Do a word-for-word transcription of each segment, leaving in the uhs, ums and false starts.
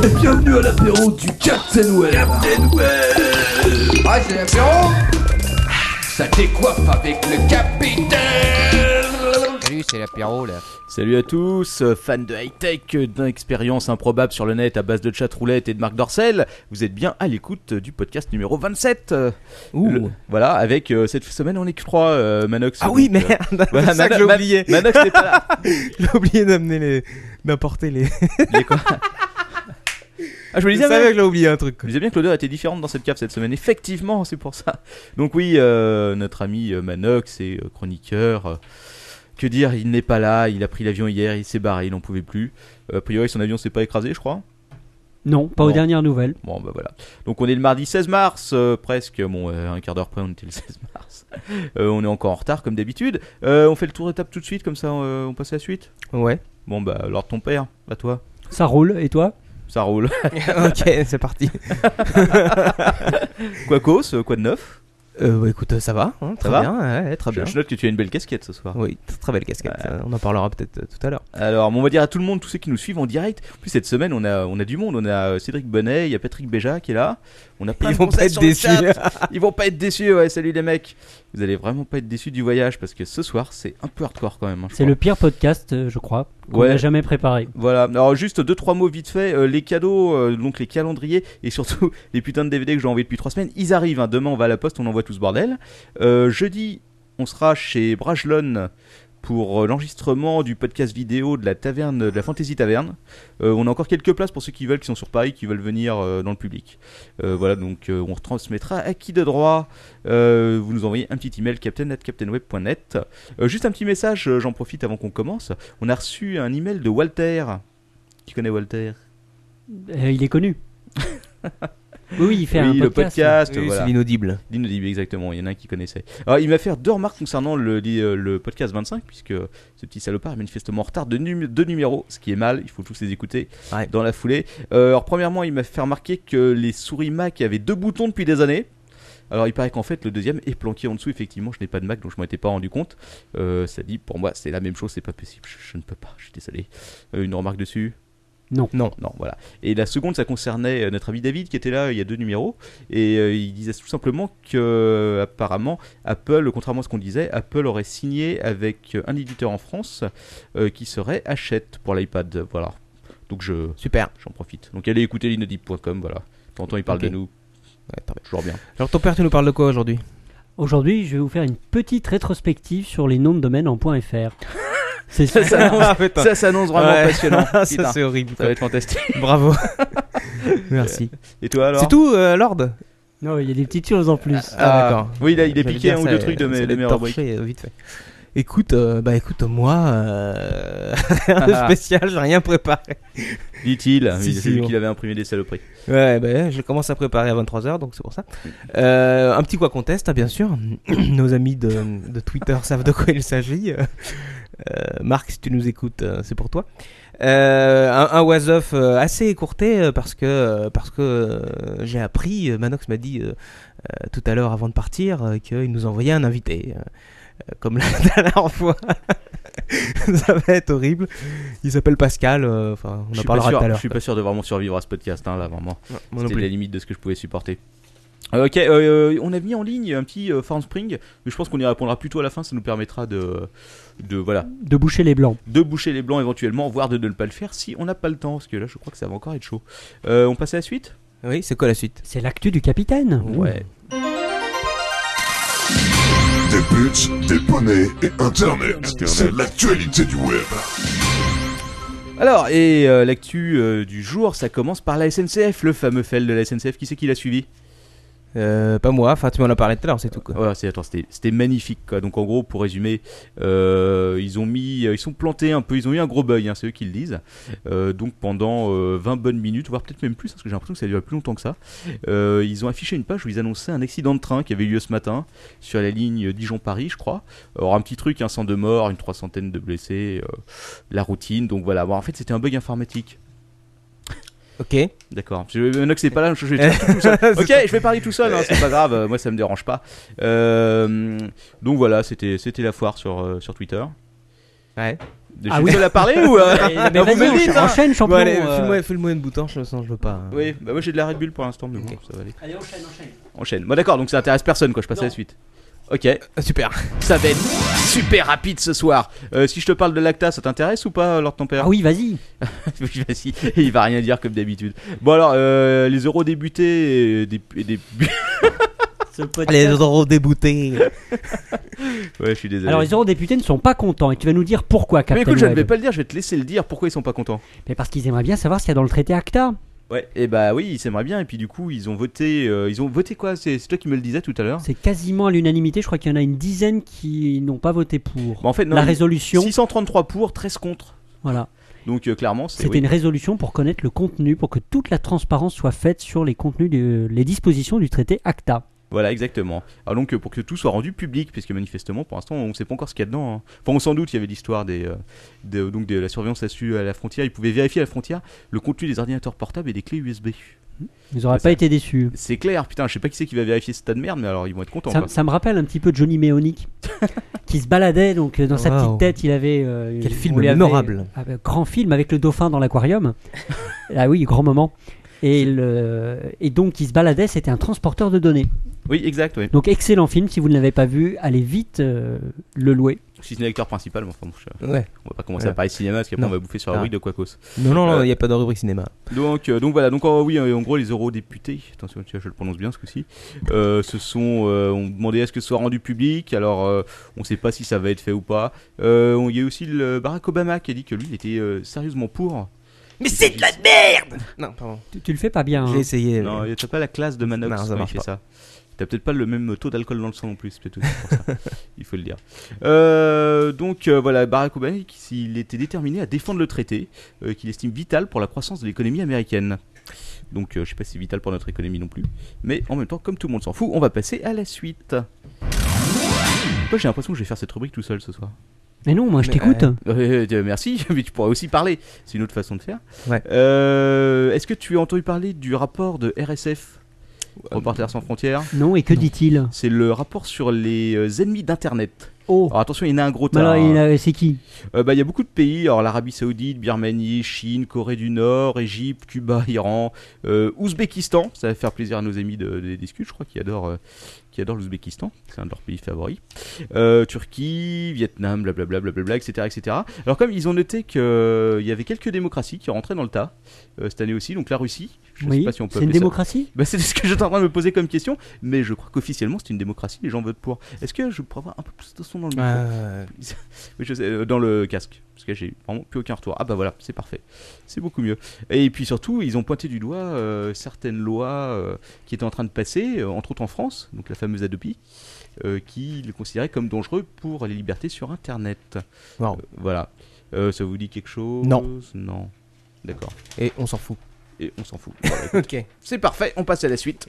Et bienvenue à l'apéro du Captain Web. Captain Web. Ah, c'est l'apéro. Ça décoiffe avec le capitaine. Salut, c'est l'apéro là. Salut à tous, fans de high-tech, d'expériences improbables sur le net à base de chat roulette et de Marc Dorcel. Vous êtes bien à l'écoute du podcast numéro vingt-sept. Ouh. Le, voilà, avec euh, cette semaine on est que trois, euh, Manox. Ah oui, donc, merde. euh, voilà, c'est ça que Mano- j'ai oublié. Ma- Manox n'est pas là. J'ai oublié d'amener les, d'apporter les. Les quoi Ah, je vous Je disais, savais ouais. que j'ai oublié un truc. Je disais bien que l'odeur était différente dans cette cave cette semaine. Effectivement, c'est pour ça. Donc oui, euh, notre ami euh, Manox est euh, chroniqueur. euh, que dire, il n'est pas là. Il a pris l'avion hier, il s'est barré, il n'en pouvait plus. Euh, a priori, son avion s'est pas écrasé, je crois. Non, pas Bon. aux dernières nouvelles. Bon, bah voilà. Donc on est le mardi seize mars, euh, presque. Bon, euh, un quart d'heure près, on était le seize mars. Euh, on est encore en retard, comme d'habitude. Euh, on fait le tour d'étape tout de suite, comme ça, euh, on passe à la suite. Ouais. Bon, bah, alors ton père, à toi. Ça roule, et toi? Ça roule. Ok, c'est parti. Quoi cause, euh, quoi de neuf? Euh, bah écoute, ça va, hein, très va bien, ouais, très je, bien. je note que tu as une belle casquette ce soir. Oui, très, très belle casquette. Ouais. euh, On en parlera peut-être euh, tout à l'heure. Alors, on va dire à tout le monde, tous ceux qui nous suivent en direct. En plus, cette semaine, on a, on a du monde. On a Cédric Bonnet, il y a Patrick Béja qui est là. On a plein Ils de vont pas conseils être sur le déçus. chat. Ils vont pas être déçus, ouais. Salut les mecs. Vous allez vraiment pas être déçus du voyage parce que ce soir, c'est un peu hardcore quand même. hein, je C'est crois. le pire podcast, euh, je crois, qu'on Ouais. n'a jamais préparé. Voilà. Alors, juste deux trois mots vite fait. Euh, les cadeaux, euh, donc les calendriers et surtout les putains de D V D que j'ai envoyés depuis trois semaines, ils arrivent. hein. Demain, on va à la poste, on envoie tout ce bordel. Euh, jeudi, on sera chez Brajlon pour euh, l'enregistrement du podcast vidéo de la taverne, de la Fantasy Taverne. Euh, on a encore quelques places pour ceux qui veulent, qui sont sur Paris, qui veulent venir euh, dans le public. Euh, voilà, donc euh, on retransmettra à qui de droit. Euh, vous nous envoyez un petit email captain arobase captainweb point net. Euh, juste un petit message, euh, j'en profite avant qu'on commence. On a reçu un email de Walter. Qui connaît Walter? Euh, il est connu. Oui, oui, il fait Oui, un le podcast. podcast, Oui, voilà. c'est l'inaudible. L'inaudible, exactement, il y en a un qui connaissait. Alors, il m'a fait deux remarques concernant le, le, le podcast vingt-cinq, puisque ce petit salopard est manifestement en retard de num- deux numéros, ce qui est mal, il faut tous les écouter Ouais. dans la foulée. Euh, alors, premièrement, il m'a fait remarquer que les souris Mac avaient deux boutons depuis des années. Alors, il paraît qu'en fait, le deuxième est planqué en dessous. Effectivement, je n'ai pas de Mac, donc je m'en étais pas rendu compte. Euh, ça dit, pour moi, c'est la même chose, c'est pas possible. Je, je ne peux pas, je suis désolé. Euh, une remarque dessus? Non. Non. Non, voilà. Et la seconde, ça concernait euh, notre ami David qui était là il y a deux numéros. Et euh, il disait tout simplement que, euh, apparemment, Apple, contrairement à ce qu'on disait, Apple aurait signé avec un éditeur en France euh, qui serait Hachette pour l'iPad. Voilà. Donc je, Super. j'en profite. Donc allez écouter l'inaudible point com. Voilà. De temps en temps, il parle Ok. de nous. Ouais, très bien. Toujours bien. Alors, ton père, tu nous parles de quoi aujourd'hui? Aujourd'hui, je vais vous faire une petite rétrospective sur les noms de domaine en .fr. C'est Ça ça. s'annonce, Ah, putain. ça s'annonce vraiment Ouais. passionnant. Ça, Putain, c'est horrible. ça va être fantastique. Bravo. Merci. Et toi alors? C'est tout, euh, Lord? Non, il y a des petites choses en plus. Ah, d'accord. Oui, là, il est J'allais piqué dire, un ou ça- deux trucs de ça mes, de allait mes rubriques. torcher, euh, vite fait. Écoute, euh, bah écoute, moi, euh... rien de spécial, j'ai rien préparé. Dit-il. Si, Oui, si, c'est lui bon. qui l'avait imprimé des saloperies. Ouais, bah, je commence à préparer à vingt-trois heures, donc c'est pour ça. Euh, un petit quoi conteste, hein, bien sûr. Nos amis de, de Twitter savent de quoi il s'agit. Euh, Marc, si tu nous écoutes, euh, c'est pour toi. Euh, un, un was-of euh, assez écourté euh, parce que, euh, parce que euh, j'ai appris, euh, Manox m'a dit euh, euh, tout à l'heure avant de partir euh, qu'il nous envoyait un invité. Euh, euh, comme la dernière fois. Ça va être horrible. Il s'appelle Pascal, euh, enfin, on Je en suis, pas parlera sûr, tout à l'heure. je suis pas sûr de vraiment survivre à ce podcast, hein, là, vraiment. Ouais, moi non C'était la plus. limite de ce que je pouvais supporter. Euh, ok, euh, on a mis en ligne un petit euh, Farm Spring, mais je pense qu'on y répondra plutôt à la fin, ça nous permettra de, de, voilà, De boucher les blancs. de boucher les blancs éventuellement, voire de ne pas le faire si on n'a pas le temps, parce que là je crois que ça va encore être chaud. Euh, on passe à la suite? Oui, c'est quoi la suite? C'est l'actu du capitaine. Ouais. Des buts, des poneys et Internet. C'est l'actualité du web. Alors, et euh, l'actu euh, du jour, ça commence par la S N C F, le fameux F E L de la S N C F, qui c'est qui l'a suivi? Euh, pas moi, enfin tu m'en as parlé tout à l'heure, c'est tout quoi. Ouais, c'est, attends, c'était, c'était magnifique quoi. Donc en gros, pour résumer, euh, ils ont mis, ils sont plantés un peu, ils ont eu un gros bug, hein, c'est eux qui le disent. Euh, donc pendant euh, vingt bonnes minutes, voire peut-être même plus, parce que j'ai l'impression que ça a duré plus longtemps que ça. Euh, ils ont affiché une page où ils annonçaient un accident de train qui avait eu lieu ce matin sur la ligne Dijon-Paris, je crois. Alors un petit truc, un cent de morts, une trois centaine de blessés, euh, la routine. Donc voilà. Bon, en fait, c'était un bug informatique. Ok. D'accord. Je, Nox n'est pas là, je vais tout, tout seul. Ok, je vais parler tout seul, hein, c'est pas grave, euh, moi ça me dérange pas. Euh, donc voilà, c'était, c'était la foire sur, euh, sur Twitter. Ouais. Je Ah suis oui. seul à parler ou euh, Mais, mais non, vous vas-y, me le dites, enchaîne, hein. enchaîne, champion. Bon, allez, euh. file-moi, file-moi une bouteille, je le sens, je veux pas. Oui, bah moi j'ai de la Red Bull pour l'instant, mais bon, ça va aller. Allez, enchaîne, enchaîne. Enchaîne. Bon, d'accord, donc ça intéresse personne, quoi. Je passe à la suite. Ok, Ah, super. ça va être super rapide ce soir. Euh, si je te parle de l'Acta, ça t'intéresse ou pas, Lord ton père? Ah oui, vas-y. Oui, vas-y, il va rien dire comme d'habitude. Bon alors, euh, les euros débutés et des, et des... Ce podcast- Allez, les euros déboutés. Ouais, je suis désolé. Alors les eurodéputés ne sont pas contents et tu vas nous dire pourquoi, Captain Mais écoute, je ne Web. vais pas le dire, je vais te laisser le dire. Pourquoi ils sont pas contents? Mais parce qu'ils aimeraient bien savoir ce qu'il y a dans le traité ACTA. Ouais, et bah oui, ils s'aimeraient bien. Et puis du coup, ils ont voté. euh, ils ont voté quoi? C'est c'est toi qui me le disais tout à l'heure. C'est quasiment à l'unanimité, je crois qu'il y en a une dizaine qui n'ont pas voté pour. Bah, en fait, non, La il- résolution, six cent trente-trois pour, treize contre. voilà. Donc euh, clairement, c'est. C'était oui. une résolution pour connaître le contenu, pour que toute la transparence soit faite sur les contenus, de, les dispositions du traité ACTA. Voilà, exactement. Alors donc euh, pour que tout soit rendu public, puisque manifestement pour l'instant on ne sait pas encore ce qu'il y a dedans. hein. Enfin, on s'en doute, il y avait l'histoire des, euh, de, donc de la surveillance à su- à la frontière. Ils pouvaient vérifier à la frontière le contenu des ordinateurs portables et des clés U S B. Ils n'auraient C'est pas ça. été déçus. C'est clair, putain, je sais pas qui c'est qui va vérifier ce tas de merde, mais alors ils vont être contents. Ça, quoi. ça me rappelle un petit peu Johnny Méonic qui se baladait donc euh, dans sa Wow. petite tête. Il avait euh, Quel on film lui avait- mémorable. ah, bah, grand film avec le dauphin dans l'aquarium. Ah oui, grand moment. Et, le, et donc il se baladait, c'était un transporteur de données. Oui, exact, oui. Donc excellent film, si vous ne l'avez pas vu, allez vite euh, le louer. Si c'est l'acteur principal, mais enfin, bon, je- Ouais. on va pas commencer Ouais. à parler cinéma, parce qu'après Non. on va bouffer sur la Ah. rubrique de Quacos. Non, non, non, Euh, il n'y a pas de rubrique cinéma. Donc, euh, donc voilà, donc euh, oui, euh, en gros les eurodéputés, attention, tu vois, je le prononce bien ce coup-ci, euh, se sont, euh, ont demandé à ce que ce soit rendu public. Alors, euh, on ne sait pas si ça va être fait ou pas. Euh, on- Il y a aussi le Barack Obama qui a dit que lui, il était euh, sérieusement pour. Mais c'est de la merde. Non, pardon. Tu, tu le fais pas bien. J'ai hein. essayé. Non, mais- t'as pas la classe de Manox Non, ça quand il marche fait pas. ça. T'as peut-être pas le même taux d'alcool dans le sang non plus, c'est peut-être aussi pour ça. Il faut le dire. Euh, donc euh, voilà, Barack Obama, qui- il était déterminé à défendre le traité, euh, qu'il estime vital pour la croissance de l'économie américaine. Donc euh, je sais pas si c'est vital pour notre économie non plus, mais en même temps, comme tout le monde s'en fout, on va passer à la suite. Moi j'ai l'impression que je vais faire cette rubrique tout seul ce soir. Mais non, moi je Mais, t'écoute. euh, Euh, euh, merci, mais tu pourras aussi parler. C'est une autre façon de faire. Ouais. Euh, Est-ce que tu as entendu parler du rapport de R S F, Reporters sans frontières? Non, et que dit-il? C'est le rapport sur les euh, ennemis d'Internet. Oh, Alors attention, il y en a un gros mais tas. alors, hein. il a- c'est qui? Euh, bah, il y a beaucoup de pays, alors l'Arabie Saoudite, Birmanie, Chine, Corée du Nord, Égypte, Cuba, Iran, euh, Ouzbékistan. Ça va faire plaisir à nos amis de, de, des Scuds, je crois, qui adorent, euh, qui adorent l'Ouzbékistan. C'est un de leurs pays favoris. Euh, Turquie, Vietnam, blablabla, blablabla, et cetera, et cetera. Alors comme ils ont noté qu'il y avait quelques démocraties qui rentraient dans le tas euh, cette année aussi, donc la Russie. Je sais Oui, pas si on peut c'est une appeler ça- démocratie? Bah, c'est ce que j'étais en train de me poser comme question, mais je crois qu'officiellement c'est une démocratie, les gens votent pour. Est-ce que je pourrais avoir un peu plus de son dans le micro? Euh, Oui, je sais, euh, dans le casque, parce que j'ai vraiment plus aucun retour. Ah bah voilà, c'est parfait, c'est beaucoup mieux. Et puis surtout, ils ont pointé du doigt euh, certaines lois euh, qui étaient en train de passer, euh, entre autres en France, donc la fameuse Adopi, euh, qui le considérait comme dangereux pour les libertés sur Internet. wow. Euh, voilà. Euh, ça vous dit quelque chose? Non. Non. D'accord. Et on s'en fout. Et on s'en fout. Voilà, écoute. Ok. C'est parfait, on passe à la suite.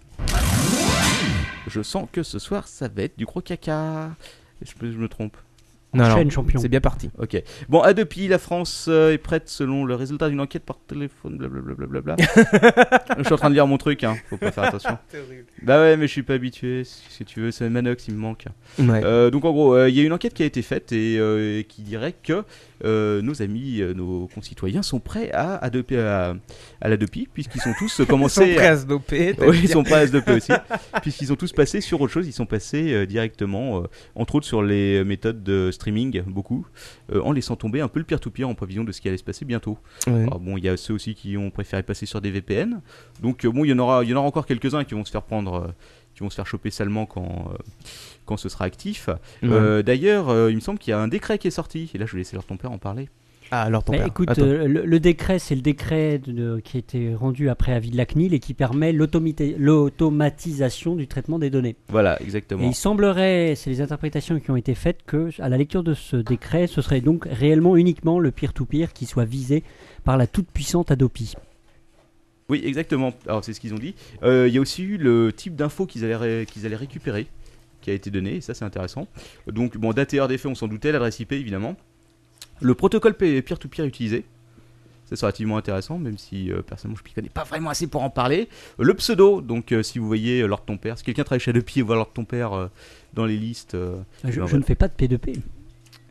Je sens que ce soir, ça va être du gros caca. Je, peux- je me trompe. Non, Enchaîne, non, champion. c'est bien parti. Ok. Bon, Adopi, la France euh, est prête selon le résultat d'une enquête par téléphone, blablabla. Je suis en train de lire mon truc, hein. Faut pas faire attention. Bah ouais, mais je suis pas habitué. Si tu veux, c'est Manox, il me manque. Ouais. Euh, donc en gros, il y a une enquête qui a été faite et euh, qui dirait que euh, nos amis, euh, nos concitoyens sont prêts à adopter à, à l'Adopi, puisqu'ils sont tous euh, commencés. à- à se doper. Oui, ils sont pas S deux P aussi, puisqu'ils ont tous passé sur autre chose. Ils sont passés euh, directement, euh, entre autres sur les méthodes de streaming, beaucoup, euh, en laissant tomber un peu le peer-to-peer en prévision de ce qui allait se passer bientôt. Ouais. Alors bon, il y a ceux aussi qui ont préféré passer sur des V P N. Donc euh, bon, il y en aura, il y en aura encore quelques-uns qui vont se faire prendre, euh, qui vont se faire choper salement quand, euh, quand ce sera actif. Ouais. Euh, D'ailleurs, euh, il me semble qu'il y a un décret qui est sorti. Et là, je vais laisser leur ton père en parler. Ah, alors ton Mais père. écoute, Attends. euh, le, le décret, c'est le décret de- de- qui a été rendu après avis de la C N I L et qui permet l'automita- l'automatisation du traitement des données. Voilà, Et exactement. il semblerait, c'est les interprétations qui ont été faites, que à la lecture de ce décret, ce serait donc réellement uniquement le peer-to-peer qui soit visé par la toute puissante Adopi. Oui, exactement. Alors, c'est ce qu'ils ont dit. Euh, Il y a aussi eu le type d'info qu'ils allaient, ré- qu'ils allaient récupérer, qui a été donné, et ça, c'est intéressant. Donc, bon, date et heure des faits, on s'en doutait, l'adresse I P, évidemment. Le protocole pe- peer-to-peer utilisé. Ça, c'est relativement intéressant, même si, euh, personnellement, je ne connais pas vraiment assez pour en parler. Euh, le pseudo, donc, euh, si vous voyez euh, Lord ton père, si quelqu'un travaille chez Adopi et voit Lord ton père euh, dans les listes... euh, Je, ben, je ne fais pas de P deux P.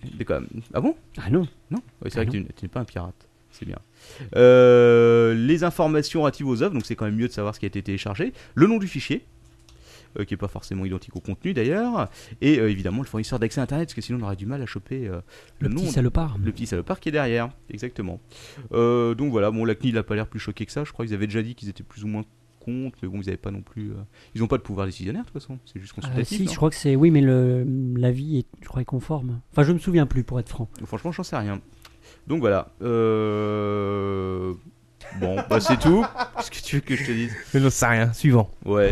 Mais quand même. Ah bon? Ah non. Non, ouais, c'est Ah vrai non. que tu n- tu n'es pas un pirate. C'est bien. Euh, les informations relatives aux œuvres, donc c'est quand même mieux de savoir ce qui a été téléchargé. Le nom du fichier, euh, qui n'est pas forcément identique au contenu d'ailleurs. Et euh, évidemment le fournisseur d'accès Internet, parce que sinon on aurait du mal à choper euh, le, Le nom. petit salopard. Le petit salopard qui est derrière, exactement. Euh, donc voilà, bon, la C N I L n'a pas l'air plus choqué que ça. Je crois qu'ils avaient déjà dit qu'ils étaient plus ou moins contre, mais bon, ils n'avaient pas non plus. euh, Ils n'ont pas de pouvoir décisionnaire de toute façon, c'est juste Ah, consultatif. si, non je crois que c'est. Oui, mais le l'avis est, je crois, est conforme. Enfin, je me souviens plus, pour être franc. Donc, franchement, j'en sais rien. Donc voilà. Euh... Bon, bah c'est tout. Qu'est-ce que tu veux que je te dise? Je ne sais rien. Suivant. Ouais.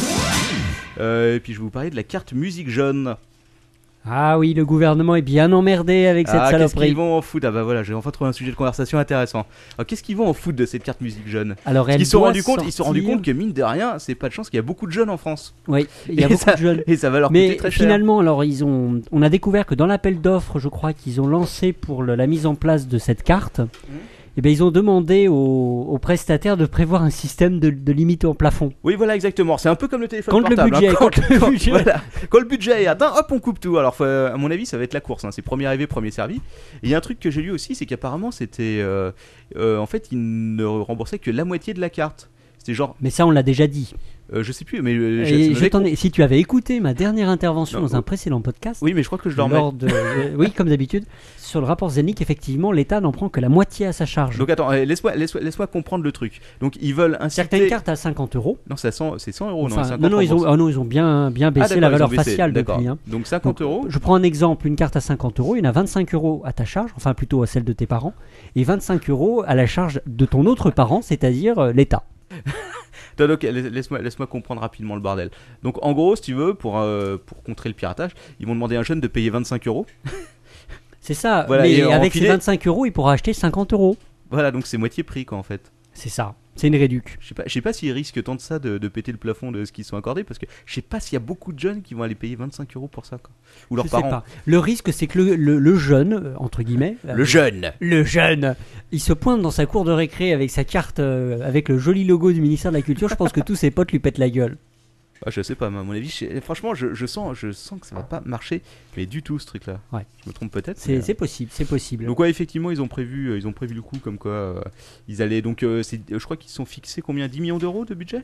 Euh, et puis je vais vous parler de la carte musique jaune. Ah oui, le gouvernement est bien emmerdé avec cette Ah, qu'est-ce saloperie. qu'ils vont en foutre? Ah bah voilà, j'ai enfin trouvé un sujet de conversation intéressant. Alors qu'est-ce qu'ils vont en foutre de cette carte musique jeune? Alors, Parce elle qu'ils se sont doit rendus compte, ils se sont rendus sortir- compte que mine de rien, c'est pas de chance qu'il y a beaucoup de jeunes en France. Oui, il y a Et beaucoup ça- de jeunes. Et ça va leur coûter Mais très cher. finalement, alors ils ont, on a découvert que dans l'appel d'offres, je crois qu'ils ont lancé pour le- la mise en place de cette carte, Mmh. et ben ils ont demandé aux, aux prestataires de prévoir un système de, de limite en plafond. Oui, voilà, exactement. C'est un peu comme le téléphone Quand le portable. budget- hein. quand le quand- budget- voilà. Quand le budget est atteint, hop, on coupe tout. Alors, faut- à mon avis, ça va être la course. hein. C'est premier arrivé, premier servi. Et il y a un truc que j'ai lu aussi, c'est qu'apparemment, c'était. euh, euh, en fait, ils ne remboursaient que la moitié de la carte. C'était genre. Mais ça, on l'a déjà dit. euh, je sais plus, mais. euh, Et j'ai- je j'ai- t'en ai- si tu avais écouté ma dernière intervention Non, dans un oh. précédent podcast, Oui, mais je crois que je dormais. lors de, euh, oui, comme d'habitude, sur le rapport Zenic, effectivement, l'État n'en prend que la moitié à sa charge. Donc attends, euh, laisse-moi laisse laisse comprendre le truc. Donc ils veulent inciter. Certaines cartes à cinquante euros. Non, c'est à cent, c'est cent euros. Enfin, non, non, cinquante non, ils ont, remboursés. oh non, ils ont bien, bien Ah, baissé d'accord, la ils valeur ont baissé, faciale d'accord. depuis. hein. Donc cinquante Donc, euros. Je prends un exemple, une carte à cinquante euros, il y en a vingt-cinq euros à ta charge, enfin plutôt à celle de tes parents, et vingt-cinq euros à la charge de ton autre parent, c'est-à-dire euh, l'État. Attends, donc, laisse-moi laisse-moi comprendre rapidement le bordel. Donc en gros, si tu veux, pour, euh, pour contrer le piratage, ils vont demander à un jeune de payer vingt-cinq euros. C'est ça, Voilà, et mais en avec filet- ces vingt-cinq euros, il pourra acheter cinquante euros. Voilà, donc c'est moitié prix quoi en fait. C'est ça, c'est une réduc. Je sais pas, je sais pas s'ils risquent tant de ça de, de péter le plafond de ce qu'ils sont accordés parce que je sais pas s'il y a beaucoup de jeunes qui vont aller payer vingt-cinq euros pour ça quoi. Ou leurs Je sais parents. pas. Le risque, c'est que le, le- le jeune, euh, entre guillemets, euh, Le jeune. le jeune, il se pointe dans sa cour de récré avec sa carte, euh, avec le joli logo du ministère de la Culture. Je pense que tous ses potes lui pètent la gueule. Ah, je sais pas, mais à mon avis, je- franchement, je, je sens, je sens que ça va pas marcher, mais du tout ce truc-là. Ouais. Je me trompe peut-être. C'est mais, euh, c'est possible, c'est possible. Donc ouais, effectivement, ils ont prévu, euh, ils ont prévu le coup comme quoi euh, ils allaient donc, euh, c'est- je crois qu'ils se sont fixés combien, dix millions d'euros de budget.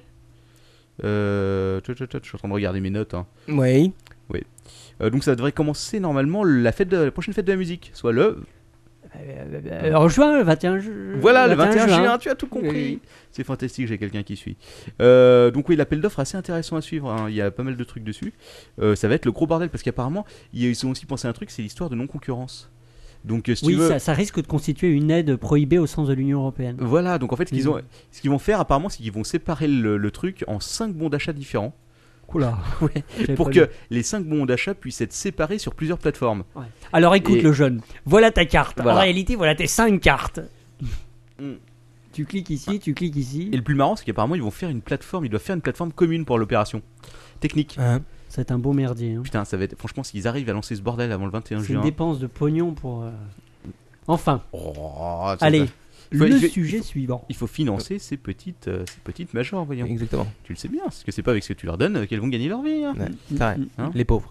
Euh, tut, tut, tut, je suis en train de regarder mes notes. hein. Oui. Euh, donc ça devrait commencer normalement la fête, de, la prochaine fête de la musique, soit le, Euh, euh, en juin, le vingt et un ju- voilà, le vingt et un juin. Tu as tout compris. Oui. C'est fantastique, j'ai quelqu'un qui suit. Euh, donc oui, l'appel d'offres est assez intéressant à suivre. hein. Il y a pas mal de trucs dessus. Euh, ça va être le gros bordel parce qu'apparemment ils ont aussi pensé à un truc, c'est l'histoire de non-concurrence. Donc euh, si Oui, tu veux. ça, ça risque de constituer une aide prohibée au sens de l'Union Européenne. Voilà, donc en fait, ce qu'ils Mhm. ont, ce qu'ils vont faire apparemment, c'est qu'ils vont séparer le, le truc en cinq bons d'achat différents. Oula. Ouais, J'avais pour pas que vu. les cinq bons d'achat puissent être séparés sur plusieurs plateformes. Alors écoute Et- le jeune, voilà ta carte. Voilà. En réalité, voilà tes cinq cartes. Mm. Tu cliques ici, tu cliques ici. Et le plus marrant, c'est qu'apparemment, ils vont faire une plateforme, ils doivent faire une plateforme commune pour l'opération. Technique. Hein. C'est un beau merdier. hein. Putain, ça va être. Franchement, s'ils arrivent à lancer ce bordel avant le vingt et un C'est une juin. dépense de pognon pour. euh, Enfin, Oh, ça allez, va. Il faut- le il faut- sujet il faut- suivant. Il faut financer ces petites, euh, ces petites majors, voyons. Exactement. Tu le sais bien, parce que c'est pas avec ce que tu leur donnes euh, qu'elles vont gagner leur vie. hein. Ouais, c'est vrai. Hein Les pauvres.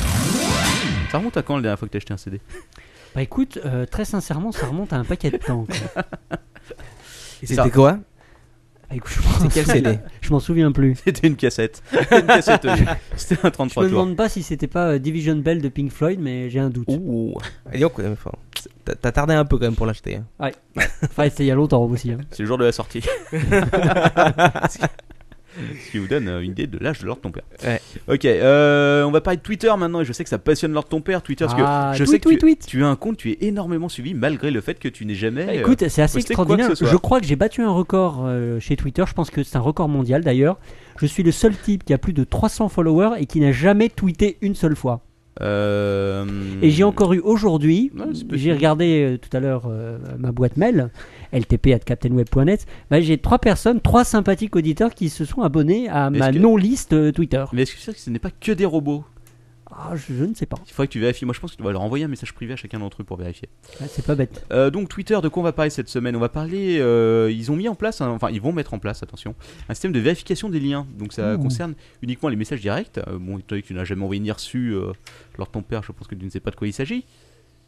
Ça remonte à quand la dernière fois que t'as acheté un C D? Bah écoute, euh, très sincèrement, ça remonte à un paquet de temps. quoi. Et Ça. c'était quoi? Bah, écoute, je m'en- C'est quel C D? je m'en souviens plus. C'était une cassette. C'était une cassette audio. C'était un Je trente-trois me tours. demande pas si c'était pas euh, Division Bell de Pink Floyd, mais j'ai un doute. Ouh. Et donc, euh, enfin, t'as t'as tardé un peu quand même pour l'acheter. hein. Enfin, c'était il y a longtemps aussi. hein. C'est le jour de la sortie. Ce qui vous donne euh, une idée de l'âge de Lord ton père. Ouais. Ok, euh, on va parler de Twitter maintenant. Et je sais que ça passionne Lord ton père, Twitter. Parce Ah, que je tweet, sais que tweet, tu, tweet. tu as un compte, tu es énormément suivi malgré le fait que tu n'aies jamais. Bah, euh, écoute, c'est assez posté quoi que extraordinaire. ce soit. Je crois que j'ai battu un record euh, chez Twitter. Je pense que c'est un record mondial d'ailleurs. Je suis le seul type qui a plus de trois cents followers et qui n'a jamais tweeté une seule fois. euh, Et j'ai encore eu aujourd'hui, Ouais, c'est possible. j'ai regardé euh, tout à l'heure euh, ma boîte mail, l t p arobase captainweb point net, bah, j'ai trois personnes, trois sympathiques auditeurs qui se sont abonnés à Est-ce ma que- non-liste euh, Twitter. Mais est-ce que c'est sûr que ce n'est pas que des robots? Ah, je, je ne sais pas, Il faudrait que tu vérifies. Moi, je pense que tu vas leur envoyer un message privé à chacun d'entre eux pour vérifier. Ouais, c'est pas bête. Euh, donc Twitter, de quoi on va parler cette semaine? On va parler, euh, ils ont mis en place, un- enfin ils vont mettre en place, attention, un système de vérification des liens. Donc ça Ouh. concerne uniquement les messages directs. Euh, bon, étant donné que tu n'as jamais envoyé ni reçu euh, lors de ton père, je pense que tu ne sais pas de quoi il s'agit.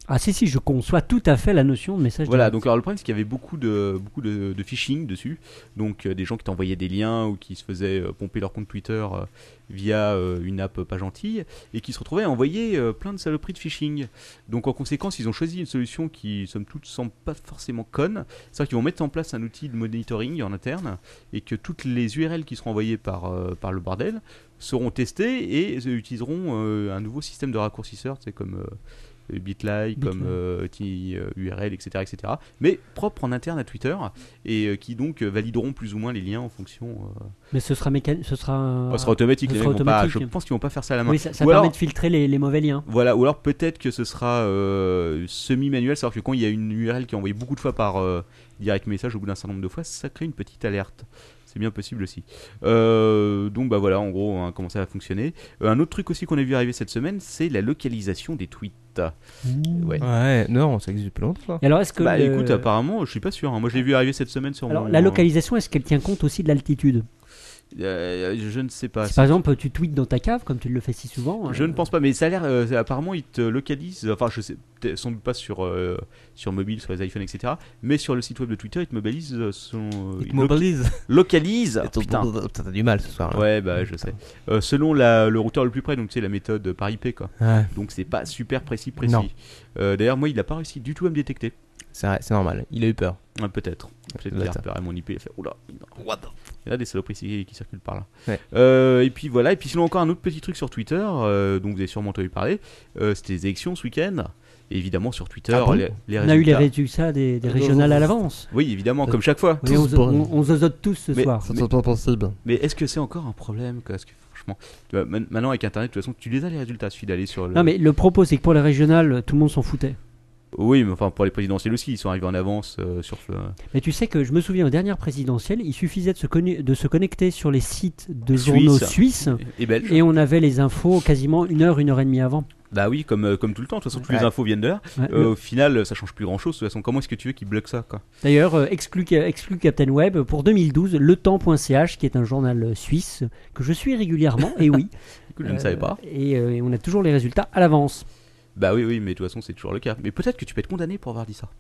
Ah si si, je conçois tout à fait la notion de message Voilà, direct. donc alors le problème c'est qu'il y avait beaucoup de beaucoup de, de phishing dessus, donc euh, des gens qui t'envoyaient des liens ou qui se faisaient euh, pomper leur compte Twitter euh, via euh, une app pas gentille et qui se retrouvaient à envoyer euh, plein de saloperies de phishing. Donc en conséquence, ils ont choisi une solution qui somme toute semble pas forcément conne, c'est-à-dire qu'ils vont mettre en place un outil de monitoring en interne et que toutes les U R L qui seront envoyées par euh, par le bordel seront testées et euh, utiliseront euh, un nouveau système de raccourcisseur, c'est comme euh, Bitly, comme euh, T, euh, U R L, et cetera, et cetera. Mais propre en interne à Twitter et euh, qui donc euh, valideront plus ou moins les liens en fonction. Euh... Mais ce sera mécanique, ce sera. Oh, ce sera automatique. ce Les sera mecs vont pas, automatique. je pense qu'ils vont pas faire ça à la main. Oui, ça, ça ou permet alors, de filtrer les, les mauvais liens. Voilà, ou alors peut-être que ce sera euh, semi-manuel, c'est-à-dire que quand il y a une U R L qui est envoyée beaucoup de fois par euh, direct message au bout d'un certain nombre de fois, ça crée une petite alerte. C'est bien possible aussi. Euh, donc bah voilà, en gros, hein, comment ça va fonctionner. Euh, un autre truc aussi qu'on a vu arriver cette semaine, c'est la localisation des tweets. Ouais. Ouais, non, ça existe depuis longtemps. Et alors est-ce que Bah le- écoute, apparemment, je suis pas sûr. hein. Moi, je l'ai vu arriver cette semaine sur alors, mon. la localisation, est-ce qu'elle tient compte aussi de l'altitude? Euh, je ne sais pas. Si par exemple tu tweets dans ta cave, comme tu le fais si souvent. Je euh, ne pense pas, mais ça a l'air. euh, apparemment, ils te localisent. Enfin, je sais, peut-être sans doute pas sur euh, sur mobile, sur les iPhones, et cetera. Mais sur le site web de Twitter, ils te mobilisent euh, son. euh, Il te ils lo- mobilise. localisent. Putain, Putain. t'as du mal ce soir. là. Ouais, bah je sais. Euh, selon la, le routeur le plus près, donc c'est la méthode par I P, quoi. Ouais, Donc c'est pas super précis, précis. Non. Euh, D'ailleurs, moi, il a pas réussi du tout à me détecter. c'est vrai, c'est normal. Il a eu peur. Ouais, peut-être. Peut-être doit qu'il a être ça. repéré mon I P, il a fait oula. What the... Il y a des saloperies qui, qui circulent par là. Ouais. Euh, et puis voilà, et puis sinon encore un autre petit truc sur Twitter, euh, dont vous avez sûrement entendu parler, euh, c'était les élections ce week-end. Et évidemment sur Twitter, Ah bon les, les On a eu les résultats. résultats des, des régionales à l'avance. Oui, évidemment, comme chaque fois. Oui, on, Tous on, bons. on zozote tous ce Mais- soir. C'est pas possible. Mais est-ce que c'est encore un problème quoi? Parce que franchement, tu vois, man- maintenant avec Internet, de toute façon, tu les as les résultats, il suffit d'aller sur le. Non mais le propos c'est que pour les régionales, tout le monde s'en foutait. Oui, mais enfin pour les présidentielles aussi, ils sont arrivés en avance euh, sur le. Mais tu sais que je me souviens aux dernières présidentielles, il suffisait de se, conni- de se connecter sur les sites de Suisse. journaux suisses Et belge. et on avait les infos quasiment une heure, une heure et demie avant. Bah oui, comme, euh, comme tout le temps, de toute façon, toutes les Ouais. infos viennent de là. Ouais, Euh, le- Au final, ça change plus grand chose. De toute façon, comment est-ce que tu veux qu'ils bloquent ça quoi? D'ailleurs, euh, exclu, exclu Captain Web pour deux mille douze, le temps point c h qui est un journal euh, suisse que je suis régulièrement, et oui. Écoute, je ne Euh, savais pas. Et, euh, et on a toujours les résultats à l'avance. Bah oui, oui, mais de toute façon, c'est toujours le cas. Mais peut-être que tu peux être condamné pour avoir dit ça.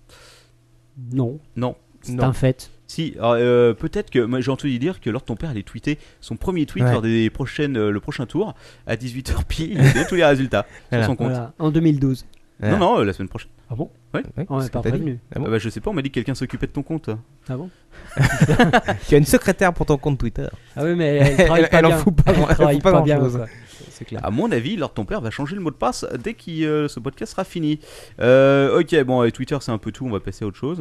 Non, Non. c'est Non. un fait. Si, alors, euh, peut-être que. Moi, j'ai entendu dire que lors de ton père allait tweeter son premier tweet Ouais. lors des prochaines, euh, le prochain tour, à dix-huit heures pile, il a donné tous les résultats Voilà. sur son compte. Voilà, en deux mille douze. Non, non, euh, la semaine prochaine. Ah bon? Ouais, On c'est n'est pas ce que t'as dit. prévenu. Ah bon Ah bah, je sais pas, on m'a dit que quelqu'un s'occupait de ton compte. Ah bon? Tu as une secrétaire pour ton compte Twitter. Ah oui, mais elle travaille Elle- pas elle en bien. fout pas Elle grand- elle travaille fout pas pas bien. grand-chose. quoi. C'est clair. À mon avis, Lord ton père va changer le mot de passe dès que euh, ce podcast sera fini. Euh, ok, bon, et Twitter c'est un peu tout, on va passer à autre chose.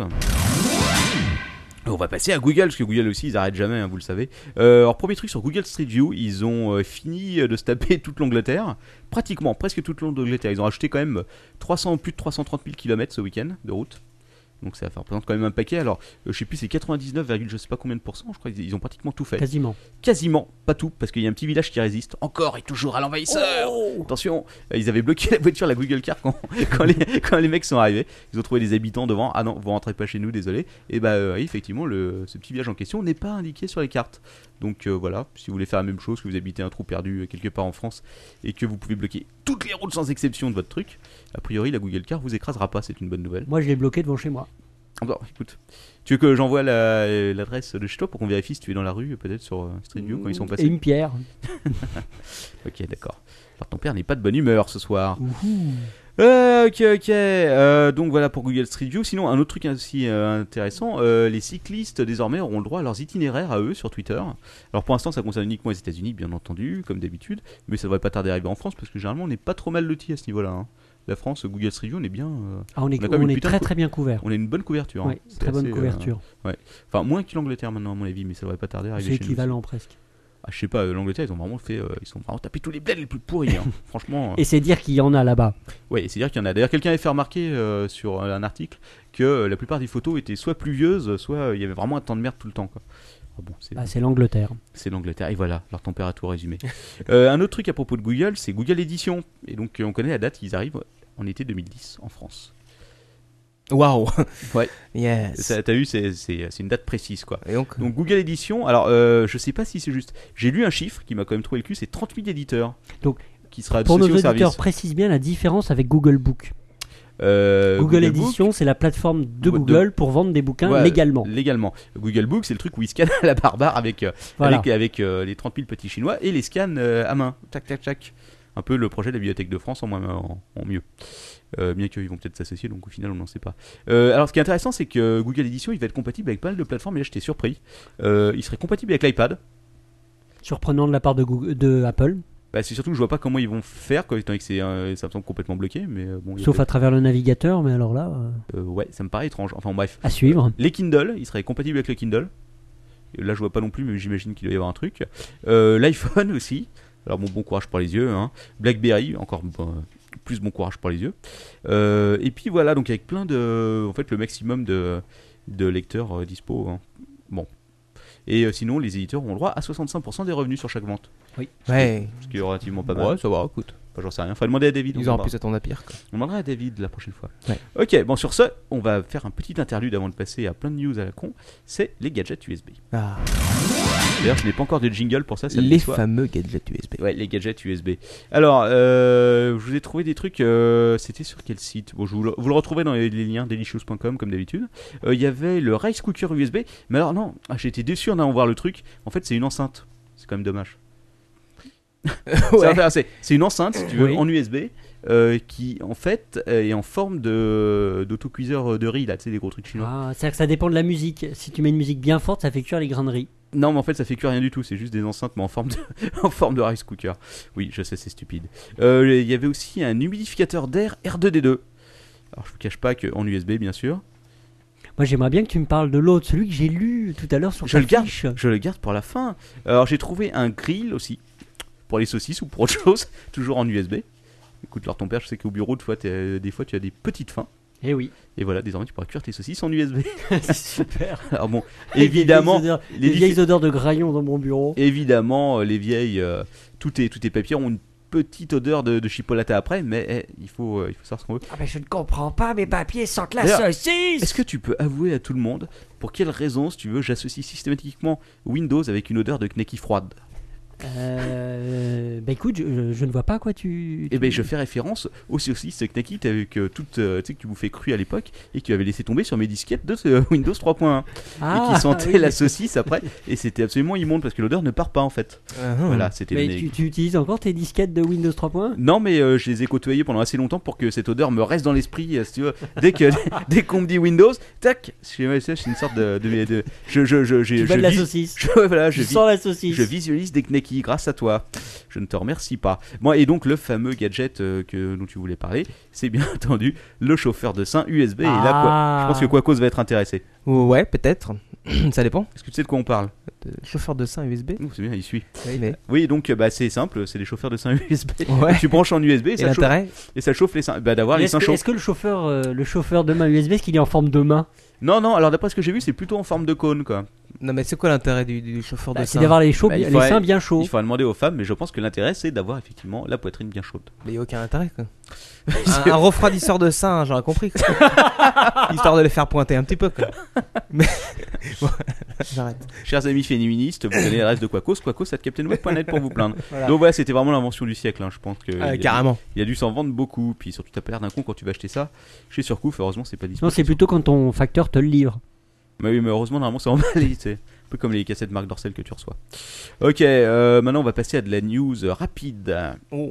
On va passer à Google, parce que Google aussi, ils arrêtent jamais, hein, vous le savez. Euh, alors, premier truc sur Google Street View, ils ont euh, fini de se taper toute l'Angleterre. Pratiquement, presque toute l'Angleterre. Ils ont rajouté quand même trois cents, plus de trois cent trente mille kilomètres ce week-end de route. Donc ça, ça représente quand même un paquet. Alors, euh, je sais plus, c'est quatre-vingt-dix-neuf, je sais pas combien de pourcents. Je crois qu'ils ils ont pratiquement tout fait. Quasiment. Quasiment, pas tout, parce qu'il y a un petit village qui résiste. Encore et toujours à l'envahisseur. Attention, euh, ils avaient bloqué la voiture, la Google Car quand, quand, les, quand les mecs sont arrivés. Ils ont trouvé des habitants devant. Ah non, vous rentrez pas chez nous, désolé. Et bah euh, oui, effectivement, le, ce petit village en question n'est pas indiqué sur les cartes. Donc euh, voilà, si vous voulez faire la même chose, que vous habitez un trou perdu euh, quelque part en France et que vous pouvez bloquer toutes les routes sans exception de votre truc, a priori la Google Car vous écrasera pas, c'est une bonne nouvelle. Moi, je l'ai bloqué devant chez moi. Ah bon, écoute, tu veux que j'envoie la- l'adresse de chez toi pour qu'on vérifie si tu es dans la rue, peut-être sur euh, Street View quand ils sont Et passés? une pierre. Ok, d'accord. Alors ton père n'est pas de bonne humeur ce soir. Euh, ok, ok. Euh, donc voilà pour Google Street View. Sinon, un autre truc aussi euh, intéressant, euh, les cyclistes désormais auront le droit à leurs itinéraires à eux sur Twitter. Alors pour l'instant, ça concerne uniquement les États-Unis, bien entendu, comme d'habitude, mais ça devrait pas tarder à arriver en France parce que généralement, on n'est pas trop mal lotis à ce niveau-là. hein. La France, Google Street View, on est bien. euh, Ah, on est, On a quand même on une est putain très de co- très bien couvert. on a une bonne couverture. hein. Oui, C'est très bonne assez, euh, couverture. Enfin, moins que l'Angleterre maintenant, à mon avis, mais ça devrait pas tarder à arriver C'est chez nous. équivalent presque. Ah, je sais pas, euh, l'Angleterre, ils ont vraiment fait, euh, ils sont vraiment tapé tous les bleds les plus pourris. hein. Franchement. euh, Et c'est dire qu'il y en a là-bas. Ouais, c'est-à-dire qu'il y en a. D'ailleurs, quelqu'un avait fait remarquer euh, sur un article que euh, la plupart des photos étaient soit pluvieuses, soit euh, il y avait vraiment un temps de merde tout le temps. Quoi. Ah bon, c'est, Ah, c'est l'Angleterre. c'est l'Angleterre. Et voilà, leur température résumée. euh, un autre truc à propos de Google, c'est Google Édition. Et donc, euh, on connaît la date, ils arrivent en été deux mille dix en France. Waouh. Ouais. Yes. Ça, t'as vu, c'est, c'est, c'est une date précise, quoi. Et donc, Donc, Google Édition, alors, euh, je sais pas si c'est juste. J'ai lu un chiffre qui m'a quand même trouvé le cul, c'est trente mille éditeurs. Donc, qui sera Pour nos associé au auditeurs, service. précise bien la différence avec Google Book. Euh, Google, Google Edition, c'est la plateforme de de- Google pour vendre des bouquins Ouais, légalement. Légalement. Google Book, c'est le truc où ils scannent à la barbare avec, euh, Voilà. avec, avec euh, les trente mille petits chinois et les scannent euh, à main. Tac, tac, tac. Un peu le projet de la Bibliothèque de France en, moins, en, en mieux. Euh, bien qu'ils vont peut-être s'associer, donc au final on n'en sait pas. Euh, alors ce qui est intéressant, c'est que Google Edition, il va être compatible avec pas mal de plateformes, et là j'étais surpris. Euh, il serait compatible avec l'iPad. Surprenant de la part de, Google, de Apple, Bah, c'est surtout que je vois pas comment ils vont faire, quoi, étant donné que c'est, euh, ça me semble complètement bloqué. Mais, euh, bon, il y a sauf à peut-être- travers le navigateur, mais alors là, euh, euh, ouais, ça me paraît étrange. Enfin bref. à suivre. Les Kindle, il serait compatible avec le Kindle. Et là je vois pas non plus, mais j'imagine qu'il doit y avoir un truc. Euh, L'iPhone aussi. Alors bon, bon courage pour les yeux. Hein. BlackBerry, encore bon, plus bon courage pour les yeux. Euh, et puis voilà, donc avec plein de, en fait, le maximum de, de lecteurs euh, dispo. Hein. Bon. Et euh, sinon, les éditeurs ont le droit à soixante-cinq pour cent des revenus sur chaque vente. Ouais. Ce qui est relativement pas mal. Ouais, ça va, écoute. Enfin, j'en sais rien. Faut demander à David. Ils on auront verra. plus à ton à pire, quoi. On demandera à David la prochaine fois. Ouais. Ok, bon sur ce, on va faire un petit interlude avant de passer à plein de news à la con. C'est les gadgets U S B. Ah. D'ailleurs, je n'ai pas encore de jingle pour ça. ça me Les déçoit. fameux gadgets U S B. Ouais, les gadgets U S B. Alors, euh, je vous ai trouvé des trucs. euh, C'était sur quel site? Bon, je vous, le, vous le retrouvez dans les, les liens delicious point com comme d'habitude. Euh, Il y avait le rice cooker U S B. Mais alors non, ah, j'ai été déçu en allant voir le truc. En fait, c'est une enceinte. C'est quand même dommage. Ouais. C'est- c'est c'est une enceinte, si tu veux, Oui. en U S B, euh, qui en fait euh, est en forme de d'autocuiseur de riz là, tu sais, des gros trucs chinois. Ah, c'est-à-dire que ça dépend de la musique. Si tu mets une musique bien forte, ça fait cuire les grains de riz. Non, mais en fait, ça fait que rien du tout. C'est juste des enceintes, mais en forme de, en forme de rice cooker. Oui, je sais, c'est stupide. Euh, Il y avait aussi un humidificateur d'air R deux D deux. Alors, je vous cache pas qu'en U S B, bien sûr. Moi, j'aimerais bien que tu me parles de l'autre, celui que j'ai lu tout à l'heure sur Je ta le garde. fiche. Je le garde pour la fin. Alors, j'ai trouvé un grill aussi pour les saucisses ou pour autre chose, toujours en U S B. Écoute, alors ton père, je sais qu'au bureau, des fois, t'es- des fois, tu as des petites faims. Eh oui, Et voilà, désormais, tu pourras cuire tes saucisses en U S B. c'est super. Alors bon, Avec les évidemment, vieilles odeurs, les les diffé- vieilles odeurs de graillon dans mon bureau. évidemment, euh, les vieilles, euh, tous tes, tous tes papiers ont une petite odeur de, de chipolata après, mais eh, il faut, euh, il faut savoir ce qu'on veut. Ah ben je ne comprends pas, mes papiers sentent la D'ailleurs, saucisse. Est-ce que tu peux avouer à tout le monde pour quelle raison, si tu veux, j'associe systématiquement Windows avec une odeur de knacky froide? Euh, bah écoute, je, je ne vois pas à quoi tu... Eh tu- ben, je fais référence au saucisse knacky avec euh, toute, euh, tu sais, que tu bouffais cru à l'époque et que tu avais laissé tomber sur mes disquettes de euh, Windows trois point un Ah, et qui sentait oui. la saucisse après, et c'était absolument immonde parce que l'odeur ne part pas en fait. Ah, Voilà, c'était Mais le nez. tu, tu utilises encore tes disquettes de Windows trois point un? Non, mais euh, je les ai côtoyés pendant assez longtemps pour que cette odeur me reste dans l'esprit. euh, si tu veux, dès que dès qu'on me dit Windows, tac, c'est ouais, c'est une sorte de, de, de- je je je j'ai- Tu je veux de la vis- saucisse. je, voilà, je, Je vis- sens la saucisse. je visualise des knackis grâce à toi. Je ne te remercie pas. Moi, et donc le fameux gadget euh, que dont tu voulais parler, c'est bien entendu le chauffeur de sein U S B. Et là, quoi, Ah. je pense que Quacos va être intéressé. Ouais, peut-être. Ça dépend. Est-ce que tu sais de quoi on parle? De chauffeur de sein U S B. Ouh, c'est bien, il suit. Oui, mais. Oui, donc euh, bah, c'est simple, c'est des chauffeurs de sein U S B. Ouais. Tu branches en U S B et, Et ça chauffe, l'intérêt et ça chauffe les seins. Bah, d'avoir les Est-ce seins que, chauds. est-ce que le chauffeur, euh, le chauffeur de main U S B, est-ce qu'il est en forme de main? Non, non, alors d'après ce que j'ai vu, c'est plutôt en forme de cône, quoi. Non, mais c'est quoi l'intérêt du, du chauffeur Bah, de c'est sein? d'avoir les, chauds, Bah, il les faudrait- seins bien chauds. Il faudra demander aux femmes, mais je pense que l'intérêt, c'est d'avoir effectivement la poitrine bien chaude. Mais il n'y a aucun intérêt, quoi. un, un refroidisseur de sein, j'aurais compris, quoi. Histoire de les faire pointer un petit peu, quoi. Mais. Bon, j'arrête. Chers amis féministes, vous connaissez l'adresse de Quacos, quacos arobase captain web point net pour vous plaindre. Voilà. Donc voilà, c'était vraiment l'invention du siècle, hein. Je pense que Ah, il, a carrément. dû, il a dû s'en vendre beaucoup, puis surtout t'as pas l'air d'un con quand tu vas acheter ça chez Surcouf. Heureusement, c'est pas disponible. Non, c'est plutôt quand ton facteur te le livre. Mais oui, mais heureusement, normalement, c'est emballé, c'est un peu comme les cassettes Marc Dorcel que tu reçois. Ok, euh, maintenant on va passer à de la news rapide. Oh.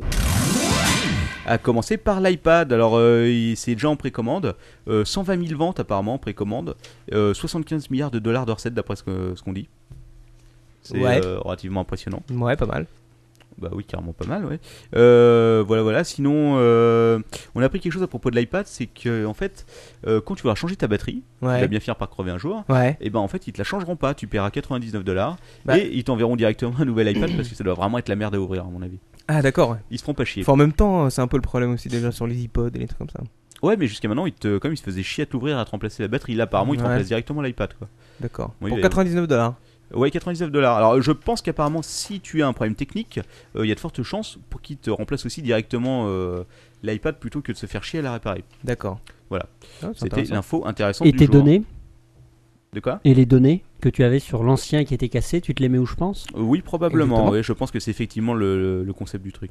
À commencer par l'iPad. Alors, euh, il- c'est déjà en précommande. Euh, cent vingt mille ventes apparemment en précommande. Euh, soixante-quinze milliards de dollars de recettes d'après ce que- ce qu'on dit. C'est Ouais. euh, relativement impressionnant. Ouais, pas mal. Bah oui, carrément pas mal, ouais. Euh, voilà, voilà. Sinon, euh, on a appris quelque chose à propos de l'iPad, c'est que en fait, euh, quand tu vas changer ta batterie, tu vas Ouais. bien finir par crever un jour. Ouais. Et ben en fait, ils te la changeront pas. Tu paieras quatre-vingt-dix-neuf dollars Bah. et ils t'enverront directement un nouvel iPad parce que ça doit vraiment être la merde à ouvrir à mon avis. Ah, d'accord. Ouais. Ils se feront pas chier. Enfin, en même temps, c'est un peu le problème aussi déjà sur les iPods et les trucs comme ça. Ouais, mais jusqu'à maintenant, ils te, comme ils se faisaient chier à t'ouvrir, à te remplacer la batterie, là apparemment ils te Ouais. remplacent directement l'iPad, quoi. D'accord. Oui, Pour mais- quatre-vingt-dix-neuf dollars. Ouais, quatre-vingt-dix-neuf dollars. Alors, je pense qu'apparemment, si tu as un problème technique, euh, il y a de fortes chances pour qu'ils te remplacent aussi directement euh, l'iPad plutôt que de se faire chier à la réparer. D'accord. Voilà. Ah, c'est C'était intéressant. l'info intéressante Et du tes jour. données De quoi? Et les données que tu avais sur l'ancien qui était cassé, tu te les mets où je pense? Euh, Oui, probablement. Exactement. Ouais, je pense que c'est effectivement le, le- le concept du truc.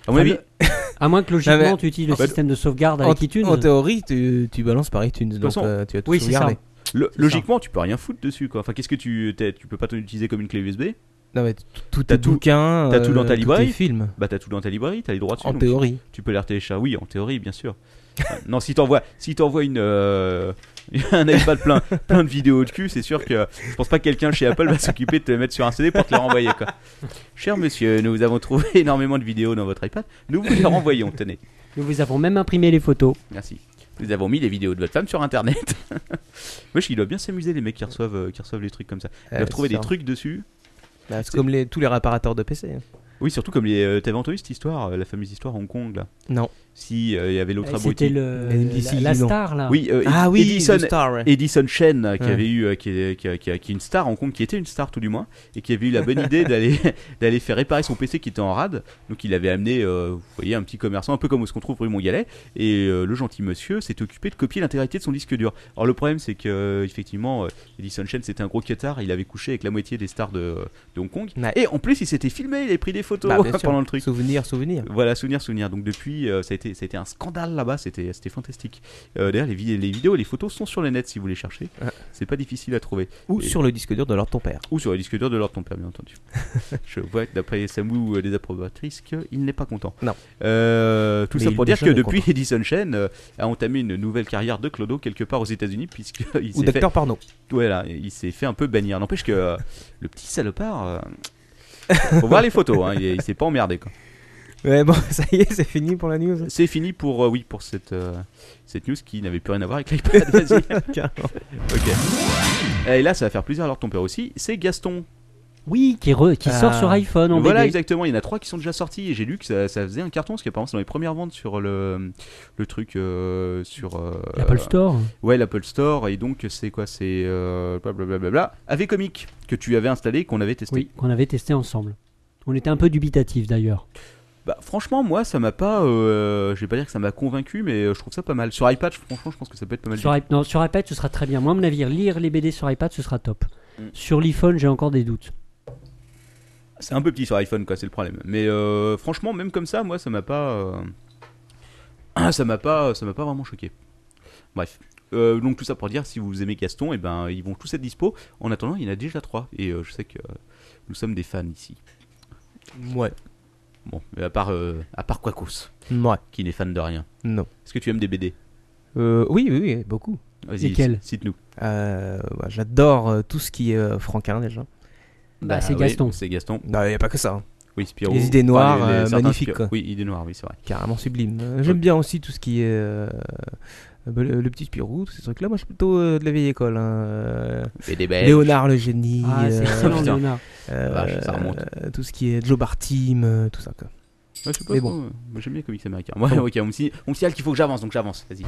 À mon avis, À moins que logiquement Non, mais- tu utilises le en fait, système de sauvegarde En, avec iTunes. en théorie, tu, tu balances par iTunes, donc façon, euh, tu as tout oui, c'est sauvegardé. ça. le- C'est logiquement, tu peux rien foutre dessus, quoi. Enfin, qu'est-ce que tu, t'es- tu peux pas l'utiliser comme une clé U S B. Non, mais t- tous T'as tes tout- bouquins, t'as tout dans euh, ta tous librairie. tes films, Bah, t'as tout dans ta librairie, t'as les droits dessus. en donc théorie. Tu peux les retélécharger. Oui, en théorie, bien sûr. non, si t'envoies, si t'envoies une, euh, un iPad plein, plein de vidéos de cul, c'est sûr que je pense pas que quelqu'un chez Apple va s'occuper de te les mettre sur un C D pour te les renvoyer, quoi. Cher monsieur, nous avons trouvé énormément de vidéos dans votre iPad. Nous vous les renvoyons. Tenez. Nous vous avons même imprimé les photos. Merci. Nous avons mis les vidéos de votre femme sur internet. Wesh, il doit bien s'amuser les mecs qui reçoivent, euh, qui reçoivent les trucs comme ça. Ils Euh, doivent trouver c'est des sûr. trucs dessus. Bah, c'est comme les, tous les réparateurs de P C. hein. Oui, surtout comme les. Euh, T'avais entendu cette histoire, euh, la fameuse histoire à Hong Kong là. Non. Si euh, il y avait l'autre Euh, C'était abruti. le, Il dit si, la, la il dit non. star là. Oui, euh, Ah Ed- oui, Edison, The Star, ouais. Edison Chen euh, qui Ouais. avait eu, euh, qui, est, qui, a- qui a- qui est une star à Hong Kong, qui était une star tout du moins, et qui avait eu la bonne idée d'aller d'aller faire réparer son P C qui était en rade. Donc il avait amené, euh, vous voyez, un petit commerçant, un peu comme ce qu'on trouve rue Montgalet, et euh, le gentil monsieur s'est occupé de copier l'intégralité de son disque dur. Alors le problème c'est que euh, effectivement, euh, Edison Chen c'était un gros quêtard, il avait couché avec la moitié des stars de, de Hong Kong, Ouais. et en plus il s'était filmé, il avait pris des photos Bah, bien sûr. pendant le truc. Souvenir, souvenir. Voilà, souvenir, souvenir. Donc depuis, euh, ça, a été, ça a été un scandale là-bas, c'était, c'était fantastique. Euh, d'ailleurs, les, vid- les vidéos et les photos sont sur le net si vous les cherchez. Ah. C'est pas difficile à trouver. Ou Et- sur le disque dur de leur ton père. Ou sur le disque dur de leur ton père, bien entendu. Je vois que d'après Samu, euh, des approbatrices, qu'il n'est pas content. Non. Euh, tout Mais ça il pour est dire que jamais depuis, content. Edison Chen euh, a entamé une nouvelle carrière de clodo quelque part aux États-Unis, puisqu'il Ou s'est fait, d'acteur porno. voilà, il s'est fait un peu bannir. N'empêche que euh, le petit salopard, euh, faut voir les photos, hein, il, il s'est pas emmerdé, quoi. Ouais, bon, ça y est, c'est fini pour la news. C'est fini pour, euh, oui, pour cette, euh, cette news qui n'avait plus rien à voir avec l'iPad. Vas-y. Carrément. Ok. Et là, ça va faire plaisir alors ton père aussi. C'est Gaston. Oui, qui, re- qui Ah. sort sur iPhone en Voilà, B D. exactement. Il y en a trois qui sont déjà sortis et j'ai lu que ça, ça faisait un carton parce qu'apparemment c'est dans les premières ventes sur le, le truc euh, sur euh, L'Apple Store. Ouais, l'Apple Store. Et donc c'est quoi? C'est euh, blablabla. A V Comic que tu avais installé, qu'on avait testé. Oui, qu'on avait testé ensemble. On était un peu dubitatifs d'ailleurs. Bah franchement, moi ça m'a pas, euh, je vais pas dire que ça m'a convaincu, mais euh, je trouve ça pas mal. Sur iPad, franchement, je pense que ça peut être pas mal. Sur, iP- non, sur iPad, ce sera très bien. Moi, à mon avis, lire les B D sur iPad, ce sera top. Mm. Sur l'iPhone, j'ai encore des doutes. C'est un peu petit sur iPhone, quoi, c'est le problème. Mais euh, franchement, même comme ça, moi, ça m'a pas, euh, ça m'a pas, ça m'a pas vraiment choqué. Bref, Euh, donc tout ça pour dire, si vous aimez Gaston, et ben ils vont tous être dispo. En attendant, il y en a déjà trois, et euh, je sais que euh, nous sommes des fans ici. Ouais. Bon, mais à part, euh, à part Quacos, Ouais. qui n'est fan de rien. Non. Est-ce que tu aimes des B D? Euh, oui, oui, oui, beaucoup. Vas-y, Lesquels c- cite-nous. Euh, bah, j'adore euh, tout ce qui est euh, Franquin déjà. Bah, c'est oui, Gaston. C'est Gaston. Il n'y a pas que ça. hein. Oui, Spirou. Les idées noires, euh, certains magnifiques, Spirou- quoi. Oui, idées noires, oui, c'est vrai. Carrément sublime. Euh, J'aime bien aussi tout ce qui est euh, euh, le, le petit Spirou, tous ces trucs-là. Moi, je suis plutôt euh, de la vieille école. hein. Euh, Et des belles. Léonard le génie. Ah, c'est euh, excellent, putain. Léonard. euh, Vache, ça remonte. euh, tout ce qui est Joe Bartim, euh, tout ça. Quoi. Ouais, je sais pas Mais trop, bon. euh, moi, j'aime bien les comics américains. Ouais, Bon. ok, on me signale, on me signale qu'il faut que j'avance, donc j'avance, vas-y.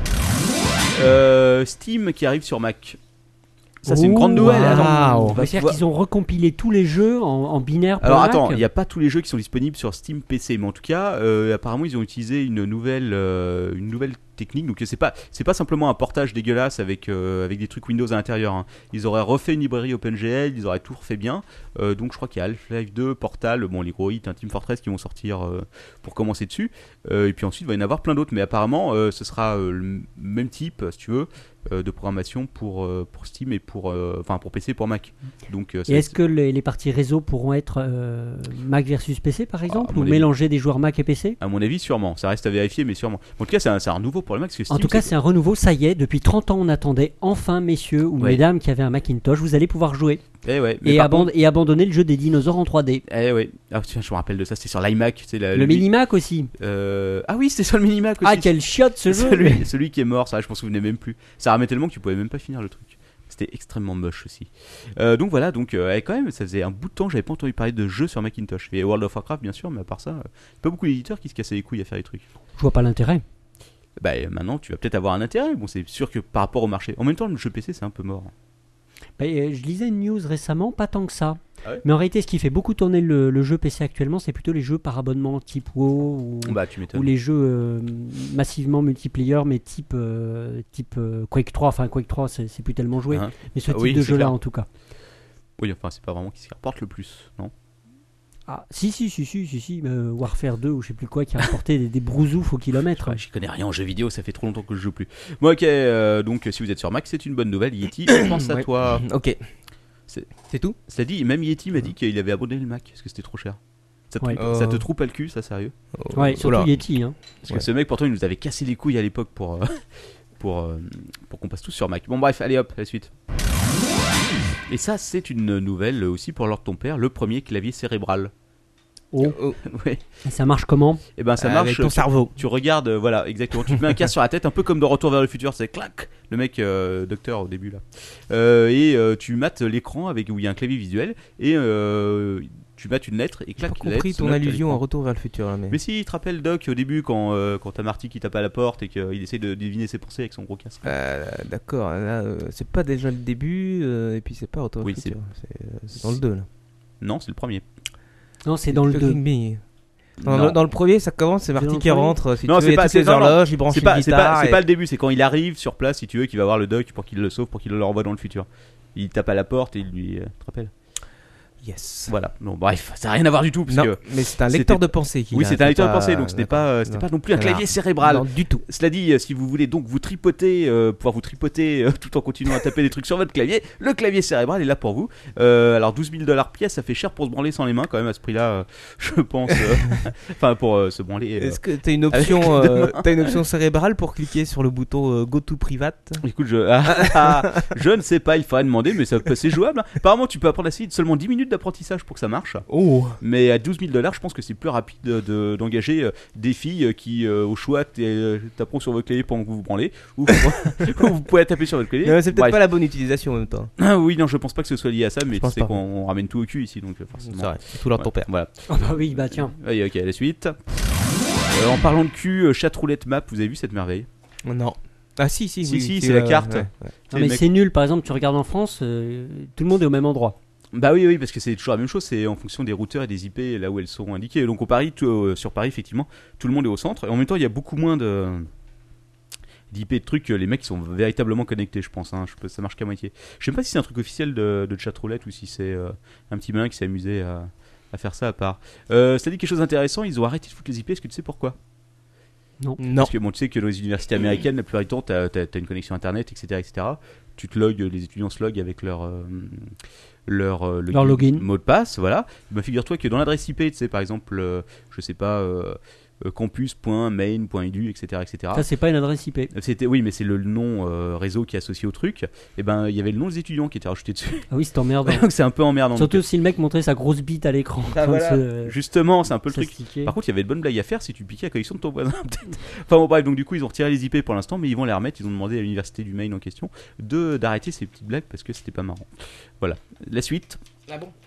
Euh, Steam qui arrive sur Mac. Ça, c'est une Oh, grande nouvelle. waouh. Attends, on va Mais C'est-à-dire pouvoir- qu'ils ont recompilé tous les jeux en, en binaire pour Alors Mac. attends, il n'y a pas tous les jeux qui sont disponibles sur Steam P C, mais en tout cas, euh, apparemment, ils ont utilisé une nouvelle, euh, une nouvelle technique. Donc c'est pas, c'est pas simplement un portage dégueulasse avec, euh, avec des trucs Windows à l'intérieur. hein. Ils auraient refait une librairie OpenGL, ils auraient tout refait bien. Euh, donc je crois qu'il y a Half-Life deux, Portal, bon les gros hits, hein, Team Fortress qui vont sortir euh, pour commencer dessus. Euh, et puis ensuite il va y en avoir plein d'autres, mais apparemment euh, ce sera euh, le même type, si tu veux, euh, de programmation pour, euh, pour Steam et pour, euh, enfin pour P C et pour Mac. Donc euh, ça Et va est-ce être- que les, les parties réseau pourront être euh, Mac versus P C par exemple, mon ou avis. mélanger des joueurs Mac et P C? à mon avis, sûrement. Ça reste à vérifier, mais sûrement. En tout cas, c'est un, c'est un nouveau pour le Mac. Parce que En Steam, tout cas, c'est- c'est un renouveau. Ça y est, depuis trente ans, on attendait enfin, messieurs ou Ouais. mesdames qui avaient un Macintosh, vous allez pouvoir jouer Eh ouais, mais et, par aband- contre- et abandonner le jeu des dinosaures en trois D. Eh ouais. Ah, tiens, je me rappelle de ça. C'était sur l'iMac. C'est la, Le Minimac aussi. Euh... Ah oui, c'était sur le Minimac aussi. Ah, quel chiotte ce jeu! celui, celui qui est mort, ça, je m'en souvenais même plus. Ça ramait tellement que tu pouvais même pas finir le truc. C'était extrêmement moche aussi. Euh, donc voilà, donc euh, quand même, ça faisait un bout de temps que j'avais pas entendu parler de jeux sur Macintosh. Et World of Warcraft, bien sûr, mais à part ça, euh, pas beaucoup d'éditeurs qui se cassaient les couilles à faire des trucs. Je vois pas l'intérêt. Bah euh, maintenant, tu vas peut-être avoir un intérêt. Bon, c'est sûr que par rapport au marché. En même temps, le jeu P C, c'est un peu mort. Bah, euh, je lisais une news récemment, pas tant que ça. Ah ouais Mais en réalité, ce qui fait beaucoup tourner le, le jeu P C actuellement, c'est plutôt les jeux par abonnement type WoW ou, Bah, tu ou m'étonnes. les jeux euh, massivement multiplayer, mais type, euh, type euh, Quake trois. Enfin, Quake trois, c'est c'est plus tellement joué. Hein. Mais ce Ah type oui, de c'est jeu-là, clair. en tout cas. Oui, enfin, c'est pas vraiment qui s'y rapporte le plus, non? Ah, si, si, si, si, si, si, euh, Warfare deux ou je sais plus quoi qui a rapporté des, des brousoufs au kilomètre. Ouais, j'y connais rien en jeux vidéo, ça fait trop longtemps que je joue plus. Bon, ok, euh, donc si vous êtes sur Mac, c'est une bonne nouvelle. Yeti, je pense à Ouais. toi. Ok. C'est- C'est tout. Cela dit, même Yeti m'a dit qu'il avait abandonné le Mac parce que c'était trop cher. Ça te, Ouais. troupe- ça te Oh. troupe pas le cul, ça, sérieux? Ouais, surtout Oula. Yeti. Hein. Parce Ouais. que ce mec, pourtant, il nous avait cassé les couilles à l'époque pour, euh, pour, euh, pour qu'on passe tous sur Mac. Bon, bref, allez hop, la suite. Et ça, c'est une nouvelle aussi pour Lord ton père, le premier clavier cérébral. Oh. Oh. Ouais. Et ça marche comment? Et ben ça Avec marche. ton tu- cerveau. Tu regardes, euh, voilà, exactement. Tu te mets un casque sur la tête, un peu comme dans Retour vers le futur, c'est clac. Le mec, euh, docteur au début là. Euh, et euh, tu mates l'écran avec où il y a un clavier visuel et euh, tu mates une lettre et J'ai clac. pas la lettre compris se ton note à allusion l'écran. en Retour vers le futur. Là, mais... Mais si, il te rappelle Doc au début quand, euh, quand t'as Marty qui tape à la porte et qu'il essaie de deviner ses pensées avec son gros casque. Euh, D'accord, là, euh, c'est pas déjà le début, euh, et puis c'est pas Retour vers Oui, le c'est- futur. C'est euh, c'est dans le deux là. Non, c'est le premier. Non, c'est dans le deux. Fucking me. Dans, Non. le, dans le premier, ça commence, c'est dans Marty le qui premier rentre, si Non, tu c'est veux, il y a pas- toutes c'est- les non, non. horloges, il branche C'est une pas, c'est guitare. pas, c'est et- pas le début, c'est quand il arrive sur place, si tu veux, qu'il va voir le Doc pour qu'il le sauve, pour qu'il le renvoie dans le futur. Il tape à la porte et il lui. Euh, tu te rappelles? Yes. Voilà. Bon, bref, ça n'a rien à voir du tout. Parce Non, que, mais c'est un c'était- lecteur de pensée qui oui, c'est un lecteur de pensée, donc c'était pas, euh, c'était pas non plus un clavier cérébral. Non, du tout. Cela dit, euh, si vous voulez donc vous tripoter, euh, pouvoir vous tripoter euh, tout en continuant à taper des trucs sur votre clavier, le clavier cérébral est là pour vous. Euh, alors douze mille dollars pièce, ça fait cher pour se branler sans les mains quand même à ce prix-là, euh, je pense. euh, Enfin, pour euh, se branler. euh. Est-ce que t'as une option, euh, t'as une option cérébrale pour cliquer sur le bouton euh, Go to Private? Écoute, je, ah, ah, je ne sais pas, il faudrait demander, mais ça, c'est jouable. hein. Apparemment, tu peux apprendre assez vite, seulement dix minutes d'apprentissage pour que ça marche. Oh. Mais à douze mille dollars, je pense que c'est plus rapide de- de- d'engager euh, des filles euh, qui, euh, au choix, t- euh, taperont sur votre clavier pendant que vous vous branlez, ou ou vous pouvez taper sur votre clavier. Non, c'est peut-être Bref. pas la bonne utilisation en même temps. Ah oui, non, je pense pas que ce soit lié à ça, mais Je tu pense sais pas. qu'on on ramène tout au cul ici, donc euh, forcément. C'est vrai, c'est tout leur ton Ouais, père. Voilà. Ah bah oui, bah tiens. Allez, ok, la suite. Euh, en parlant de cul, euh, chatroulette map, vous avez vu cette merveille? Non. Ah si, si, Si, oui, si, tu- c'est la euh, carte. ouais, ouais. Non, C'est mais le mec- c'est nul. Par exemple, tu regardes en France, euh, tout le monde est au même endroit. Bah oui, oui, parce que c'est toujours la même chose, c'est en fonction des routeurs et des I P là où elles sont indiquées. Donc au Paris, tout, euh, sur Paris, effectivement, tout le monde est au centre. Et en même temps, il y a beaucoup moins de d'I P de trucs. Les mecs, ils sont véritablement connectés, je pense. Hein. Je peux- ça marche qu'à moitié. Je sais même pas si c'est un truc officiel de, de chatroulette ou si c'est euh, un petit malin qui s'est amusé à, à faire ça à part. Euh, ça dit quelque chose d'intéressant, ils ont arrêté de foutre les I P. Est-ce que tu sais pourquoi? Non. Parce que bon, tu sais que dans les universités américaines, la plupart du temps, tu as une connexion internet, et cetera, et cetera. Tu te logs, les étudiants se loguent avec leur euh, leur, euh, Leur login. mot de passe, voilà. Bah, figure-toi que dans l'adresse I P, tu sais, par exemple, euh, je sais pas, euh, euh, campus point main point edu, et cetera, et cetera. Ça, c'est pas une adresse I P. C'était, oui, mais c'est le nom euh, réseau qui est associé au truc. Et ben, il y avait le nom des étudiants qui était rajouté dessus. Ah oui, c'est emmerdant. Donc c'est un peu emmerdant. Surtout si le mec montrait sa grosse bite à l'écran. en Ah, train de voilà. se- Justement, c'est un peu le truc. s'astiquer. Par contre, il y avait de bonnes blagues à faire si tu piquais la connexion de ton voisin, peut-être. Enfin bon, bref, donc du coup, ils ont retiré les I P pour l'instant, mais ils vont les remettre. Ils ont demandé à l'université du Maine en question de d'arrêter ces petites blagues parce que c'était pas marrant. Voilà. La suite. Ah bon?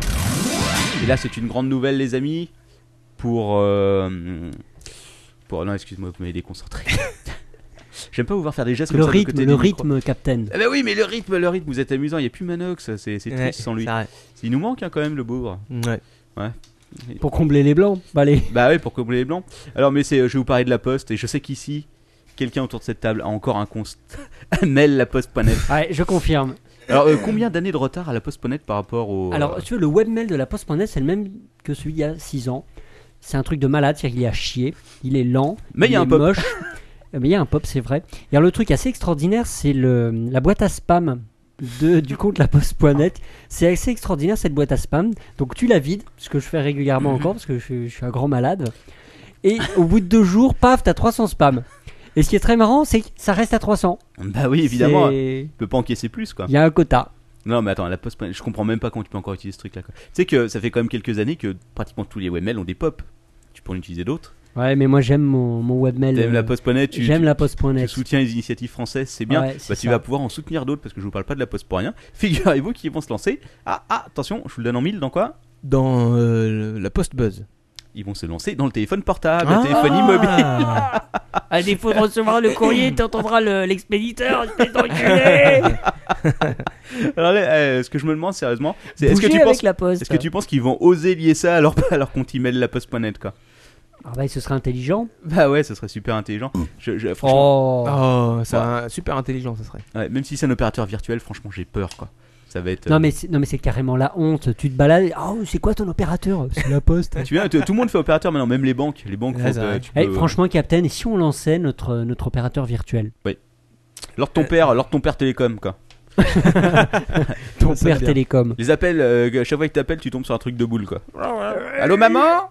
Et là, c'est une grande nouvelle, les amis, pour. euh, pour non, excuse-moi, vous m'avez déconcentré. J'aime pas vous voir faire des gestes comme Le ça de rythme, côté le du micro. rythme, Captain. Eh ben oui, mais le rythme, le rythme, vous êtes amusant. Il y a plus Manox, c'est c'est Ouais, triste sans lui. c'est vrai. Il nous manque hein, quand même le bourre. Ouais. Pour combler les blancs. Bah allez. Bah oui, pour combler les blancs. Alors, mais c'est, je vais vous parler de la Poste et je sais qu'ici, quelqu'un autour de cette table a encore un const. Mail la Poste point net. Ouais, je confirme. Alors, euh, combien d'années de retard à la Poste point net par rapport au. Alors, tu veux, le webmail de la Poste point net, c'est le même que celui il y a six ans. C'est un truc de malade, c'est-à-dire qu'il est à chier, il est lent, Mais il y a est un pop. moche. Euh, Mais il y a un pop, c'est vrai. Et alors, le truc assez extraordinaire, c'est le, la boîte à spam de, du compte la Poste point net. C'est assez extraordinaire cette boîte à spam. Donc, tu la vides, ce que je fais régulièrement encore, parce que je, je suis un grand malade. Et au bout de deux jours, paf, t'as trois cents spams. Et ce qui est très marrant, c'est que ça reste à trois cents. Bah oui, évidemment. C'est- Tu peux pas encaisser plus quoi. Il y a un quota. Non, mais attends, la Poste point net, je comprends même pas comment tu peux encore utiliser ce truc là. Quoi. Tu sais que ça fait quand même quelques années que pratiquement tous les webmails ont des pop. Tu peux en utiliser d'autres. Ouais, mais moi j'aime mon, mon webmail. T'aimes euh, la Poste point net, tu, J'aime tu- la Poste point tu net. soutiens les initiatives françaises, c'est bien. Ouais, bah, c'est tu ça. vas pouvoir en soutenir d'autres parce que je vous parle pas de la Poste pour rien. Figurez-vous qu'ils vont se lancer. Ah, ah, attention, je vous le donne en mille dans quoi? Dans euh, la Post Buzz. Ils vont se lancer dans le téléphone portable, Ah. la téléphonie mobile. À défaut de recevoir le courrier, t'entendras le- l'expéditeur, espèce d'enculé. Alors là, euh, ce que je me demande sérieusement, c'est est-ce que Bougez tu avec penses, la Poste. est-ce que tu penses qu'ils vont oser lier ça à leur, à leur compte email la Poste point net quoi? Ah bah ce serait intelligent. Bah ouais, ça serait super intelligent. Je, je- franchement, Oh. Oh, c'est un- super intelligent, ça serait. ouais, même si c'est un opérateur virtuel, franchement, j'ai peur quoi. Ça va être. Non mais c'est, non mais c'est carrément la honte. Tu te balades. Oh, c'est quoi ton opérateur? C'est la Poste. Tu viens, t- tout le monde fait opérateur maintenant, même les banques. Les banques, Ouais, font, c'est euh, vrai. tu Eh, peux- franchement, Captain, et si on lançait notre notre opérateur virtuel? Lors de ton père, lors de ton père télécom, quoi. Ton Ça père bien. télécom. Les appels, euh, à chaque fois que t'appelles, tu tombes sur un truc de boule, quoi. Allô, maman.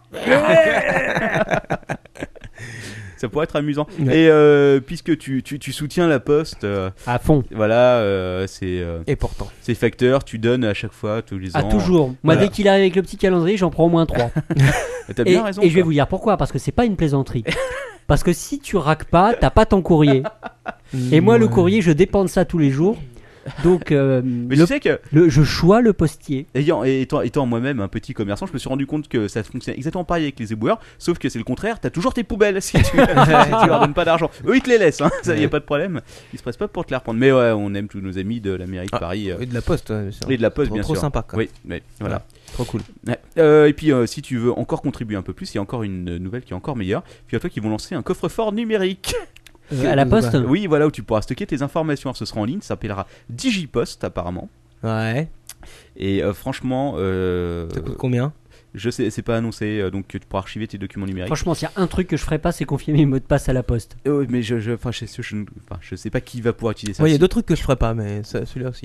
Ça pourrait être amusant. Ouais. Et euh, puisque tu, tu, tu soutiens la Poste, euh, À fond. voilà, euh, c'est euh, Et pourtant. c'est facteur, tu donnes à chaque fois, tous les ans. À toujours. Moi, Voilà. dès qu'il arrive avec le petit calendrier, j'en prends au moins trois. T'as Et, bien raison. et je vais quoi. vous dire pourquoi. Parce que c'est pas une plaisanterie. Parce que si tu raques pas, t'as pas ton courrier. Et moi, le Ouais. courrier, je dépends de ça tous les jours. Donc, euh, Mais le- tu sais que, le- je choisis le postier. ayant, étant, étant moi-même un petit commerçant, je me suis rendu compte que ça fonctionne exactement pareil avec les éboueurs, sauf que c'est le contraire, t'as toujours tes poubelles si tu, si tu leur donnes pas d'argent. Eux, ils te les laissent, hein, ça y a pas de problème. Ils se pressent pas pour te les reprendre. Mais ouais, on aime tous nos amis de la mairie de Ah, Paris. euh, Et de la Poste, ouais, bien sûr. et de la Poste, Trop- bien trop sûr. sympa, quoi. Oui, mais voilà. Trop cool. Ouais. Euh, et puis, euh, si tu veux encore contribuer un peu plus, il y a encore une nouvelle qui est encore meilleure. Puis à toi qui vont lancer un coffre-fort numérique. Euh, à la Poste. Oui, voilà, où tu pourras stocker tes informations. Alors, ce sera en ligne, ça s'appellera Digipost apparemment. Ouais. Et euh, franchement, euh, Ça coûte combien? je sais, c'est pas annoncé, euh, donc tu pourras archiver tes documents numériques. Franchement, s'il y a un truc que je ferais pas, c'est confier mes mots de passe à la Poste. Euh, ouais, mais je, je, enfin, je, je, je, enfin, je sais pas qui va pouvoir utiliser ça. Ouais, il y a Si- d'autres trucs que je ferais pas, mais ça- celui-là aussi.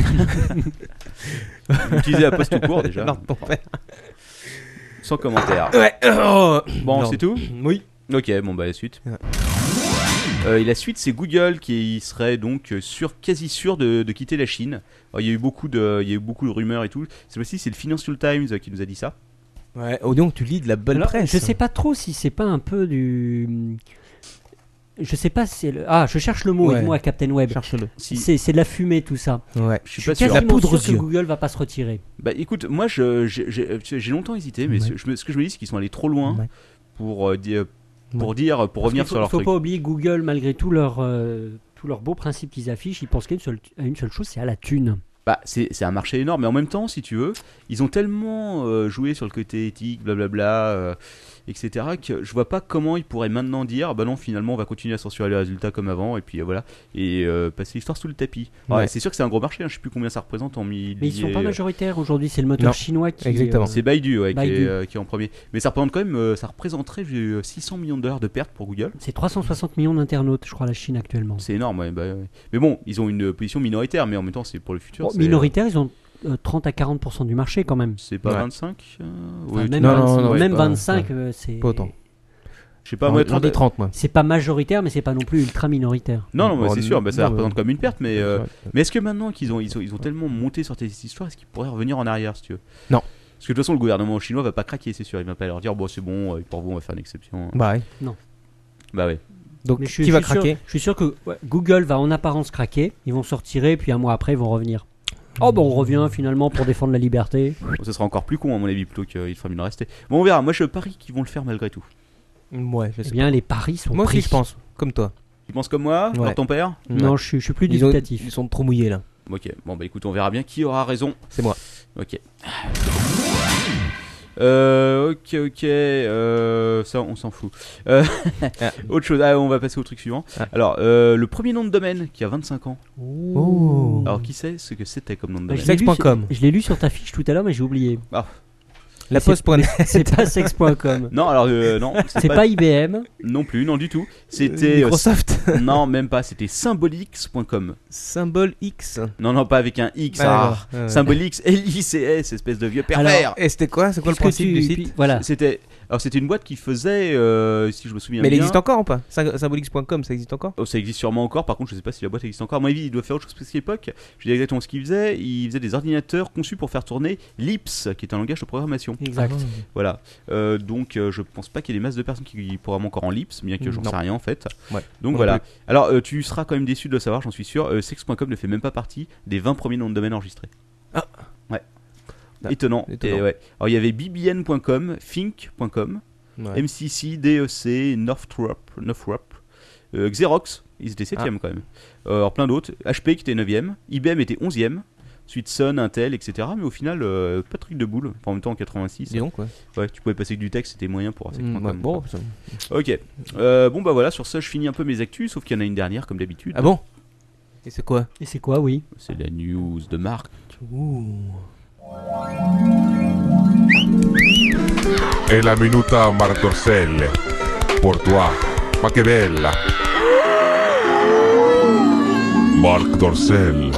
Utiliser la Poste tout court déjà. Lord ton père. Sans commentaire. Ouais. Oh. Bon, Lord. c'est tout. Oui. Ok, bon bah la suite. Ouais. Euh, et la suite, c'est Google qui serait donc sûr, quasi sûr de, de quitter la Chine. Alors, il y a eu beaucoup de, il y a eu beaucoup de rumeurs et tout. Cette fois-ci, c'est le Financial Times qui nous a dit ça. Ouais. Oh, donc tu lis de la bonne Alors, presse. je sais pas trop si c'est pas un peu du. Je sais pas si c'est le. Ah, je cherche le mot Ouais. avec moi, Captain Web. Cherche-le. Si, C'est, c'est de la fumée tout ça. Ouais. je suis Je pas suis sûr. quasiment poudre sûr aux que yeux. Google va pas se retirer. Bah écoute, moi, je, j'ai, j'ai, j'ai longtemps hésité, mais Ouais. ce, je me- ce que je me dis, c'est qu'ils sont allés trop loin Ouais. pour euh, dire, pour Ouais. dire, pour revenir Parce qu'il sur leur faut, faut truc. pas oublier que Google, malgré tout leur, euh, tous leurs beaux principes qu'ils affichent, ils pensent qu'à une seule, à une seule chose, c'est à la thune. Bah, c'est, c'est un marché énorme, mais en même temps, si tu veux, ils ont tellement euh, joué sur le côté éthique, blablabla, euh, et cetera, que je vois pas comment ils pourraient maintenant dire, bah non, finalement, on va continuer à censurer les résultats comme avant, et puis euh, voilà, et euh, passer l'histoire sous le tapis. Ouais, Ouais. c'est sûr que c'est un gros marché, hein, je sais plus combien ça représente en milliers. Mais ils sont pas majoritaires aujourd'hui, c'est le moteur Non. chinois qui. Exactement. euh, C'est Baidu, ouais, Qui, Baidu. est, euh, qui est en premier. Mais ça représente quand même, euh, ça représenterait euh, six cents millions de dollars de pertes pour Google. c'est trois cent soixante millions d'internautes, je crois, la Chine actuellement. C'est énorme, ouais, bah, ouais. Mais bon, ils ont une position minoritaire, mais en même temps, c'est pour le futur. Bon, c'est, minoritaire, ils ont euh, trente à quarante pour cent du marché quand même. euh, C'est pas Ouais. vingt-cinq euh, Enfin, ouais, même non, non, vingt-cinq, non, même c'est pas- vingt-cinq, ouais. euh, c'est. Pas autant. Je sais pas, J'en moi, j'en trente ai trente, moi. C'est pas majoritaire, mais c'est pas non plus ultra minoritaire. Non, non, mais Bon, c'est sûr, bah, ça non, représente mais- comme une perte, mais, euh, Ouais. mais est-ce que maintenant qu'ils ont, ils ont, ils ont tellement monté sur cette histoire, est-ce qu'ils pourraient revenir en arrière, si tu veux? Non. Parce que de toute façon, le gouvernement chinois va pas craquer, c'est sûr. Il va pas leur dire, bon, c'est bon, euh, pour vous, on va faire une exception. Bah ouais. Bah ouais. Donc Mais je suis- qui va je suis sûr- craquer? Je suis sûr que ouais, Google va en apparence craquer, ils vont se retirer, puis un mois après, ils vont revenir. Oh, bah on revient finalement pour défendre la liberté. Bon, ce sera encore plus con, à mon avis, plutôt qu'il ferait mieux de rester. Bon, on verra. Moi, je parie qu'ils vont le faire malgré tout. Ouais, je Eh sais bien, les paris sont pas. Moi pris. aussi, je pense. Comme toi. Tu penses comme moi, Ouais. Lord ton père? Non, je suis, je suis plus Ils, ont- dubitatif. ils sont trop mouillés là. Ok, bon, bah écoute, on verra bien qui aura raison. C'est moi. Ok. Euh, ok, ok, euh, ça on s'en fout. Euh, Ah. Autre chose, ah, on va passer au truc suivant. Ah. Alors, euh, le premier nom de domaine qui a vingt-cinq ans. Oh. Alors, qui sait ce que c'était comme nom de Bah, domaine? je l'ai lu sex point com. sur- Je l'ai lu sur ta fiche tout à l'heure, mais j'ai oublié. La c'est- poste point net. C'est pas sex point com. Non, alors, euh, non, C'est pas I B M. non plus, non du tout. C'était. euh, Microsoft. non, même pas, c'était symbolix point com. Symbole X. Non, non, pas avec un X. Ah, ah. d'accord. Ouais, ouais. Symbolix, L I C S, espèce de vieux pervers. Et c'était quoi? C'est quoi le Puisque principe tu- du site? puis- Voilà. C'était. Alors, c'était une boîte qui faisait, euh, si je me souviens Mais elle bien. existe encore ou pas? Sym- Symbolix point com, ça existe encore? Oh, ça existe sûrement encore, par contre je sais pas si la boîte existe encore. À mon avis il doit faire autre chose parce qu'à l'époque, je dis exactement ce qu'il faisait, il faisait des ordinateurs conçus pour faire tourner Lisp, qui est un langage de programmation. Exact. Voilà, Euh, donc euh, je pense pas qu'il y ait des masses de personnes qui programment encore en Lisp, bien que j'en Non. sais rien en fait. Ouais. Donc Moi voilà, non alors euh, tu seras quand même déçu de le savoir, j'en suis sûr, euh, sex point com ne fait même pas partie des vingt premiers noms de domaine enregistrés. Ah. Ouais. Ah. Étonnant. Étonnant. Et ouais. Alors il y avait b b n point com, think point com, Ouais. M C C, D E C, Northrop, Northrop, euh, Xerox, ils étaient septième quand même. Euh, alors plein d'autres, H P qui était neuvième, I B M était onzième, ensuite Sun, Intel, et cetera. Mais au final, euh, pas de truc de boule. Enfin, en même temps en quatre-vingt-six. Dis donc, ouais. Ouais, tu pouvais passer que du texte, c'était moyen pour Mm, sex point com, ouais, bon, quoi. ça- Ok. Euh, bon bah voilà, sur ça je finis un peu mes actus, sauf qu'il y en a une dernière comme d'habitude. Ah bon? Et c'est quoi? Et c'est quoi, oui? C'est la news de Marc. È la minuta Marc Dorcel. Pour toi. Ma che bella. Marc Dorcel.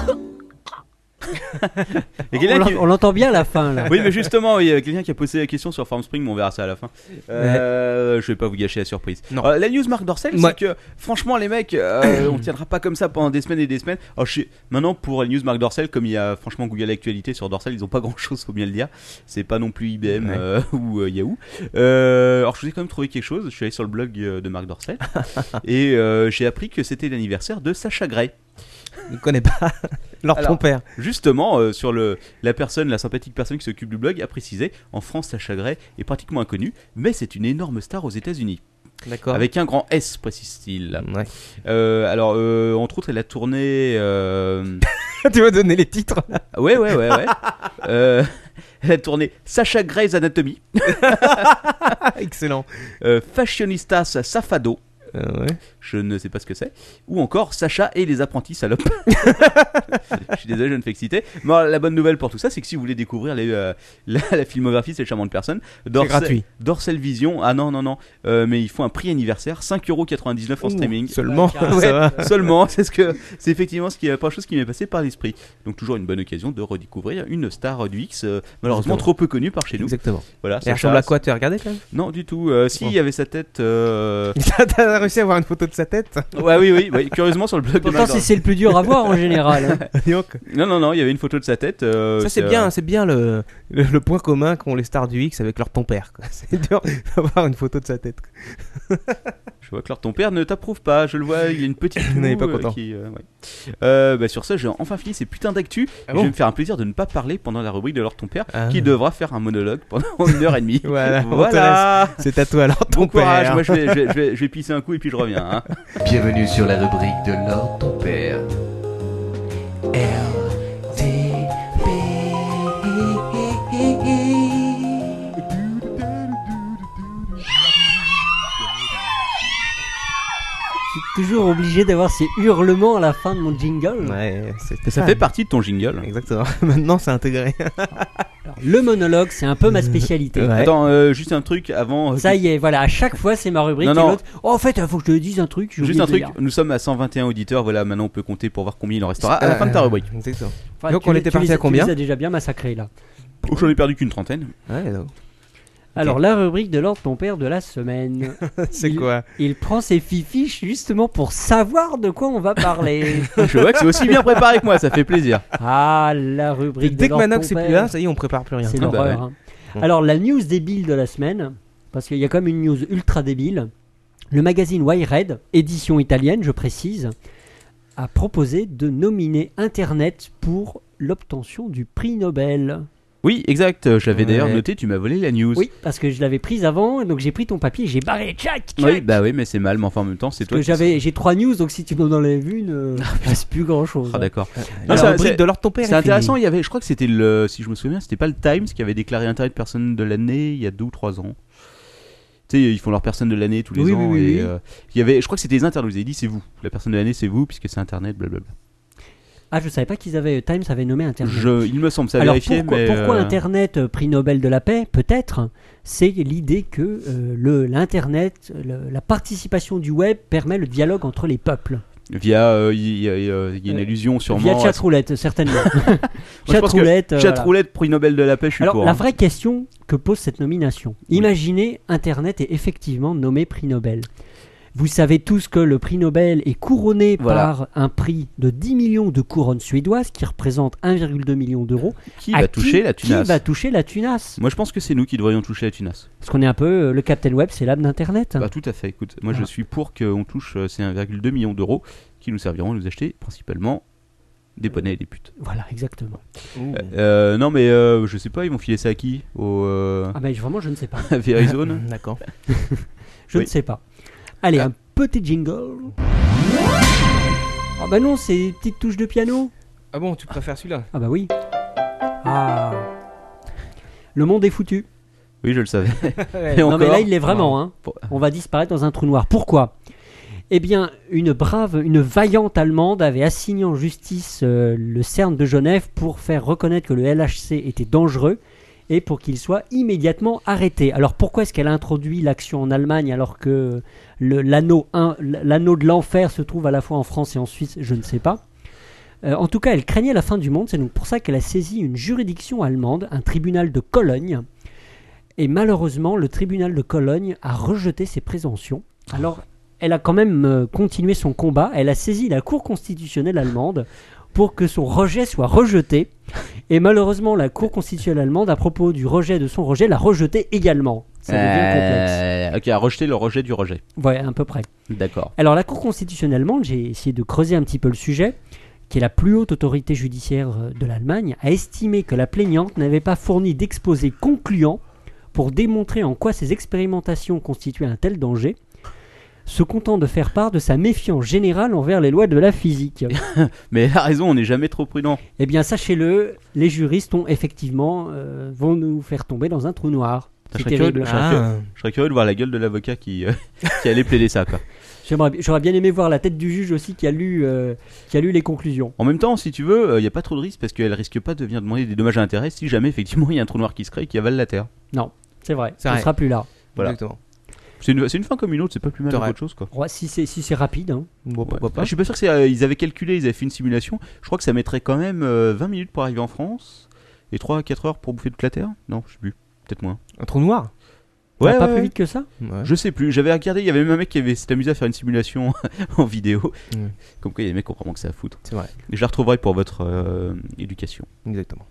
Il y a On, quelqu'un l'en- qui- on l'entend bien à la fin là. Oui, mais justement, il y a quelqu'un qui a posé la question sur Formspring, mais on verra ça à la fin. Euh, Je vais pas vous gâcher la surprise. Non. Euh, la news Marc Dorcel, Ouais. c'est que franchement, les mecs, euh, on tiendra pas comme ça pendant des semaines et des semaines. Alors, je sais- maintenant, pour la news Marc Dorcel, comme il y a franchement Google Actualité sur Dorcel, ils ont pas grand chose, faut bien le dire. C'est pas non plus I B M Ouais. euh, ou euh, Yahoo. Euh, alors, je vous ai quand même trouvé quelque chose. Je suis allé sur le blog euh, de Marc Dorcel et euh, j'ai appris que c'était l'anniversaire de Sacha Gray. Je ne connais pas. Leur Alors, ton père. Justement, euh, sur le, la personne, la sympathique personne qui s'occupe du blog a précisé, en France, Sacha Gray est pratiquement inconnu, mais c'est une énorme star aux États-Unis. D'accord. Avec un grand S, précise-t-il. Ouais. Euh, alors, euh, entre autres, elle a tourné. Euh... Tu vas donner les titres. Ouais, ouais, ouais, ouais. euh, elle a tourné Sacha Grey's Anatomy, Excellent. euh, Fashionistas Safado. Euh, ouais. Je ne sais pas ce que c'est. Ou encore Sacha et les apprentis salopes. Je suis désolé, je ne fais exciter. Mais alors, la bonne nouvelle pour tout ça, c'est que si vous voulez découvrir les, euh, la, la filmographie de cette charmante personne, Dorcel, gratuit. Dorcel Vision, ah non, non, non, euh, mais ils font un prix anniversaire, cinq euros quatre-vingt-dix-neuf en streaming. Seulement. Ouais, Ça va. Ouais, seulement, c'est ce que c'est effectivement ce qui est pas chose qui m'est passé par l'esprit. Donc toujours une bonne occasion de redécouvrir une star du X, euh, malheureusement Exactement. trop peu connue par chez nous. Exactement. Voilà. Et elle Sacha, ressemble à quoi? Tu as regardé quand même? Non, du tout. Euh, si, il y avait sa tête. Euh... T'as réussi à avoir une photo de sa tête? Ouais, oui, oui, oui. Curieusement sur le blog de Pourtant, Marc c'est, c'est le plus dur à voir en général. hein. Dis donc. Non, non, non, il y avait une photo de sa tête. euh, Ça c'est euh, bien, c'est bien le, le, le point commun qu'ont les stars du X avec leur ton père. Quoi. C'est dur d'avoir une photo de sa tête. quoi. Je vois que alors ton père ne t'approuve pas. Je le vois, il y a une petite. Vous n'êtes toux, pas euh, content. qui, euh, ouais. Euh, bah, sur ça, j'ai enfin fini ces putains d'actu. Ah Et bon je vais me faire un plaisir de ne pas parler pendant la rubrique de leur ton père, Ah. qui devra faire un monologue pendant une heure et demie. Voilà, on te voilà. C'est à toi alors ton Bon courage. père. Moi, je vais, je vais, je vais, je vais pisser un coup et puis je reviens. Hein. Bienvenue sur la rubrique de Lord ton père. Je suis toujours obligé d'avoir ces hurlements à la fin de mon jingle. Ouais, c'est Ça ça. fait partie de ton jingle. Exactement. Maintenant c'est intégré. Alors, le monologue, c'est un peu ma spécialité. Ouais. Attends, euh, juste un truc avant. euh, Ça y est, voilà, à chaque fois c'est ma rubrique. Non, et non. l'autre, oh, en fait, il faut que je te dise un truc. j'ai Juste oublié un de le truc, dire. nous sommes à cent vingt et un auditeurs, voilà, maintenant on peut compter pour voir combien il en restera à la fin de ta rubrique. Exactement. Enfin, Donc, tu on les- était tu parti les- à combien Tu les as déjà bien massacrés là. Oh, j'en ai perdu qu'une trentaine. Ouais, donc, Alors, la rubrique de l'ordre ton père de la semaine. c'est Il- quoi? Il prend ses fifiches justement pour savoir de quoi on va parler. Je vois que c'est aussi bien préparé que moi, ça fait plaisir. Ah, la rubrique de Dès que l'ordre Manox ton c'est plus père. là, ça y est, on prépare plus rien. C'est Ah bah l'horreur. ouais. hein. Hum. Alors, la news débile de la semaine, parce qu'il y a quand même une news ultra débile. Le magazine Wired, édition italienne, je précise, a proposé de nominer Internet pour l'obtention du prix Nobel. Oui, exact, j'avais Ouais. d'ailleurs noté, tu m'as volé la news. Oui, parce que je l'avais prise avant, et donc j'ai pris ton papier et j'ai barré. Tchac, tchac. Oui, bah oui, mais c'est mal, mais enfin en même temps, c'est Parce toi que qui- j'avais, j'ai trois news, donc si tu m'en enlèves une, euh, il reste plus grand chose. Ah d'accord. La Non, ça- rubrique c'est- de l'ordre ton père. C'est est intéressant, finie. il y avait, je crois que c'était le, si je me souviens, c'était pas le Times qui avait déclaré Internet personne de l'année il y a deux ou trois ans. Tu sais, ils font leur personne de l'année tous les Oui, ans oui, oui, et oui. euh, il y avait, je crois que c'était les internautes, ils avaient dit c'est vous, la personne de l'année c'est vous puisque c'est Internet, blablabla. Ah, je savais pas qu'ils avaient, Times avait nommé Internet. Je, il me semble, ça a Alors vérifié, pourquoi, mais pourquoi euh, Internet, euh, prix Nobel de la paix, peut-être, c'est l'idée que euh, le, l'Internet, le- la participation du web permet le dialogue entre les peuples. via, euh, il y, a- il y a il y a une Euh, allusion sûrement. Via à- chatroulette, certainement. Moi, je pense que chatroulette. euh, voilà. Chatroulette, prix Nobel de la paix, je suis Alors, pour. la hein. vraie question que pose cette nomination, imaginez Internet est effectivement nommé prix Nobel. Vous savez tous que le prix Nobel est couronné Voilà. par un prix de dix millions de couronnes suédoises qui représente un virgule deux million d'euros. Qui À va toucher la Qui tunasse va toucher la tunasse Moi, je pense que c'est nous qui devrions toucher la tunasse. Parce qu'on est un peu euh, le Captain Web, c'est l'âme d'Internet. Bah, tout à fait. Écoute, moi, je Voilà. suis pour qu'on touche euh, ces un virgule deux million d'euros qui nous serviront à nous acheter principalement des poneys et des putes. Voilà, exactement. Ouh. Euh, non, mais euh, je sais pas, ils vont filer ça à qui Au euh, Ah ben vraiment, je ne sais pas. à Verizon. D'accord. Je Oui. ne sais pas. Allez, Ah. un petit jingle. Ah bah non, c'est des petites touches de piano. Ah bon, tu préfères celui-là? Ah bah oui. Ah. Le monde est foutu. Oui, je le savais. Et Non mais encore là, il l'est vraiment. Hein. Bon, On va disparaître dans un trou noir. Pourquoi ? Eh bien, une brave, une vaillante Allemande avait assigné en justice euh, le CERN de Genève pour faire reconnaître que le L H C était dangereux et pour qu'il soit immédiatement arrêté. Alors pourquoi est-ce qu'elle a introduit l'action en Allemagne alors que le, l'anneau, un, l'anneau de l'enfer se trouve à la fois en France et en Suisse? Je ne sais pas. Euh, en tout cas, elle craignait la fin du monde, c'est donc pour ça qu'elle a saisi une juridiction allemande, un tribunal de Cologne. Et malheureusement, le tribunal de Cologne a rejeté ses présomptions. Alors, elle a quand même euh, continué son combat. Elle a saisi la Cour constitutionnelle allemande pour que son rejet soit rejeté. Et malheureusement, la Cour constitutionnelle allemande, à propos du rejet de son rejet, l'a rejeté également. Ça devient Euh, complexe. ok, à rejeter le rejet du rejet. Ouais, à peu près. D'accord. Alors, la Cour constitutionnelle allemande, j'ai essayé de creuser un petit peu le sujet, qui est la plus haute autorité judiciaire euh, de l'Allemagne, a estimé que la plaignante n'avait pas fourni d'exposé concluant pour démontrer en quoi ces expérimentations constituaient un tel danger, se content de faire part de sa méfiance générale envers les lois de la physique. Mais elle a raison, on n'est jamais trop prudent. Eh bien, sachez-le, les juristes ont effectivement euh, vont nous faire tomber dans un trou noir. Je C'est serais, curieux, terrible. je, serais Ah. curieux, je serais curieux de voir la gueule de l'avocat qui, euh, qui allait plaider ça, quoi. J'aimerais, j'aurais bien aimé voir la tête du juge aussi qui a lu, euh, qui a lu les conclusions. En même temps, si tu veux, il n'y a pas trop de risque parce qu'elle risque pas de venir demander des dommages à intérêts si jamais effectivement il y a un trou noir qui se crée et qui avale la Terre. Non, c'est vrai, C'est on vrai. sera plus là. Voilà. Exactement. C'est une, c'est une fin comme une autre, c'est pas plus mal C'est que vrai. autre chose, quoi. Ouais, si c'est si c'est rapide, hein. Bon, pourquoi Ah, pas. je suis pas sûr que c'est, euh, ils avaient calculé, ils avaient fait une simulation. Je crois que ça mettrait quand même euh, vingt minutes pour arriver en France et trois à quatre heures pour bouffer toute la Terre. Non, je sais plus, peut-être moins. Un trou noir. Ça va pas ouais, plus ouais. vite que ça. Ouais. Je sais plus, j'avais regardé, il y avait même un mec qui avait s'est amusé à faire une simulation en vidéo. Mm. Comme quoi il y a des mecs qui ont vraiment que ça à foutre. C'est vrai. Et je la retrouverai pour votre euh, éducation. Exactement.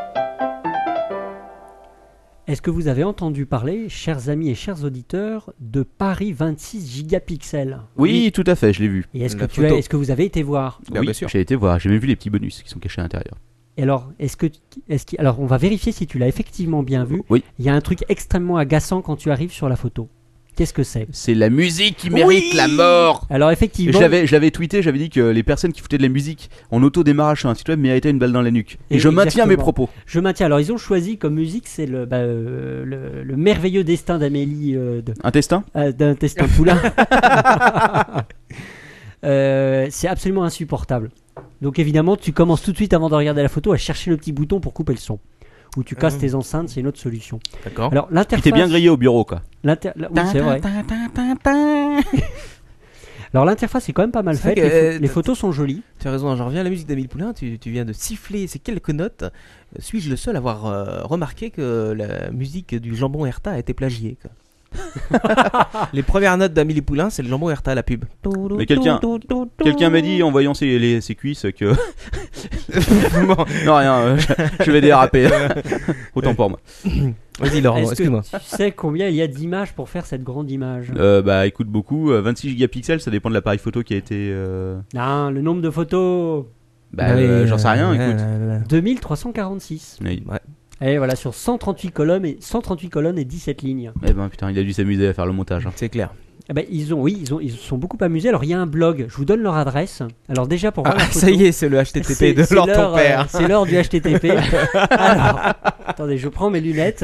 Est-ce que vous avez entendu parler, chers amis et chers auditeurs, de Paris vingt-six gigapixels? Oui, tout à fait, je l'ai vu. Et est-ce que, La tu as, photo. est-ce que vous avez été voir? Ah, oui, bien sûr. j'ai été voir, j'ai même vu les petits bonus qui sont cachés à l'intérieur. Et alors, est-ce que, est-ce qu'il- alors, on va vérifier si tu l'as effectivement bien vu. Oui, Il y a un truc extrêmement agaçant quand tu arrives sur la photo. Qu'est-ce que c'est? c'est la musique qui mérite Oui la mort. Alors Et effectivement, je l'avais, je l'avais tweeté, j'avais dit que les personnes qui foutaient de la musique en auto-démarrage sur un site web méritaient une balle dans la nuque. Et, Et je maintiens mes exactement. propos. je maintiens. Alors ils ont choisi comme musique, c'est le, bah, euh, le, le merveilleux destin d'Amélie, euh, de- Intestin euh, d'un testin de poulain. Euh, c'est absolument insupportable. Donc évidemment, tu commences tout de suite avant de regarder la photo à chercher le petit bouton pour couper le son. Ou tu casses Mmh. tes enceintes, c'est une autre solution. D'accord. Alors Qui l'interface. était bien grillé au bureau, quoi. l'inter- la- oui, c'est vrai. Alors l'interface est quand même pas mal C'est vrai faite. que, Les, pho- euh, les photos sont jolies. Tu as raison, j'en reviens à la musique d'Amélie Poulain. Tu, tu viens de siffler ces quelques notes. Euh, Suis-je le seul à avoir euh, remarqué que la musique du Jambon Herta a été plagiée quoi. Les premières notes d'Amélie Poulain, c'est le Jambon Herta, la pub. Mais quelqu'un- Quelqu'un m'a dit en voyant ses, les- ses cuisses que. non, rien, euh, je, je vais déraper. Autant pour moi. Vas-y, Laurent, Est-ce excuse-moi. que tu sais combien il y a d'images pour faire cette grande image? Euh, bah écoute beaucoup, euh, vingt-six gigapixels, ça dépend de l'appareil photo qui a été. euh, Non, le nombre de photos, Bah euh, j'en sais rien, écoute. deux mille trois cent quarante-six. Oui. Et voilà, sur cent trente-huit colonnes et, cent trente-huit colonnes et dix-sept lignes. Eh ben putain, il a dû s'amuser à faire le montage. hein. C'est clair. Eh ben, ils ont, oui, ils ont, ils se sont beaucoup amusés. Alors il y a un blog, je vous donne leur adresse. Alors déjà pour voir Ah, la photo, ça y est, c'est le H T T P c'est- de c'est Lord ton l'heure, père. euh, c'est l'heure du H T T P. Alors, attendez, je prends mes lunettes.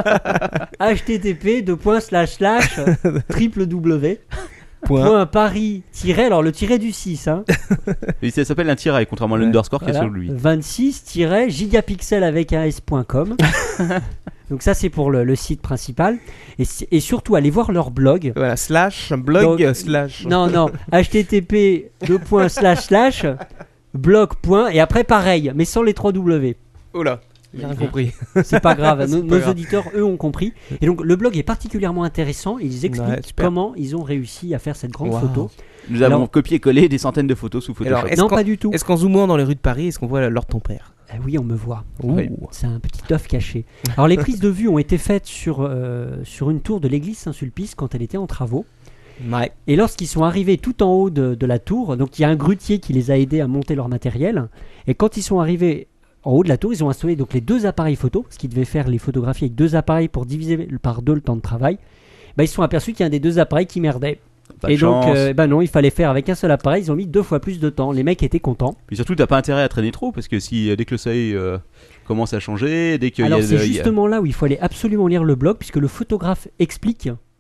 H T T P deux points slash slash triple W Point. point Paris tiret, alors le tiret du six, hein. Et ça s'appelle un tiret, contrairement à l'underscore qui est Voilà, sur lui. vingt-six gigapixels avec un s.com. Donc ça c'est pour le, le site principal. Et, si- et surtout allez voir leur blog. Voilà, slash, blog, Donc, slash. Non, non, H T T P deux points slash slash blog. point, Et après pareil, mais sans les trois W. Oh là, j'ai rien compris. C'est pas grave, C'est nos, pas nos grave. auditeurs eux ont compris. Et donc le blog est particulièrement intéressant. Ils expliquent Ouais, super. comment ils ont réussi à faire cette grande Wow. photo. Nous avons Alors- copié-collé des centaines de photos sous Photoshop. Alors, Est-ce Non, qu'on- pas du tout. Est-ce qu'en zoomant dans les rues de Paris, est-ce qu'on voit Lord ton père? Ah oui, on me voit. Oui. C'est un petit œuf caché. Alors les prises de vue ont été faites sur, euh, sur une tour de l'église Saint-Sulpice quand elle était en travaux. Ouais. Et lorsqu'ils sont arrivés tout en haut de, de la tour, donc il y a un grutier qui les a aidés à monter leur matériel. Et quand ils sont arrivés en haut de la tour, ils ont installé donc les deux appareils photo, parce qu'ils devaient faire les photographies avec deux appareils pour diviser par deux le temps de travail. Bah, ils se sont aperçus qu'il y a un des deux appareils qui merdait. Pas de Et donc, chance. euh, bah non, il fallait faire avec un seul appareil. Ils ont mis deux fois plus de temps. Les mecs étaient contents. Puis surtout, t'as pas intérêt à traîner trop parce que si euh, dès que le soleil euh, commence à changer, dès qu'il y a Alors de- c'est il y a- justement là où il faut aller absolument lire le blog, puisque le photographe explique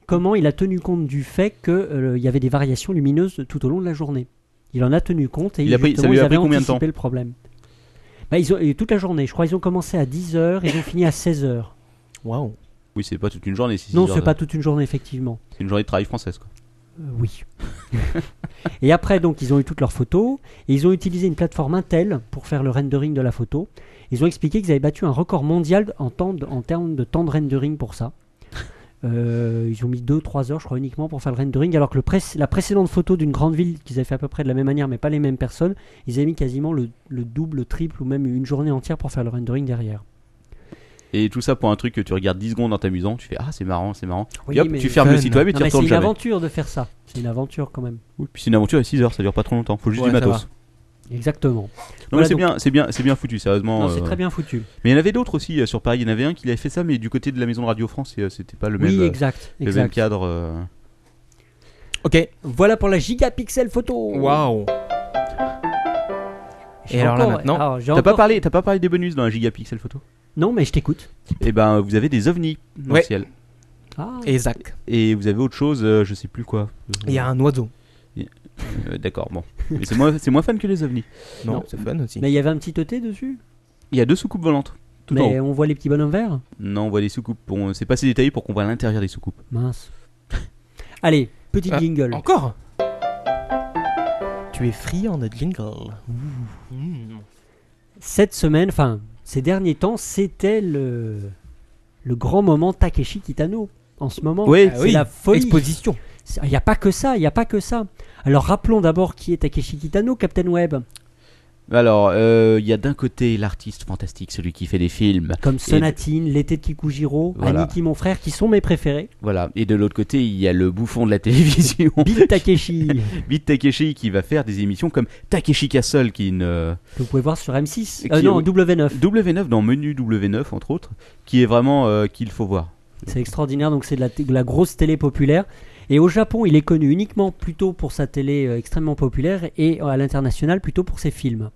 comment il a tenu compte du fait qu'il euh, y avait des variations lumineuses tout au long de la journée. Il en a tenu compte et Il a pris- justement, ça lui a ils avaient pris combien de temps anticipé le problème. Bah, ils ont, et toute la journée, je crois ils ont commencé à dix heures et ils ont fini à seize heures. Waouh. Oui, c'est pas toute une journée. c'est six Non, heures c'est de- pas toute une journée, effectivement. C'est une journée de travail française, quoi. Euh, oui. Et après, donc, ils ont eu toutes leurs photos et ils ont utilisé une plateforme Intel pour faire le rendering de la photo. Ils ont expliqué qu'ils avaient battu un record mondial en, temps de- en termes de temps de rendering pour ça. Euh, ils ont mis deux trois heures, je crois, uniquement pour faire le rendering, alors que le pré- la précédente photo d'une grande ville qu'ils avaient fait à peu près de la même manière, mais pas les mêmes personnes, ils avaient mis quasiment le, le double, le triple ou même une journée entière pour faire le rendering derrière. Et tout ça pour un truc que tu regardes dix secondes en t'amusant, tu fais ah c'est marrant, c'est marrant. Oui, Puis hop, mais- tu fermes le Fun. site web et Non, tu mais c'est retournes une jamais. aventure de faire ça. C'est une aventure quand même. Oui, puis c'est une aventure à six heures, ça dure pas trop longtemps, faut juste Ouais, du ça matos. Exactement. Non Voilà, mais c'est donc- bien, c'est bien, c'est bien foutu, sérieusement. Non, c'est euh. très bien foutu. Mais il y en avait d'autres aussi euh, sur Paris. Il y en avait un qui avait fait ça, mais du côté de la maison de Radio France, et, euh, c'était pas le même, Oui, euh, exact. le même exact. cadre. euh. Ok. Voilà pour la gigapixel photo. Waouh. J'ai Et alors là, encore- maintenant alors, j'ai T'as pas encore- parlé, t'as pas parlé des bonus dans la gigapixel photo. Non, mais je t'écoute. Et ben vous avez des ovnis dans Ouais. le ciel. Ah. Et Zach. Et vous avez autre chose, euh, je sais plus quoi. Il y a un oiseau. Euh, D'accord, bon. Mais c'est moins, c'est moins fun que les ovnis. Non, Non. c'est fun aussi. Mais il y avait un petit E T dessus. Il y a deux soucoupes volantes. Tout en Mais haut. on voit les petits bonhommes verts. Non, on voit les soucoupes. Bon, c'est pas assez détaillé pour qu'on voit l'intérieur des soucoupes. Mince. Allez, petit Ah, jingle. Encore. Tu es friand de jingle. Mmh. Cette semaine, enfin, ces derniers temps, c'était le le grand moment Takeshi Kitano. En ce moment, Oui, c'est la folie. Exposition. Il n'y a pas que ça, il n'y a pas que ça. Alors rappelons d'abord qui est Takeshi Kitano, Captain Web. Alors, euh, il y a d'un côté l'artiste fantastique, celui qui fait des films. Comme Sonatine, L'été de Kikujiro, Voilà. Aniki mon frère, qui sont mes préférés. Voilà. Et de l'autre côté, il y a le bouffon de la télévision. Big Takeshi, Beat Takeshi qui va faire des émissions comme Takeshi Castle qui est une euh, que vous pouvez voir sur M six. Qui Euh, est- non, oui. W neuf. W neuf dans Menu W neuf entre autres, qui est vraiment euh, qu'il faut voir. C'est extraordinaire, donc c'est de la, t- de la grosse télé populaire. Et au Japon, il est connu uniquement plutôt pour sa télé euh, extrêmement populaire et euh, à l'international plutôt pour ses films.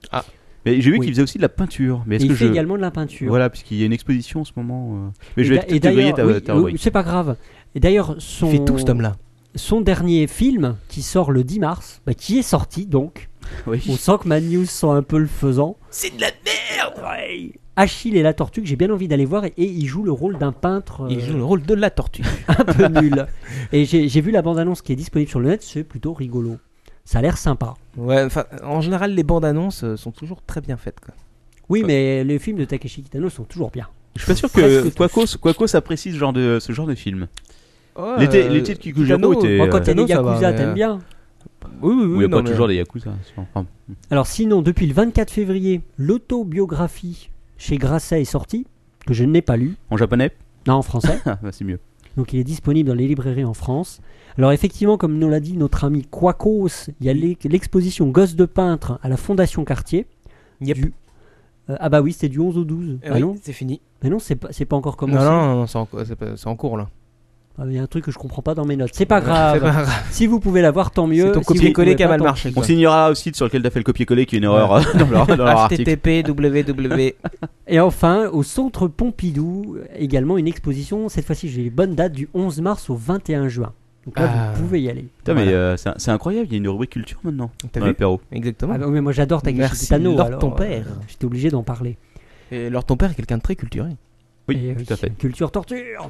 Mais j'ai vu Oui. qu'il faisait aussi de la peinture. Mais Et est-ce il que fait je également de la peinture. voilà, puisqu'il y a une exposition en ce moment. euh. Mais Et je vais d'a- et peut-être te griller d'ailleurs, ta, oui, ta oui, rubrique. c'est pas grave. Et d'ailleurs, son, Il fait tout cet homme-là. son dernier film qui sort le dix mars, bah, qui est sorti donc, Oui. on sent que ma news sent un peu le faisant. C'est de la merde. Ouais. Achille et la tortue, que j'ai bien envie d'aller voir, et, et il joue le rôle d'un peintre Il euh, joue le rôle de la tortue. un peu nul. Et j'ai j'ai vu la bande-annonce qui est disponible sur le net, c'est plutôt rigolo. Ça a l'air sympa. Ouais, enfin, en général, les bandes annonces euh, sont toujours très bien faites, quoi. Oui, mais les films de Takeshi Kitano sont toujours bien. Je suis pas sûr que Presque Quacos, Quacos apprécie ce genre de ce genre de film. Oh, L'été- euh, l'été de Kikujiro Kitano, était- Moi, euh, quand il y a des Kitano, ça va, Yakuza, mais, t'aimes euh, bien. Oui, oui, oui. Où il n'y a non, pas mais- toujours des Yakuza. Enfin, Alors sinon, depuis le vingt-quatre février, l'autobiographie chez Grasset est sortie, que je n'ai pas lu. en japonais, Non, en français. ah, bah, c'est mieux. Donc il est disponible dans les librairies en France. Alors effectivement, comme nous l'a dit notre ami Quacos, il y a l'e- l'exposition Gosse de peintre à la Fondation Cartier. Yep. Du- euh, ah bah oui, c'était du onze au douze. Eh Ah oui, non, c'est fini. mais non, c'est pas, c'est pas encore commencé. Non, non, non, c'est en, c'est pas- c'est en cours là. Ah, il y a un truc que je comprends pas dans mes notes. C'est pas grave. C'est pas grave. Si vous pouvez l'avoir, tant mieux. C'est ton Si vous copier-coller pouvez qui a pas, mal tant marché. On quoi. signera au site sur lequel tu as fait le copier-coller qui est une erreur euh, dans leur, dans leur H T article. T P www. Et enfin, au centre Pompidou, également une exposition. Cette fois-ci, j'ai les bonnes dates du onze mars au vingt et un juin. Donc là, Ah. vous pouvez y aller. Putain, mais Voilà. euh, c'est c'est incroyable, il y a une rubrique culture maintenant. T'as dans vu l'apéro. Exactement. Ah bah oui, mais moi j'adore Takeshi Merci, Kitano. Lord alors, ton euh, père. J'étais obligé d'en parler. Et alors ton père est quelqu'un de très culturé. Oui, Et tout à fait. Culture torture.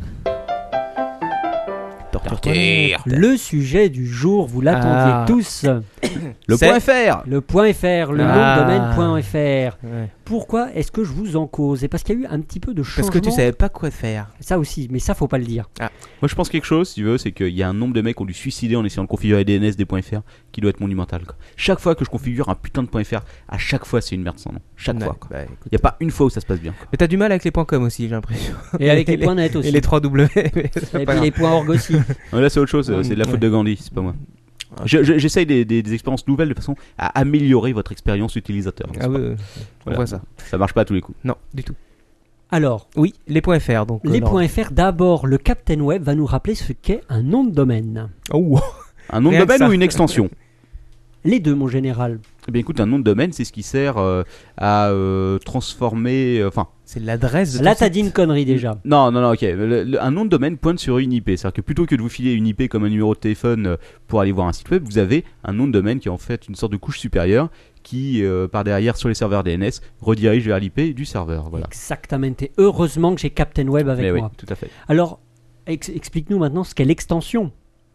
Torture. Le sujet du jour, vous l'attendiez Ah. tous. Le C'est- point F R. Le point .fr, le nom Ah. de domaine point .fr. Ouais. Pourquoi est-ce que je vous en cause? C'est parce qu'il y a eu un petit peu de Parce changement. que tu savais pas quoi faire. Ça aussi, mais ça faut pas le dire. Moi je pense quelque chose, si tu veux, c'est qu'il y a un nombre de mecs qui ont dû se suicider en essayant de configurer des D N S, des points F R, qui doit être monumental. Quoi. Chaque fois que je configure un putain de point F R, à chaque fois c'est une merde sans nom. Chaque Ouais, fois. Quoi. bah, écoute. Il n'y a pas une fois où ça se passe bien. Quoi. Mais t'as du mal avec les points com aussi, j'ai l'impression. Et avec les les- points net aussi. Et les trois W. mais c'est Et pas puis grave. les points org aussi. Non, là c'est autre chose, c'est de la faute Ouais. de Gandhi, c'est pas moi. Je- je- J'essaye des, des- des expériences nouvelles de façon à améliorer votre expérience utilisateur. Ah oui, oui. On Voilà. voit ça. Ça marche pas à tous les coups. Non, du tout. Alors, Oui, les points F R donc. les euh, points .fr, d'abord, le Captain Web va nous rappeler ce qu'est un nom de domaine. Oh. Un nom de Rien que domaine ça. ou une extension? Les deux, mon général. Eh bien, écoute, un nom de domaine, c'est ce qui sert euh, à euh, transformer. Enfin. Euh, c'est l'adresse. De Là, t'as dit une connerie déjà. Non, non, non, ok. Le, le, un nom de domaine pointe sur une I P. C'est-à-dire que plutôt que de vous filer une I P comme un numéro de téléphone euh, pour aller voir un site web, vous avez un nom de domaine qui est en fait une sorte de couche supérieure qui, euh, par derrière sur les serveurs D N S, redirige vers l'I P du serveur. Voilà. Exactement. Et heureusement que j'ai Captain Web avec Mais moi. Oui, tout à fait. Alors, ex- explique-nous maintenant ce qu'est l'extension.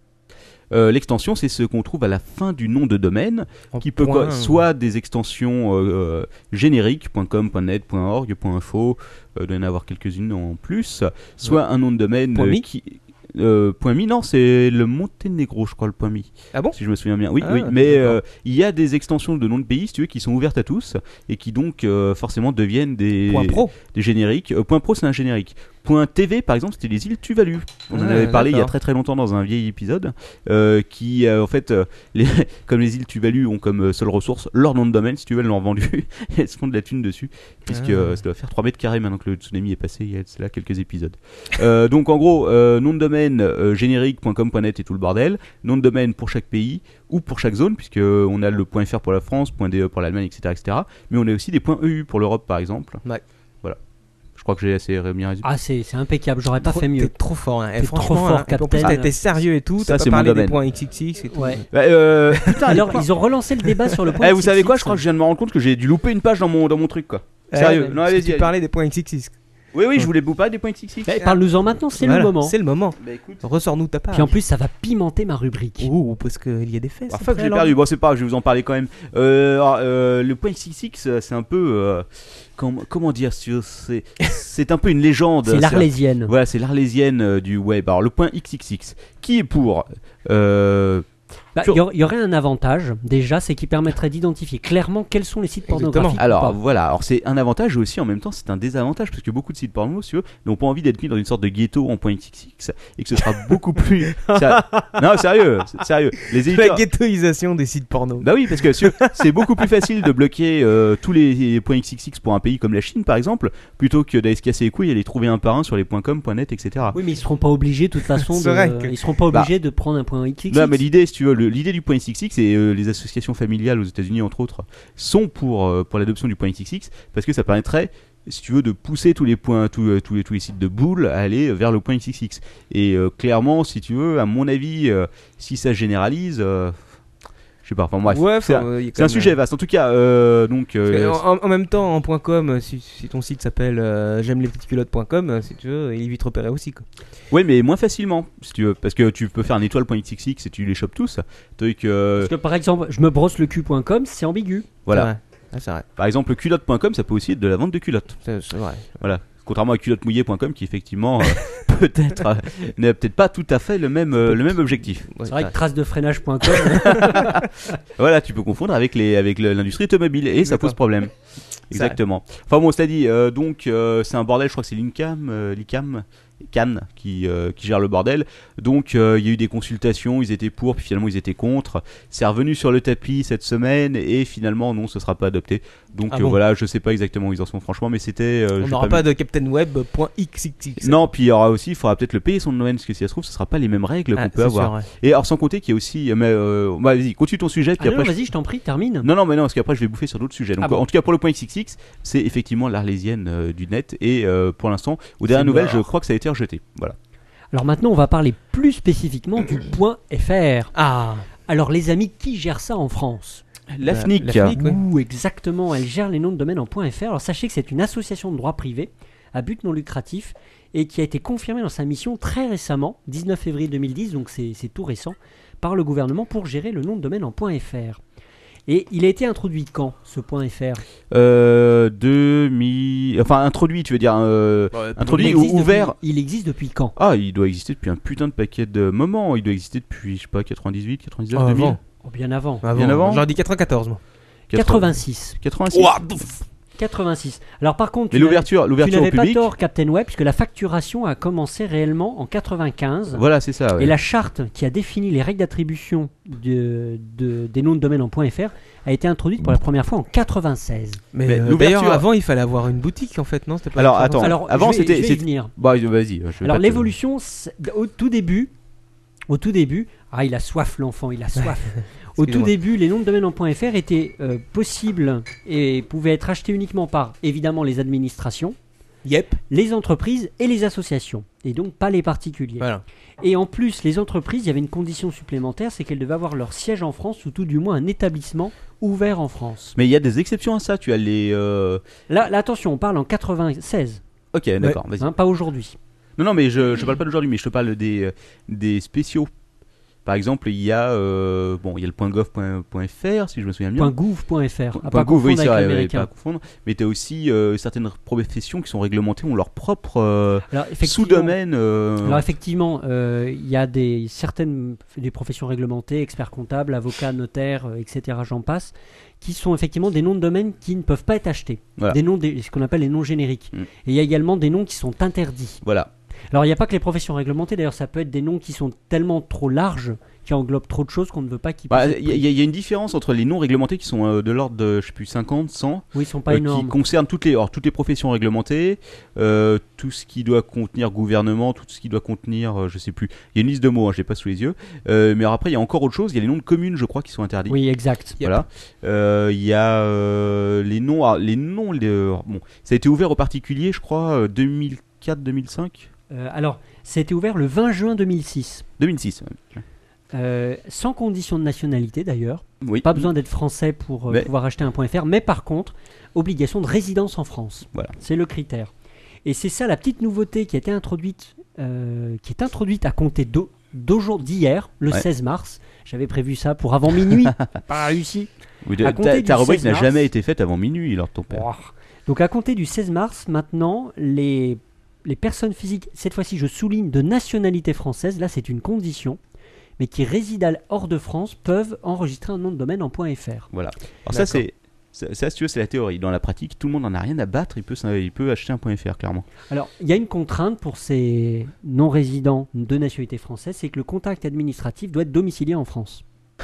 Euh, l'extension, c'est ce qu'on trouve à la fin du nom de domaine, En qui peut point, quoi, soit des extensions euh, euh, génériques, .com, .net, .org, .info, euh, il doit y en avoir quelques-unes en plus, soit ouais. un nom de domaine point euh, mi. qui... Euh, point .mi, non, c'est le Monténégro, je crois, le point .mi. Ah bon ? Si je me souviens bien. Oui, ah, oui. Mais euh, il y a des extensions de noms de pays, si tu veux, qui sont ouvertes à tous et qui donc euh, forcément deviennent des point pro. des génériques. Euh, point pro, c'est un générique. Point T V, par exemple, c'était les îles Tuvalu. On ah, en avait parlé d'accord. il y a très très longtemps dans un vieil épisode. Euh, qui, euh, en fait, euh, les, comme les îles Tuvalu ont comme euh, seule ressource leur nom de domaine, si tu veux, elles l'ont vendu. Elles se font de la thune dessus. Puisque ah. euh, ça doit faire trois mètres carrés maintenant que le tsunami est passé. Il y a là quelques épisodes. euh, donc en gros, euh, nom de domaine euh, générique point com point net et tout le bordel. Nom de domaine pour chaque pays ou pour chaque zone, puisque euh, on a le .fr pour la France, .de pour l'Allemagne, et cetera, et cetera. Mais on a aussi des .eu pour l'Europe, par exemple. Ouais. Voilà. Je crois que j'ai assez bien résumé. Ah, c'est, c'est impeccable, j'aurais pas trop, fait mieux. T'es trop fort, hein. T'es franchement, trop fort, hein. Captain. En plus, t'as été sérieux et tout. Ça, t'as c'est pas mon parlé domaine. des points X X X et tout. Ouais. Bah, euh, putain, alors, ils ont relancé le débat sur le point. Eh, vous savez quoi, je crois que je viens de me rendre compte que j'ai dû louper une page dans mon, dans mon truc, quoi. Sérieux. Ouais, non, allez-y. Tu parlais des points X X X. Oui, oui, je voulais vous parler des points X X X. Eh, parle-nous-en maintenant, c'est voilà, le moment. C'est le moment. Bah, écoute. Ressors-nous ta page. Puis en plus, ça va pimenter ma rubrique. Ouh, parce qu'il y a des faits. Enfin, que j'ai perdu. Bon, c'est pas grave, je vais vous en parler quand même. Euh, alors, euh, le point X X X, c'est un peu. Euh, comment, comment dire c'est, c'est un peu une légende. C'est l'arlésienne. C'est, voilà, c'est l'arlésienne euh, du web. Alors, le point X X X, qui est pour. Euh, Il bah, y, y aurait un avantage, déjà, c'est qu'il permettrait d'identifier clairement quels sont les sites pornographiques. Alors voilà, alors c'est un avantage et aussi en même temps c'est un désavantage parce que beaucoup de sites porno, si tu veux, n'ont pas envie d'être mis dans une sorte de ghetto en point X X X et que ce sera beaucoup plus. Ça... Non, sérieux, c'est sérieux. Les éditeurs... La ghettoisation des sites porno. Bah oui, parce que c'est beaucoup plus facile de bloquer euh, tous les points X X X pour un pays comme la Chine par exemple, plutôt que d'aller se casser les couilles et les trouver un par un sur les .com, .net, et cetera. Oui, mais ils seront pas obligés de toute façon. de... que... Ils seront pas obligés bah... de prendre un point X X X. Non, mais l'idée, si tu veux, le, l'idée du point X X X et euh, les associations familiales aux États-Unis entre autres sont pour euh, pour l'adoption du point X X X parce que ça permettrait, si tu veux, de pousser tous les points, tous, euh, tous les tous les sites de boules à aller vers le point X X X. Et euh, clairement, si tu veux, à mon avis, euh, si ça généralise. Euh, Je sais pas, enfin bref, ouais, c'est, euh, c'est un sujet vaste. En tout cas, euh, donc. Euh, en, en même temps, en .com, si, si ton site s'appelle euh, j'aime les petites culottes point com, si tu veux, il est vite repéré aussi, quoi. Oui, mais moins facilement, si tu veux, parce que tu peux faire un étoile.xxx et tu les chopes tous. Donc, euh... Parce que par exemple, je me brosse le cul point com, c'est ambigu. Voilà. C'est vrai. Ah, c'est vrai. Par exemple, culotte point com, ça peut aussi être de la vente de culottes. C'est, c'est vrai. Voilà. Contrairement à culotte mouillée point com qui effectivement euh, peut-être euh, n'a peut-être pas tout à fait le même euh, le même objectif. Ouais, c'est vrai que trace de freinage point com. Voilà, tu peux confondre avec les avec le, l'industrie automobile et ça pose problème. Exactement. Enfin bon, cela dit, euh, donc euh, c'est un bordel. Je crois que c'est l'Incam, euh, l'Icam, Cannes qui euh, qui gère le bordel. Donc il euh, y a eu des consultations, ils étaient pour, puis finalement ils étaient contre. C'est revenu sur le tapis cette semaine et finalement non, ce sera pas adopté. Donc ah euh, bon. Voilà, je sais pas exactement où ils en sont franchement, mais c'était. Euh, On n'aura pas, pas de captain web point x x x. Non, puis il y aura aussi, il faudra peut-être le payer son domaine parce que si ça se trouve, ce sera pas les mêmes règles ah, qu'on peut avoir. Sûr, ouais. Et alors sans compter qu'il y a aussi, mais euh, bah, vas-y, continue ton sujet. Puis ah après, non, je... vas-y, je t'en prie, termine. Non, non, mais non, parce qu'après je vais bouffer sur d'autres sujets. Donc ah bon. En tout cas pour le point X X X, c'est effectivement l'arlésienne euh, du net et euh, pour l'instant, aux dernières nouvelles, je crois que ça a été rejeté. Voilà. Alors maintenant, on va parler plus spécifiquement du point F R. Ah. Alors les amis, qui gère ça en France ? La F N I C. La F N I C, oui. Ouh, exactement, elle gère les noms de domaine en .fr. Alors sachez que c'est une association de droit privé à but non lucratif et qui a été confirmée dans sa mission très récemment, dix-neuf février deux mille dix, donc c'est, c'est tout récent, par le gouvernement pour gérer le nom de domaine en .fr. Et il a été introduit quand, ce .fr ? euh, demi... Enfin, introduit, tu veux dire euh, ouais, introduit ou ouvert depuis, Il existe depuis quand ? Ah, il doit exister depuis un putain de paquet de moments. Il doit exister depuis, je sais pas, quatre-vingt-dix-huit, quatre-vingt-dix-neuf, oh, deux mille. Avant. Oh, bien avant. avant. Bien avant. J'aurais dit quatre-vingt-quatorze, moi. quatre-vingt-six. quatre-vingt-six. Wow. quatre-vingt-six. Alors par contre, mais l'ouverture, l'ouverture tu n'avais au public... pas tort, Captain Web, puisque la facturation a commencé réellement en quatre-vingt-quinze. Voilà, c'est ça. Ouais. Et la charte qui a défini les règles d'attribution de, de, des noms de domaine en .fr a été introduite pour la première fois en quatre-vingt-seize. Mais, mais euh, d'ailleurs, avant, il fallait avoir une boutique, en fait, non ? C'était pas Alors, attends. Alors, avant, je vais, c'était... je vais y c'était... venir. Bah, vas-y. Alors, l'évolution, au tout début, Au tout début, ah, il a soif l'enfant, il a soif. Au tout Excusez-moi. début, les noms de domaine en .fr étaient euh, possibles et pouvaient être achetés uniquement par, évidemment, les administrations, Yep. les entreprises et les associations, et donc pas les particuliers. Voilà. Et en plus, les entreprises, il y avait une condition supplémentaire, c'est qu'elles devaient avoir leur siège en France, ou tout du moins un établissement ouvert en France. Mais il y a des exceptions à ça. Tu as les. euh, Là, là attention, on parle en quatre-vingt-seize, Ok, d'accord. Vas-y. hein, pas aujourd'hui. Non, non, mais je, je parle pas d'aujourd'hui, mais je te parle des, euh, des spéciaux. Par exemple, il y a, euh, bon, il y a le .gov.fr, si je me souviens bien. .gouv.fr, à Point pas gouv, oui, confondre c'est avec vrai, ouais, l'américain. pas à confondre. Mais tu as aussi euh, certaines professions qui sont réglementées, ont leur propre euh, Alors, effectivement- sous-domaine. euh, Alors effectivement, euh, il y a des, certaines des professions réglementées, experts comptables, avocats, notaires, euh, et cetera, j'en passe, qui sont effectivement des noms de domaine qui ne peuvent pas être achetés. Voilà. Des noms, des- ce qu'on appelle les noms génériques. Mm. Et il y a également des noms qui sont interdits. Voilà. Alors il n'y a pas que les professions réglementées, d'ailleurs ça peut être des noms qui sont tellement trop larges, qui englobent trop de choses qu'on ne veut pas qu'ils Bah, puissent être Il y, a- pris. il y a une différence entre les non réglementés qui sont euh, de l'ordre de, je sais plus, cinquante, cent, Oui, ils sont pas euh, énormes. qui concernent toutes les, alors, toutes les professions réglementées, euh, tout ce qui doit contenir gouvernement, tout ce qui doit contenir, euh, je sais plus, il y a une liste de mots, hein, je l'ai pas sous les yeux, euh, mais alors après il y a encore autre chose, il y a les noms de communes, je crois, qui sont interdits. Oui, exact. Voilà. Euh, Il y a euh, les noms, alors, les noms, les, euh, bon, ça a été ouvert aux particuliers, je crois, euh, deux mille quatre deux mille cinq Euh, alors, ça a été ouvert le vingt juin deux mille six, deux mille six. Ouais. euh, sans condition de nationalité d'ailleurs. Oui. Pas besoin d'être français pour euh, Mais- pouvoir acheter un .fr, mais par contre, obligation de résidence en France. Voilà. C'est le critère. Et c'est ça la petite nouveauté qui a été introduite, euh, qui est introduite à compter d'au- d'aujourd'hui, d'hier, le Ouais. seize mars. J'avais prévu ça pour avant minuit, pas réussi. Oui, de- à compter ta, du ta rubrique seize n'a mars. jamais été faite avant minuit, lors de ton père. Oh. Donc à compter du seize mars, maintenant, les, les personnes physiques, cette fois-ci je souligne de nationalité française, là c'est une condition, mais qui résident hors de France, peuvent enregistrer un nom de domaine en .fr. Voilà. Alors ça, c'est, ça, ça, si tu veux, c'est la théorie. Dans la pratique, tout le monde n'en a rien à battre. Il peut, s'in- il peut acheter un .fr, clairement. Alors, il y a une contrainte pour ces non-résidents de nationalité française, c'est que le contact administratif doit être domicilié en France.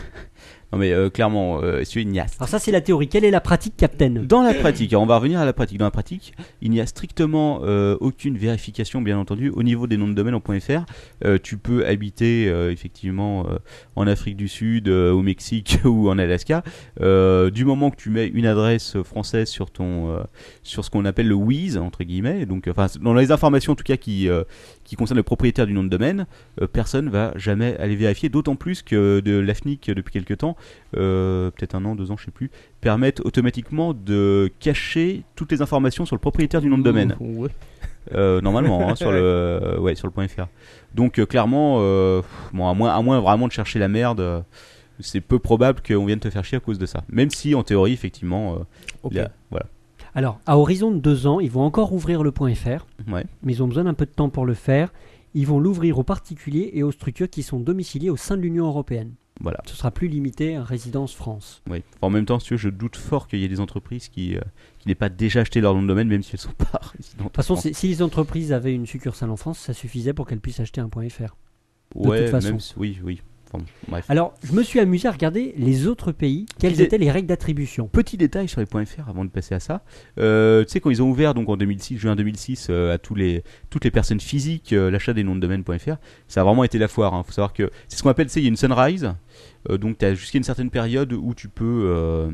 Non, mais euh, clairement, euh, si tu veux, il n'y a Alors ça, c'est la théorie. Quelle est la pratique, Captain? Dans la pratique, alors on va revenir à la pratique. Dans la pratique, il n'y a strictement euh, aucune vérification, bien entendu, au niveau des noms de domaine en .fr. Euh, tu peux habiter euh, effectivement euh, en Afrique du Sud, euh, au Mexique ou en Alaska. Euh, du moment que tu mets une adresse française sur ton, euh, sur ce qu'on appelle le W I S entre guillemets, donc enfin dans les informations en tout cas qui euh, qui concernent le propriétaire du nom de domaine, euh, personne va jamais aller vérifier. D'autant plus que de l'A F N I C depuis quelques temps. Euh, peut-être un an, deux ans, je sais plus, permettent automatiquement de cacher toutes les informations sur le propriétaire du nom de domaine. Ouais. Euh, normalement, hein, sur le, euh, ouais, sur le .fr. Donc euh, clairement, euh, bon, à moins, à moins vraiment de chercher la merde, euh, c'est peu probable qu'on vienne te faire chier à cause de ça. Même si en théorie, effectivement, euh, Ok. il y a- voilà. Alors, à horizon de deux ans, ils vont encore ouvrir le .fr, Ouais. mais ils ont besoin d'un peu de temps pour le faire. Ils vont l'ouvrir aux particuliers et aux structures qui sont domiciliées au sein de l'Union européenne. Voilà. Ce sera plus limité à résidence France. Ouais. Enfin, en même temps, si tu veux, je doute fort qu'il y ait des entreprises qui, euh, qui n'aient pas déjà acheté leur nom de domaine, même si elles sont pas résidentes. De toute façon, c'est- si les entreprises avaient une succursale en France, ça suffisait pour qu'elles puissent acheter un .fr. de ouais, toute façon. même si- oui, oui. Enfin, bref. Alors, je me suis amusé à regarder les autres pays, quelles Ils est- étaient les règles d'attribution. Petit détail sur les .fr avant de passer à ça. Euh, tu sais, quand ils ont ouvert donc en deux mille six, juin deux mille six, euh, à tous les, toutes les personnes physiques, euh, l'achat des noms de domaine .fr, ça a vraiment été la foire. Il faut savoir que c'est ce qu'on appelle, tu sais, il y a une sunrise. Euh, donc, tu as jusqu'à une certaine période où tu peux, euh,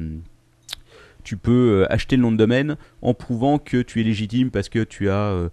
tu peux euh, acheter le nom de domaine en prouvant que tu es légitime parce que tu as euh,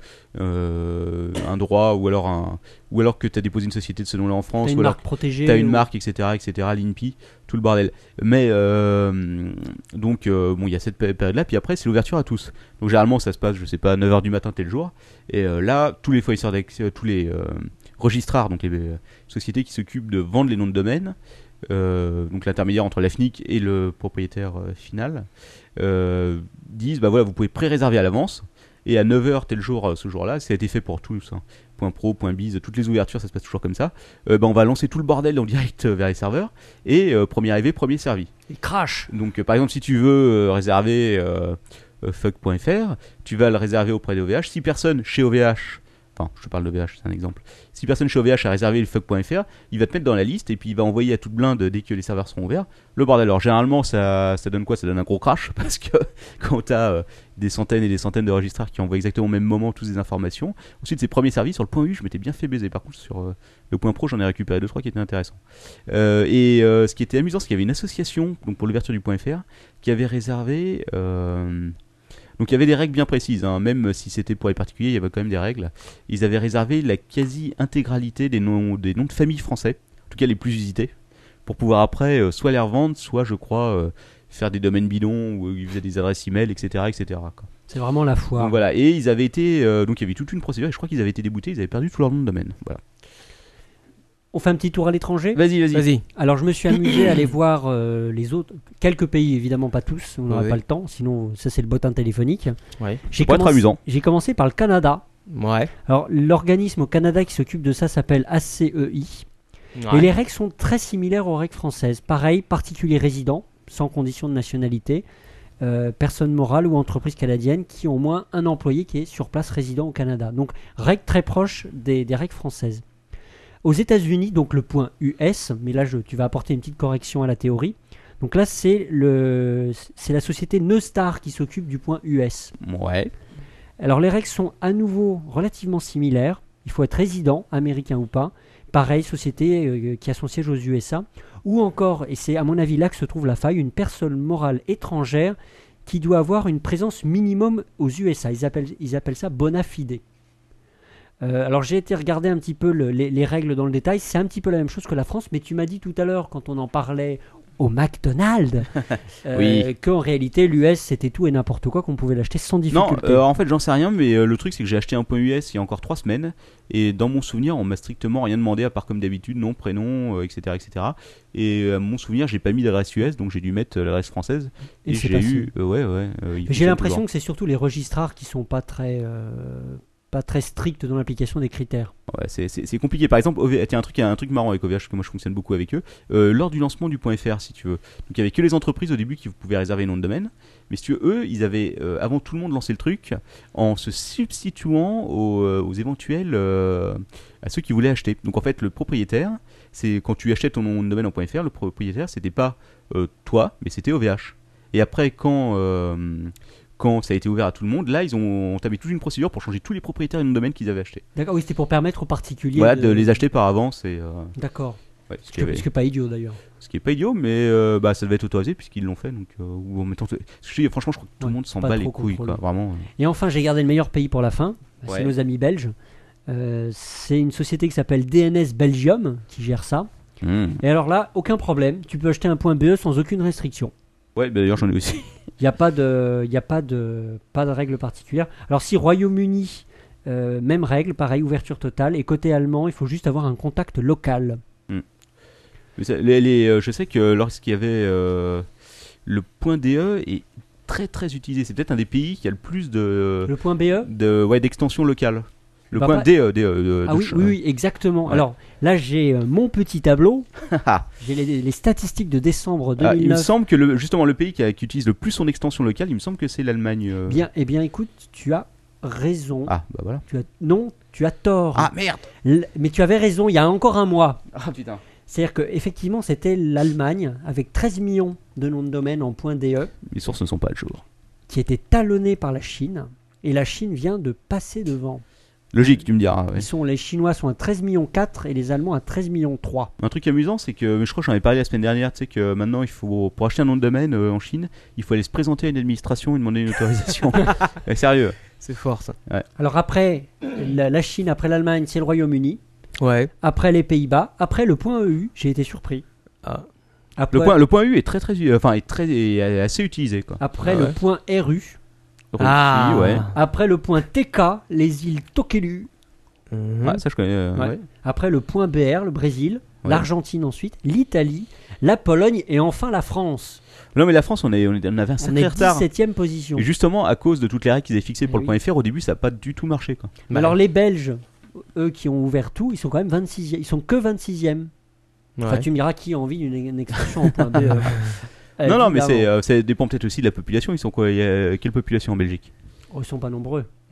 euh, un droit ou alors, un, ou alors que tu as déposé une société de ce nom-là en France. T'as une ou alors marque protégée. T'as une ou- marque, et cetera, et cetera, l'I N P I, tout le bordel. Mais euh, donc, euh, bon, il y a cette pé- période-là, puis après, c'est l'ouverture à tous. Donc, généralement, ça se passe, je sais pas, neuf heures du matin tel jour. Et euh, là, tous les fournisseurs d'accès, tous les euh, registrars, donc les euh, sociétés qui s'occupent de vendre les noms de domaine, euh, donc l'intermédiaire entre l'A F N I C et le propriétaire euh, final, euh, disent bah voilà, vous pouvez pré-réserver à l'avance. Et à neuf heures tel jour, euh, ce jour-là, ça a été fait pour tous. Hein. Point pro, point biz, toutes les ouvertures, ça se passe toujours comme ça. Euh, bah, on va lancer tout le bordel en direct euh, vers les serveurs. Et euh, premier arrivé, premier servi. Il crash. Donc, euh, par exemple, si tu veux euh, réserver euh, euh, fuck point f r, tu vas le réserver auprès d'O V H. Si personne chez O V H enfin, je te parle d'O V H, c'est un exemple. Si personne chez O V H a réservé le fuck point f r, il va te mettre dans la liste et puis il va envoyer à toute blinde dès que les serveurs seront ouverts le bordel. Alors généralement, ça, ça donne quoi? Ça donne un gros crash parce que quand t'as euh, des centaines et des centaines de registraires qui envoient exactement au même moment toutes les informations. Ensuite, ces premiers services sur le point U, je m'étais bien fait baiser. Par contre, sur euh, le point pro, j'en ai récupéré deux trois qui étaient intéressants. Euh, et euh, ce qui était amusant, c'est qu'il y avait une association donc pour l'ouverture du point F R qui avait réservé. Euh, Donc il y avait des règles bien précises, hein. Même si c'était pour les particuliers, il y avait quand même des règles. Ils avaient réservé la quasi-intégralité des noms, des noms de famille français, en tout cas les plus usités, pour pouvoir après euh, soit les revendre, soit je crois euh, faire des domaines bidons où ils faisaient des adresses email, et cetera, et cetera. Quoi. C'est vraiment la foire. Donc voilà, et ils avaient été, euh, donc il y avait toute une procédure. Et je crois qu'ils avaient été déboutés, ils avaient perdu tout leur nom de domaine. Voilà. On fait un petit tour à l'étranger. Vas-y, vas-y. Vas-y. Alors je me suis amusé à aller voir euh, les autres, quelques pays, évidemment pas tous, on n'aurait Ouais. pas le temps, sinon ça c'est le bottin téléphonique. Ouais. J'ai pourrait être commencé- amusant. J'ai commencé par le Canada. Ouais. Alors l'organisme au Canada qui s'occupe de ça s'appelle A C E I. Et les règles sont très similaires aux règles françaises. Pareil, particuliers résidents, sans condition de nationalité, euh, personnes morales ou entreprises canadiennes qui ont au moins un employé qui est sur place résident au Canada. Donc règles très proches des, des règles françaises. Aux États-Unis, donc le point U S, mais là je, tu vas apporter une petite correction à la théorie. Donc là c'est le, c'est la société Neustar qui s'occupe du point U S. Ouais. Alors les règles sont à nouveau relativement similaires. Il faut être résident, américain ou pas. Pareil, société euh, qui a son siège aux U S A. Ou encore, et c'est à mon avis là que se trouve la faille, une personne morale étrangère qui doit avoir une présence minimum aux U S A. Ils appellent, ils appellent ça bona fide. Euh, alors j'ai été regarder un petit peu le- les, les règles dans le détail. C'est un petit peu la même chose que la France, mais tu m'as dit tout à l'heure quand on en parlait au McDonald's euh, Oui. qu'en réalité l'U S c'était tout et n'importe quoi, qu'on pouvait l'acheter sans Non, difficulté. euh, en fait, j'en sais rien, mais euh, le truc, c'est que j'ai acheté un point U S il y a encore trois semaines, et dans mon souvenir, on m'a strictement rien demandé, à part comme d'habitude, nom, prénom, euh, et cetera, et cetera. Et euh, à mon souvenir, j'ai pas mis d'adresse U S, donc j'ai dû mettre euh, l'adresse française. Et Et, c'est j'ai passé. eu, euh, ouais, ouais. euh, il J'ai fonctionne l'impression toujours. que c'est surtout les registrars qui sont pas très, euh, pas très stricts dans l'application des critères. Ouais, c'est, c'est, c'est compliqué. Par exemple, O V H, tiens, un truc, un truc marrant avec O V H, parce que moi je fonctionne beaucoup avec eux. Euh, lors du lancement du point F R, si tu veux. Donc il y avait que les entreprises au début qui pouvaient réserver les noms de domaine. Mais si tu veux, eux, ils avaient euh, avant tout le monde lancé le truc en se substituant aux, euh, aux éventuels euh, à ceux qui voulaient acheter. Donc en fait, le propriétaire, c'est quand tu achetais ton nom de domaine en point F R, le propriétaire, c'était pas euh, toi, mais c'était O V H. Et après, quand euh, quand ça a été ouvert à tout le monde, là, ils ont entamé toute une procédure pour changer tous les propriétaires de noms de domaine qu'ils avaient achetés. D'accord, oui, c'était pour permettre aux particuliers Voilà, de les acheter par avance. Et, euh, D'accord. ouais, ce, Ce qui que, avait- ce que pas idiot d'ailleurs. ce qui est pas idiot, mais euh, bah, ça devait être autorisé puisqu'ils l'ont fait. Donc, euh, ou en mettant parce que je dis, franchement, je crois que tout Ouais, le monde s'en pas bat les trop couilles, contrôlé. quoi, vraiment. Et enfin, j'ai gardé le meilleur pays pour la fin. C'est Ouais. nos amis belges. Euh, c'est une société qui s'appelle D N S Belgium qui gère ça. Mmh. Et alors là, aucun problème. Tu peux acheter un point B E sans aucune restriction. Ouais, bah, d'ailleurs, j'en ai aussi. Il n'y a pas de, il y a pas de, pas de règle particulière. Alors si Royaume-Uni, euh, même règle, pareil, ouverture totale. Et côté allemand, il faut juste avoir un contact local. Mais ça, les, les, euh, je sais que lorsqu'il y avait euh, le point D E est très très utilisé. C'est peut-être un des pays qui a le plus de, Le point B E. de ouais, d'extension locale. Le Bah, point pas- D E, D E de, Ah de oui, ch- oui, oui, exactement. Ouais. Alors là, j'ai euh, mon petit tableau. J'ai les, les statistiques de décembre Ah, il me deux mille neuf. semble que le, justement le pays qui, a- qui utilise le plus son extension locale, il me semble que c'est l'Allemagne. euh. Bien, eh bien, écoute, tu as raison. Ah bah voilà. Tu as, non, tu as tort. Ah merde. L- mais tu avais raison. Il y a encore un mois. Ah putain. C'est-à-dire que effectivement, c'était l'Allemagne avec treize millions de noms de domaine en point D E Les sources ne sont pas à jour. qui était talonné par la Chine. Et la Chine vient de passer devant. Logique, tu me diras. Ouais. Ils sont, les Chinois sont à treize millions quatre et les Allemands à treize millions trois. Un truc amusant, c'est que je crois que j'en avais parlé la semaine dernière, tu sais que maintenant il faut pour acheter un nom de domaine euh, en Chine, il faut aller se présenter à une administration et demander une autorisation. Eh, sérieux. C'est fort ça. Alors après la, la Chine, après l'Allemagne, c'est le Royaume-Uni. Ouais. Après les Pays-Bas. Après le point E U, j'ai été surpris. Ah. Après, Le point, le point U est très très, enfin est très est assez utilisé quoi. après Ah le ouais. point R U. Ah. Russie, ouais. Après le point T K, les îles Tokelau. Mhm. Ouais, ça je connais. euh, Ouais. ouais. Après le point B R, le Brésil. Ouais. L'Argentine ensuite. L'Italie. La Pologne et enfin la France. Non mais la France, on, est, on, est- on avait un On sacré est retard. dix-septième position. Et justement à cause de toutes les règles qu'ils avaient fixées pour Eh le point F R, au début ça n'a pas du tout marché quoi. Mais alors les Belges, eux qui ont ouvert tout, ils sont quand même vingt-sixième. Ils sont que vingt-sixième. Enfin, Ouais. tu me diras qui a envie d'une une extension en point B. euh, non non mais évidemment. c'est, euh, ça dépend peut-être aussi de la population. Ils sont quoi il y a quelle population en Belgique? Oh, ils sont pas nombreux. Non.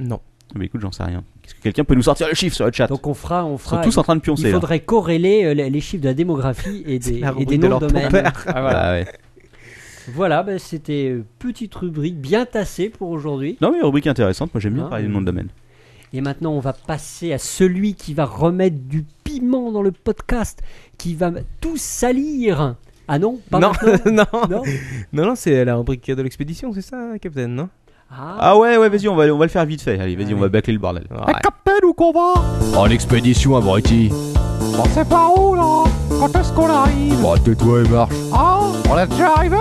Mais écoute, j'en sais rien. Est-ce que quelqu'un peut nous sortir le chiffre sur le chat? Donc on fera, on Ils fera. sont tous en train de pioncer. Il là. faudrait corréler euh, les les chiffres de la démographie et des, la et rubrique des de noms de leur ton domaine. père. Ah, voilà, Bah ouais. voilà bah, c'était euh, petite rubrique bien tassée pour aujourd'hui. Non mais rubrique intéressante. Moi j'aime bien Ah, parler oui. des noms de domaine. Et maintenant, on va passer à celui qui va remettre du piment dans le podcast, qui va tout salir. Ah non, pas Non, maintenant. non, Non. non, non, c'est la rubrique de l'expédition, c'est ça, Captain, non? Ah, Ah ouais ouais vas-y on va on va le faire vite fait. Allez vas-y Allez. on va bâcler le bordel. Ouais. Captain, où qu'on va? En expédition, abruti. On sait pas où, là. Quand est-ce qu'on arrive? Bon, tais-toi et marche. Ah, on est déjà arrivé?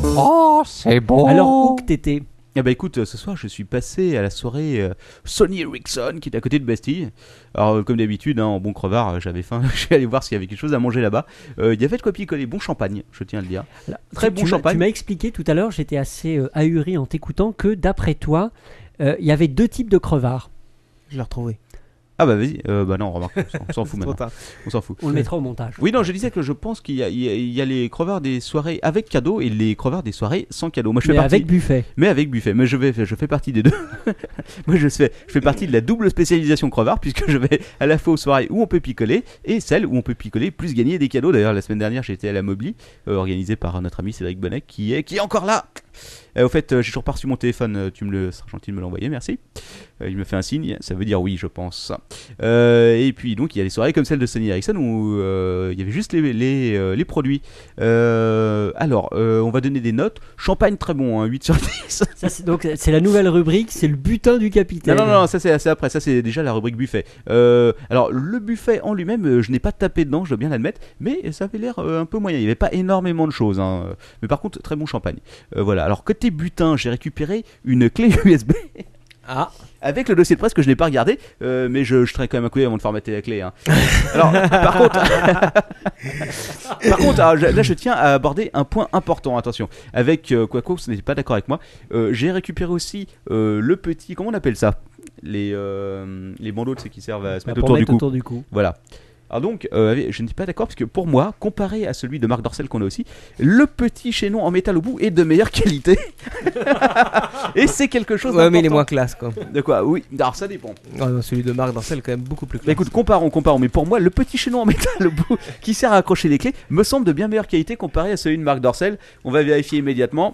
Oh, c'est beau. alors où que t'étais? Eh bah écoute, euh, ce soir je suis passé à la soirée euh, Sony Ericsson qui est à côté de Bastille. Alors euh, comme d'habitude, hein, en bon crevard, euh, j'avais faim, je suis allé voir s'il y avait quelque chose à manger là-bas. Euh, Il y avait de quoi picoler, bon champagne, je tiens à le dire. Là, Très tu- bon tu m'as- champagne. Tu m'as expliqué tout à l'heure, j'étais assez euh, ahuri en t'écoutant, que d'après toi, euh, il y avait deux types de crevards. Je l'ai retrouvé. Ah bah vas-y, euh, bah non, remarque, on s'en- on s'en fout Trop maintenant. tard. On s'en fout. On le mettra au montage. Oui, non, je disais que je pense qu'il y a, il y a- il y a les crevards des soirées avec cadeau et les crevards des soirées sans cadeau. Moi je fais Mais partie. avec buffet. Mais avec buffet. Mais je, vais, je fais partie des deux. Moi je fais, je fais partie de la double spécialisation crevard puisque je vais à la fois aux soirées où on peut picoler et celles où on peut picoler plus gagner des cadeaux. D'ailleurs la semaine dernière j'étais à la Mobli euh, organisée par notre ami Cédric Bonnet qui est, qui est encore là. Euh, au fait, euh, j'ai toujours pas reçu mon téléphone, euh, tu me le seras gentil de me l'envoyer, merci. Euh, il me fait un signe, ça veut dire oui, je pense. Euh, et puis donc il y a des soirées comme celle de Sony Ericsson où euh, il y avait juste les, les, euh, les produits. Euh, alors, euh, on va donner des notes. Champagne très bon, hein, huit sur dix. Ça, c'est, donc c'est la nouvelle rubrique, c'est le butin du capitaine. Non, non, non, ça c'est c'est après, ça c'est déjà la rubrique buffet. Euh, alors, le buffet en lui-même, euh, je n'ai pas tapé dedans, je dois bien l'admettre, mais ça avait l'air euh, un peu moyen. Il n'y avait pas énormément de choses, hein. Mais par contre, très bon champagne. Euh, voilà, alors côté butin, j'ai récupéré une clé U S B. Ah, Avec le dossier de presse que je n'ai pas regardé, euh, mais je, je traîne quand même un coup d'œil avant de formater la clé. Hein. Alors, par contre, par contre, alors, je- là je tiens à aborder un point important. Attention, avec euh, Quaco, ce n'est pas d'accord avec moi. Euh, j'ai récupéré aussi euh, le petit, comment on appelle ça, les euh, les bandeaux, tu sais, qui servent à se bah, mettre pour autour du mettre cou. autour du cou. Voilà. Alors donc, euh, je n'étais pas d'accord parce que pour moi, comparé à celui de Marc Dorcel qu'on a aussi, le petit chaînon en métal au bout est de meilleure qualité. Et c'est quelque chose Ouais, mais il est d'important. moins classe, quoi. De quoi? Oui, alors ça dépend. Ah, non, celui de Marc Dorcel est quand même beaucoup plus classe. Bah écoute, comparons, comparons. Mais pour moi, le petit chaînon en métal au bout qui sert à accrocher les clés me semble de bien meilleure qualité comparé à celui de Marc Dorcel. On va vérifier immédiatement.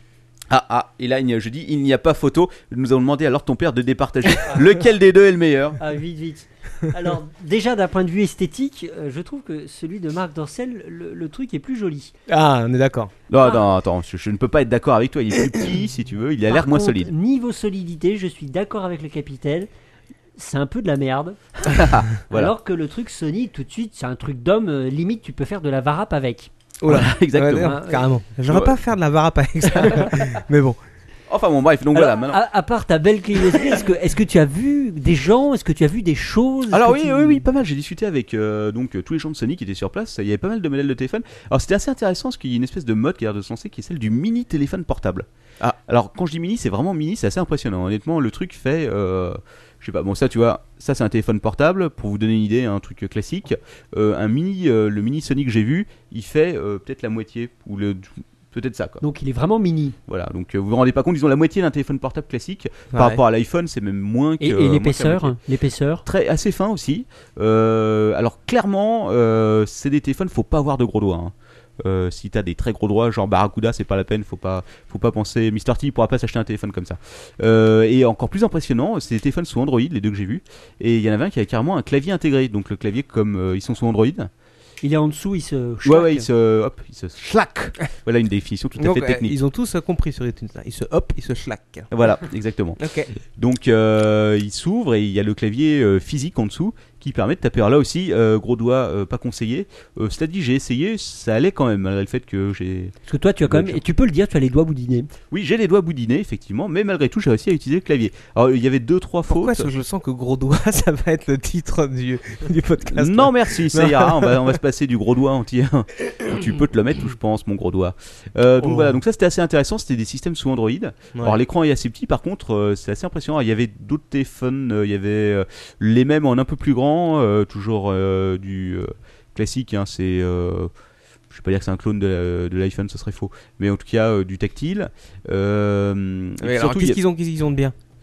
Ah ah, et là il y a- je dis il n'y a pas photo. Nous allons demander alors ton père de départager lequel des deux est le meilleur. Ah, vite, vite. Alors, déjà d'un point de vue esthétique, euh, je trouve que celui de Marc Dorcel, le, le truc est plus joli. Ah, on est d'accord. Non, Ah. non, attends, je, je ne peux pas être d'accord avec toi. Il est plus petit, si tu veux. Il a l'air Par moins contre, solide. Niveau solidité, je suis d'accord avec le capitaine. C'est un peu de la merde. Voilà. Alors que le truc Sony, tout de suite, c'est un truc d'homme. euh, limite, tu peux faire de la varap avec. Oula, Exactement. Ouais, carrément. J'aurais Ouais. pas faire de la varap avec ça. Mais bon. Enfin bon, bref, donc Alors, voilà. Maintenant. à, à part ta belle clé U S B, est-ce que, est-ce que tu as vu des gens? Est-ce que tu as vu des choses? Est-ce Alors que oui, tu- oui, oui, pas mal. J'ai discuté avec euh, donc euh, tous les gens de Sony qui étaient sur place. Il y avait pas mal de modèles de téléphone. Alors c'était assez intéressant parce qu'il y a une espèce de mode qui a l'air de se lancer qui est celle du mini téléphone portable. Ah. Alors quand je dis mini, c'est vraiment mini, c'est assez impressionnant. Honnêtement, le truc fait, euh, je sais pas. Bon ça, tu vois, ça c'est un téléphone portable. Pour vous donner une idée, un truc classique. Euh, un mini, euh, le mini Sony que j'ai vu, il fait euh, peut-être la moitié ou le peut-être ça quoi. Donc il est vraiment mini. Voilà, donc euh, vous vous rendez pas compte, ils ont la moitié d'un téléphone portable classique. Par Ouais. rapport à l'iPhone, c'est même moins que. Et, euh, et moins que la l'épaisseur, moitié. l'épaisseur. Très assez fin aussi. Euh, alors clairement, euh, c'est des téléphones, faut pas avoir de gros doigts. Hein. Euh, si t'as des très gros doigts, genre Barracuda, c'est pas la peine, faut pas, faut pas penser. mister T, il pourra pas s'acheter un téléphone comme ça. Euh, et encore plus impressionnant, c'est des téléphones sous Android, les deux que j'ai vus. Et il y en avait un qui avait carrément un clavier intégré, donc le clavier comme euh, ils sont sous Android. Il est en dessous, il se. Ouais, schlaque. ouais, il se, hop, il se schlack. Voilà une définition tout à Donc, fait euh, technique. ils ont tous euh, compris sur iTunes. Là. Ils se hop, ils se schlack. Voilà, exactement. Ok. Donc euh, il s'ouvre et il y a le clavier euh, physique en dessous qui permet de taper. Alors là aussi, euh, gros doigt, euh, pas conseillé. Euh, cela dit, j'ai essayé, ça allait quand même, malgré le fait que j'ai... Parce que toi, tu as quand Ouais, même. je- Et tu peux le dire, tu as les doigts boudinés. Oui, j'ai les doigts boudinés, effectivement, mais malgré tout, j'ai réussi à utiliser le clavier. Alors il y avait deux, trois Pourquoi fautes. est-ce que je sens que gros doigt, ça va être le titre du, du podcast? Non merci, ça Non. ira, on va, on va se passer du gros doigt entier. Tu peux te le mettre où je pense, mon gros doigt. Euh, donc Oh. voilà, donc ça c'était assez intéressant, c'était des systèmes sous Android. Ouais. Alors l'écran est assez petit, par contre euh, c'est assez impressionnant. Il y avait d'autres téléphones, euh, il y avait euh, les mêmes en un peu plus grand, euh, toujours euh, du euh, classique, hein, c'est... Euh, je vais pas dire que c'est un clone de, la- de l'iPhone, ce serait faux. Mais en tout cas, euh, du tactile. Euh, et Ouais, puis alors, surtout, il y qu'est-ce a- qu'ils ont, qu'est-ce qu'ils ont de bien?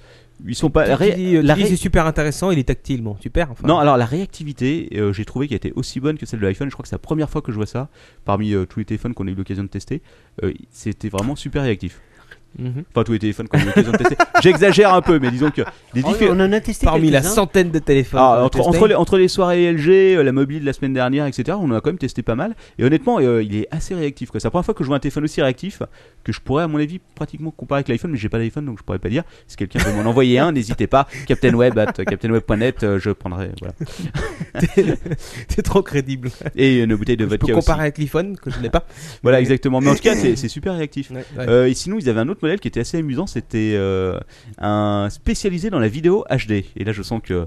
Ils sont pas. Tu La ré- dis, euh, la tu dis ré- c'est super intéressant, il est tactile, bon, super. Enfin, Non, alors la réactivité, euh, j'ai trouvé qu'elle était aussi bonne que celle de l'iPhone. Je crois que c'est la première fois que je vois ça parmi euh, tous les téléphones qu'on a eu l'occasion de tester. Euh, c'était vraiment super réactif. Mhm. Enfin, tous les téléphones qu'on a eu l'occasion de tester. J'exagère un peu, mais disons que les Oh, diffé- on en a testé Parmi la quelques-uns. centaine de téléphones. Ah, qu'on a entre, testés. entre, les, entre les soirées L G, euh, la mobile la semaine dernière, et cetera, on en a quand même testé pas mal. Et honnêtement, euh, il est assez réactif, quoi. C'est la première fois que je vois un téléphone aussi réactif que je pourrais, à mon avis, pratiquement comparer avec l'iPhone, mais j'ai pas d'iPhone donc je pourrais pas dire. Si quelqu'un veut m'en envoyer un, n'hésitez pas. Captain Web at captain web point net, euh, je prendrai. Voilà. T'es trop crédible. Et une bouteille de Je peux vodka aussi. comparer avec l'iPhone que je n'ai pas. Voilà, exactement. Mais en tout cas, c'est c'est super réactif. Ouais, ouais. Euh, et sinon, ils avaient un autre modèle qui était assez amusant. C'était euh, un spécialisé dans la vidéo H D. Et là, je sens que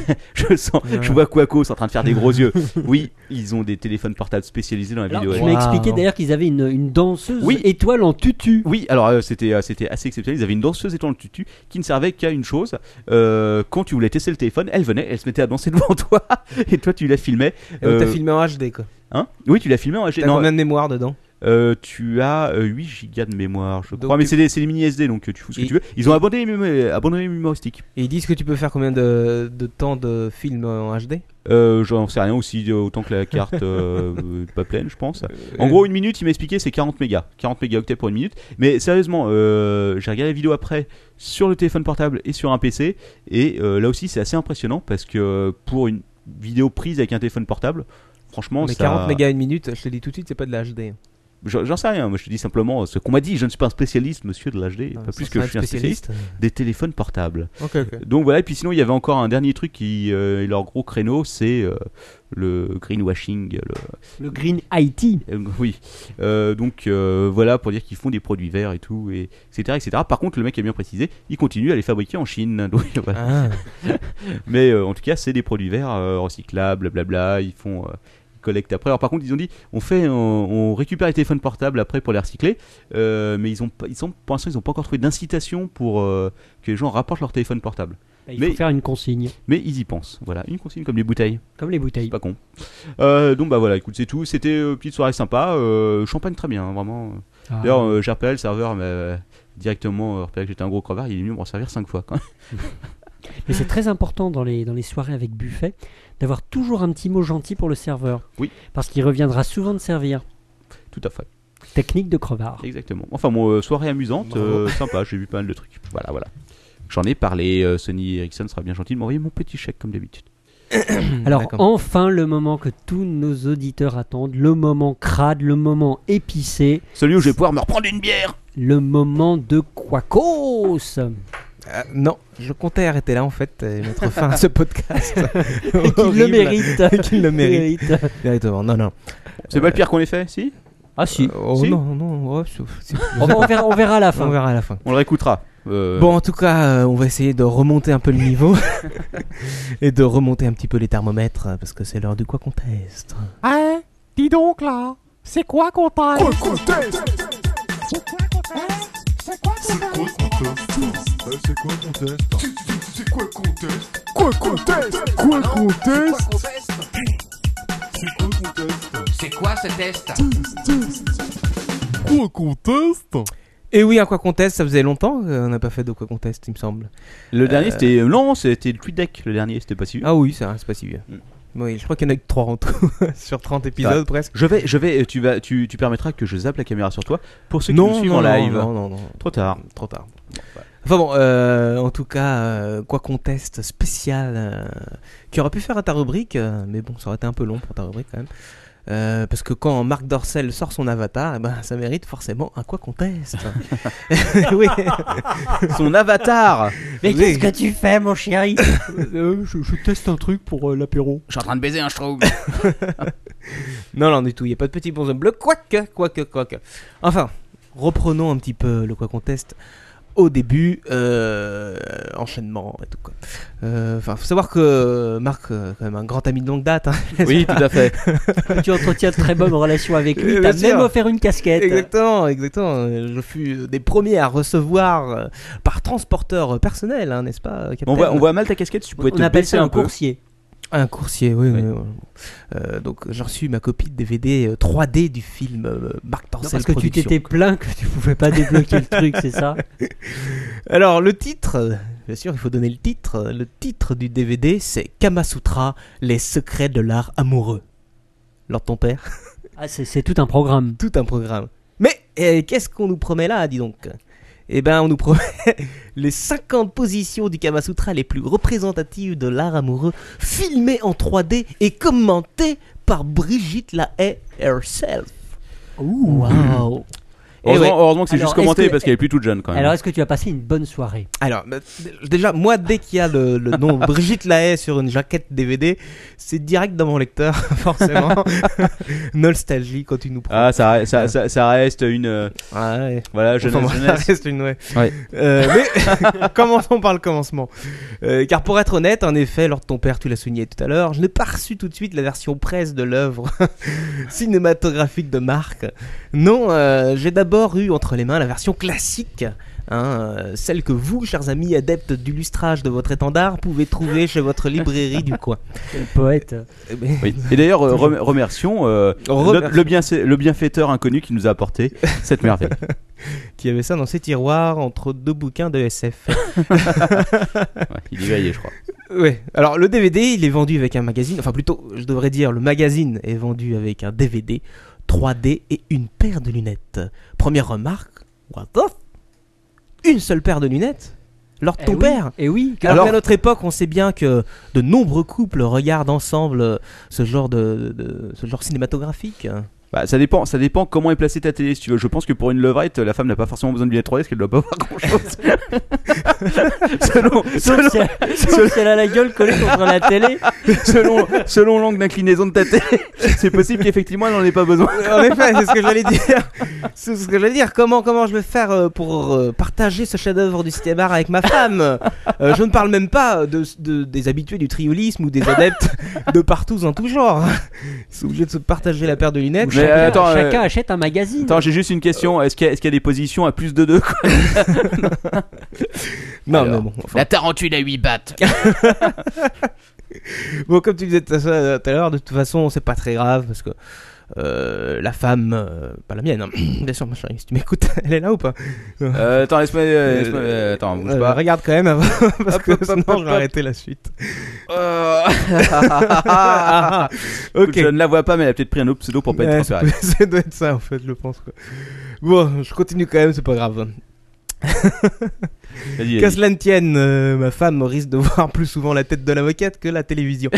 je sens, Ouais. je vois Quacos en train de faire des gros yeux. Oui, ils ont des téléphones portables spécialisés dans la Alors, vidéo tu H D. m'as Wow. expliqué d'ailleurs qu'ils avaient une, une danseuse Oui. étoile en tutu. Oui, alors euh, c'était euh, c'était assez exceptionnel. Ils avaient une danseuse étoile en tutu qui ne servait qu'à une chose. Euh, quand tu voulais tester le téléphone, elle venait, elle se mettait à danser devant toi, et toi tu la filmais. Et donc, T'as Euh, filmé en H D quoi. Hein Oui, tu l'as filmé en H D. T'as Non, combien de mémoire dedans? Euh, tu as euh, huit gigas de mémoire, je Donc crois, mais tu- c'est des, c'est des mini S D, donc euh, tu fous ce que Et- tu veux. Ils ont abandonné les, mémo- abandonné les mémoires stick. Et ils disent que tu peux faire combien de, de temps de film en H D? Euh, j'en sais rien aussi, euh, autant que la carte euh, euh, pas pleine, je pense. En gros, une minute, il m'a expliqué, c'est quarante mégas. quarante mégaoctets pour une minute. Mais sérieusement, euh, j'ai regardé la vidéo après sur le téléphone portable et sur un P C. Et euh, là aussi, c'est assez impressionnant parce que euh, pour une vidéo prise avec un téléphone portable, franchement, Mais ça... quarante mégas une minute, je te dis tout de suite, c'est pas de la H D. J'en j'en sais rien, moi je te dis simplement ce qu'on m'a dit. Je ne suis pas un spécialiste, monsieur, de l'H D, Non, pas sans plus que je être suis un spécialiste des téléphones portables. Ok, ok. Donc voilà, et puis sinon il y avait encore un dernier truc qui euh, est leur gros créneau, c'est euh, le greenwashing. Le... Le Green I T. Euh, oui, Euh, donc euh, voilà pour dire qu'ils font des produits verts et tout, et, etc., etc. Par contre, le mec a bien précisé, il continue à les fabriquer en Chine. Donc, voilà. Ah. Mais euh, en tout cas, c'est des produits verts euh, recyclables, blablabla. Ils font. Euh, collecte après. Alors par contre, ils ont dit, on fait, on, on récupère les téléphones portables après pour les recycler, euh, mais ils ont, pas- ils sont, pour l'instant, ils n'ont pas encore trouvé d'incitation pour euh, que les gens rapportent leur téléphone portable. Il Mais- faut faire une consigne, Mais ils y pensent. Voilà, une consigne comme les bouteilles. comme les bouteilles. C'est pas con. Euh, donc bah voilà, écoute, c'est tout. C'était une petite soirée sympa. Euh, champagne très bien, hein, vraiment. Ah. D'ailleurs, euh, j'ai repéré le serveur, mais euh, directement euh, repéré que j'étais un gros crevard. Il est venu me resservir cinq fois. Quand même. Mais c'est très important dans les, dans les soirées avec buffet d'avoir toujours un petit mot gentil pour le serveur. Oui. Parce qu'il reviendra souvent de servir. Tout à fait. Technique de crevard. Exactement. Enfin, bon, euh, soirée amusante, Bravo. euh, sympa. J'ai vu pas mal de trucs. Voilà, voilà. J'en ai parlé. euh, Sony Ericsson sera bien gentil de m'envoyer mon petit chèque comme d'habitude. Alors D'accord. enfin le moment que tous nos auditeurs attendent, le moment crade, le moment épicé, Celui où je vais pouvoir me reprendre une bière. le moment de Quacos. Euh, non, je comptais arrêter là en fait et mettre fin à ce podcast. Et qu'il le Horrible. mérite. Qu'il le mérite. Directement, non, non. C'est pas le pire qu'on ait fait, si? Ah si. Euh, oh Si. non, non, ouais, c'est- c'est- On, on verra, on verra à la fin. on verra à la fin. On le réécoutera. Euh, Bon, en tout cas, euh, on va essayer de remonter un peu le niveau et de remonter un petit peu les thermomètres euh, parce que c'est l'heure du quoi qu'on teste. Hein? Dis donc là, c'est quoi qu'on taille? Quoi qu'on teste? C'est quoi qu'on teste? C'est quoi qu'on teste? C'est quoi qu'on teste? C'est quoi qu'on teste? Quoi qu'on teste? Quoi qu'on teste? C'est quoi qu'on teste? C'est quoi ce test? Quoi qu'on teste? Et oui, un quoi qu'on teste, ça faisait longtemps qu'on n'a pas fait de quoi qu'on teste, il me semble. Le dernier, Euh, c'était. Non, c'était le TweetDeck. Le dernier, c'était pas si vieux. Ah oui, ça, c'est pas si vieux. Mm. Oui, je crois qu'il y en a que trois en tout sur trente épisodes Ouais. presque. Je vais, je vais, tu vas, tu, tu permettras que je zappe la caméra sur toi pour ceux qui nous suivent en live. Non, non, non. Trop tard. Trop tard. Enfin bon, euh, en tout cas, euh, quoi qu'on teste spécial, euh, qui aurait pu faire à ta rubrique, euh, mais bon, ça aurait été un peu long pour ta rubrique quand même. Euh, parce que quand Marc Dorcel sort son avatar, eh ben, ça mérite forcément un quoi qu'on teste. Oui. Son avatar. Mais Oui. qu'est-ce que tu fais, mon chéri? je, je teste un truc pour euh, l'apéro. Je suis en train de baiser un Schtroumpf. Non, non, du tout. Il n'y a pas de petit bonhomme bleu. Quoique, quoique, quoique. Enfin, reprenons un petit peu le quoi qu'on teste. Au début, euh, enchaînement et tout quoi. Euh, Enfin, faut savoir que Marc, euh, quand même un grand ami de longue date. Hein. Oui, tout à fait. Tu entretiens de très bonnes relations avec lui. Bien T'as sûr. même offert une casquette. Exactement, exactement. Je fus des premiers à recevoir euh, par transporteur personnel, hein, n'est-ce pas, Captain? On voit, on voit mal ta casquette. Si tu pouvais On te appelle baisser ça un un peu. coursier. Un coursier, oui. Oui. oui, oui. Euh, donc j'ai reçu ma copie de D V D euh, trois D du film euh, Marc Non, Dorcel parce que tu Productions. t'étais plaint que tu pouvais pas débloquer le truc, c'est ça? Alors le titre bien sûr, il faut donner le titre. Le titre du D V D, c'est Kamasutra, les secrets de l'art amoureux. Lord ton père. Ah, c'est, c'est tout un programme. Tout un programme. Mais eh, qu'est-ce qu'on nous promet là, dis donc? Eh ben, on nous promet les cinquante positions du Kamasutra les plus représentatives de l'art amoureux, filmées en trois D et commentées par Brigitte Lahaie herself. Ouh. Waouh. Heureusement, ouais. heureusement que c'est Alors, juste commenté est-ce que- parce qu'elle est plus toute jeune quand même. Alors, est-ce que tu as passé une bonne soirée? Alors, bah, déjà, moi, dès qu'il y a le, le nom Brigitte Lahaie sur une jaquette D V D, c'est direct dans mon lecteur, forcément. Nostalgie quand tu nous prends. Ah, ça, ça, ça, ça reste une. euh, Ah, ouais. Voilà, jeunesse, Enfin, bon, ça jeunesse. reste une ouais. Ouais. Euh, mais commençons par le commencement. Euh, car pour être honnête, en effet, lors de ton père, tu l'as souligné tout à l'heure, je n'ai pas reçu tout de suite la version presse de l'œuvre cinématographique de Marc. Non, euh, j'ai d'abord eu entre les mains la version classique. Hein, euh, celle que vous, chers amis adeptes du lustrage de votre étendard, pouvez trouver chez votre librairie du coin. Quel poète. Eh ben, Oui. Et d'ailleurs, euh, rem- remercions euh, Remercions. le, le, bien, le bienfaiteur inconnu qui nous a apporté cette merveille. qui avait ça dans ses tiroirs entre deux bouquins de S F. Ouais, il y veillait, je crois. Ouais. Alors le D V D, il est vendu avec un magazine. Enfin plutôt, je devrais dire, le magazine est vendu avec un D V D, trois D et une paire de lunettes. Première remarque, what the f- Une seule paire de lunettes? Lors de ton Eh oui, père? Et oui. Alors Alors- qu'à notre époque, on sait bien que de nombreux couples regardent ensemble euh, ce genre de, de- de- ce genre cinématographique. Bah, ça dépend, ça dépend comment est placée ta télé. Si tu veux, je pense que pour une levrette, la femme n'a pas forcément besoin de lunettes trois D parce qu'elle doit pas voir grand chose. selon, Sauf selon, si elle, sauf si elle a la gueule collée contre la télé. selon, selon l'angle d'inclinaison de ta télé, c'est possible qu'effectivement elle n'en ait pas besoin. En effet, c'est ce que j'allais dire. C'est ce que j'allais dire. Comment, comment je vais faire euh, pour euh, partager ce chef-d'œuvre du cinéma avec ma femme? Euh, Je ne parle même pas de, de- des habitués du triolisme ou des adeptes de partout en tout genre. Ils sont obligés de se partager la paire de lunettes. Mais, Chacun, euh, attends, euh, chacun achète un magazine. Attends, j'ai juste une question. Est-ce qu'il y, a- est-ce qu'il y a des positions à plus de deux quoi? Non, Alors, mais bon. enfin, La tarentule à huit battes. bon, comme tu disais tout à tout à l'heure, de toute façon, c'est pas très grave parce que euh, la femme, euh, pas la mienne, hein. Bien sûr, ma chérie, si tu m'écoutes, elle est là ou pas? Euh, attends, laisse-moi. euh, laisse-moi, euh, attends, bouge Euh, pas. Regarde quand même avant, parce Hop, que hop, hop, sinon hop, je vais hop. arrêter la suite. Euh, Ah, écoute, ok. Je ne la vois pas, mais elle a peut-être pris un autre pseudo pour pas Ouais, être ça, repérée. peut- ça doit être ça en fait, je pense. Quoi. Bon, je continue quand même, c'est pas grave. Vas-y, Qu'à vas-y. cela ne tienne, euh, ma femme risque de voir plus souvent la tête de la moquette que la télévision.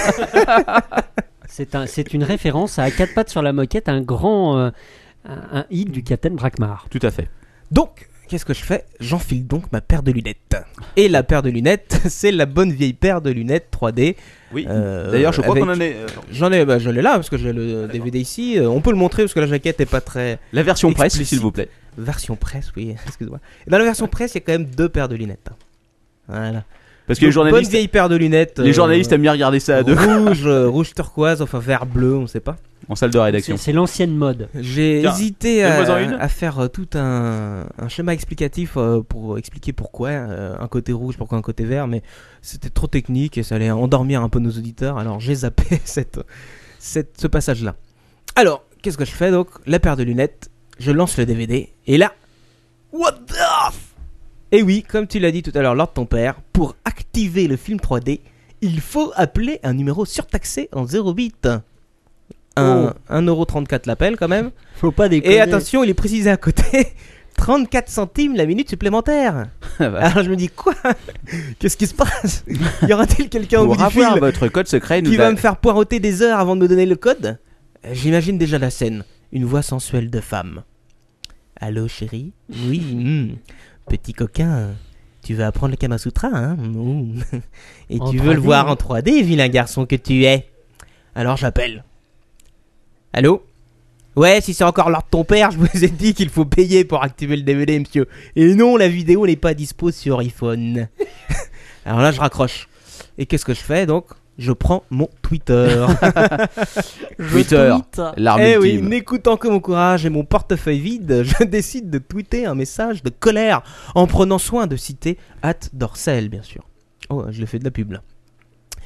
C'est, un, c'est une référence à quatre pattes sur la moquette, un grand euh, un, un hit du Captain Brackmar. Tout à fait. Donc, qu'est-ce que je fais? J'enfile donc ma paire de lunettes. Et la paire de lunettes, c'est la bonne vieille paire de lunettes trois D. Oui. Euh, D'ailleurs, je crois avec- qu'on en est. euh, J'en ai, bah, je l'ai là parce que j'ai le D V D ici. Euh, on peut le montrer parce que la jaquette est pas très. La version presse, Explicite. s'il vous plaît. Version presse, oui, excuse-moi. Et dans la version presse, il y a quand même deux paires de lunettes. Voilà. Parce que les Donc, bonne journalistes, vieille paire de lunettes. les euh, journalistes aiment bien regarder ça à deux Rouge, euh, rouge turquoise, enfin vert bleu, on sait pas. en salle de rédaction. C'est, c'est l'ancienne mode. J'ai Tiens, hésité donne-moi-en à, une. à faire euh, tout un, un schéma explicatif euh, pour expliquer pourquoi euh, un côté rouge, pourquoi un côté vert, mais c'était trop technique et ça allait endormir un peu nos auditeurs, alors j'ai zappé cette, cette, ce passage-là. Alors, qu'est-ce que je fais donc? La paire de lunettes, je lance le D V D, et là, what the f. Et oui, comme tu l'as dit tout à l'heure lors de ton père, pour activer le film trois D, il faut appeler un numéro surtaxé en zéro bit. Un, un euro trente-quatre l'appel quand même. Faut pas déconner. Et attention, il est précisé à côté, trente-quatre centimes la minute supplémentaire. Alors je me dis, quoi? Qu'est-ce qui se passe? Y aura-t-il quelqu'un au bout Pour du avoir fil votre code secret, nous qui va a- me faire poireauter des heures avant de me donner le code? Euh, J'imagine déjà la scène. Une voix sensuelle de femme. Allô chérie? Oui, hmm. Petit coquin, tu veux apprendre le Kamasutra, hein? Hmm. Et En tu veux trois D, le voir hein. en trois D, vilain garçon que tu es. Alors j'appelle. Allô? Ouais, si c'est encore l'heure de ton père, je vous ai dit qu'il faut payer pour activer le D V D, monsieur. Et non, la vidéo n'est pas dispo sur iPhone. Alors là, je raccroche. Et qu'est-ce que je fais donc? Je prends mon Twitter. Twitter, tweet. l'arme Eh oui, ultime. n'écoutant que mon courage et mon portefeuille vide, je décide de tweeter un message de colère en prenant soin de citer Hâte Dorcel, bien sûr. Oh, je l'ai fait de la pub là.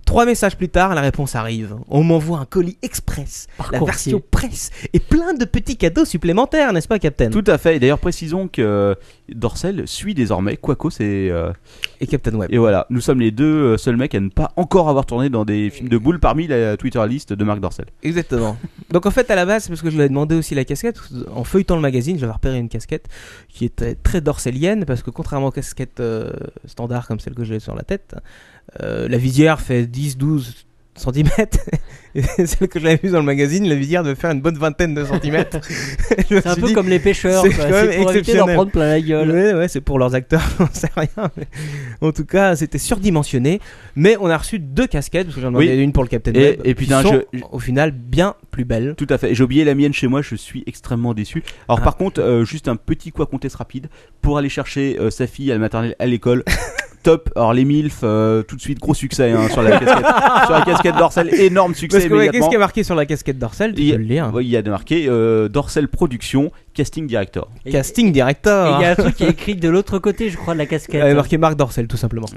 Trois messages plus tard, la réponse arrive. On m'envoie un colis express, Par la coursier. version presse et plein de petits cadeaux supplémentaires, n'est-ce pas, Captain? Tout à fait. Et d'ailleurs, précisons que euh, Dorsel suit désormais Quacos et, euh, Et Captain Web. et voilà. Nous sommes les deux euh, seuls mecs à ne pas encore avoir tourné dans des films de boules parmi la Twitter list de Marc Dorsel. Exactement. Donc en fait, à la base, c'est parce que je lui ai demandé aussi la casquette. En feuilletant le magazine, j'avais repéré une casquette qui était très dorselienne, parce que contrairement aux casquettes euh, standards comme celle que j'ai sur la tête, euh, la visière fait dix douze centimètres. Et celle que j'avais vue dans le magazine, la visière devait faire une bonne vingtaine de centimètres. Je me C'est un suis peu dit, comme les pêcheurs, c'est quoi. quand même C'est pour éviter d'en exceptionnel. prendre plein la gueule. Ouais, ouais, c'est pour leurs acteurs, j'en sais rien. Mais en tout cas, c'était surdimensionné. Mais on a reçu deux casquettes, parce que j'en ai demandé Oui. une pour le Captain Et- Web. et qui putain, sont, je- au final, bien plus belles. Tout à fait. J'ai oublié la mienne chez moi, je suis extrêmement déçu. Alors Ah. par contre, euh, juste un petit quoi conteste rapide pour aller chercher euh, sa fille à la maternelle à l'école. Top. Alors les milf, euh, tout de suite gros succès hein, sur la casquette, sur la casquette Dorsel, énorme succès Parce que ouais, immédiatement. qu'est-ce qui est marqué sur la casquette dorsale? Tu Il y a- peux le lire. ouais, il y a de marqué euh, Dorsel Production, casting director. Et- Casting Et director. il y a un truc qui est écrit de l'autre côté, je crois, de la casquette. Il y avait marqué Marc Dorcel, tout simplement.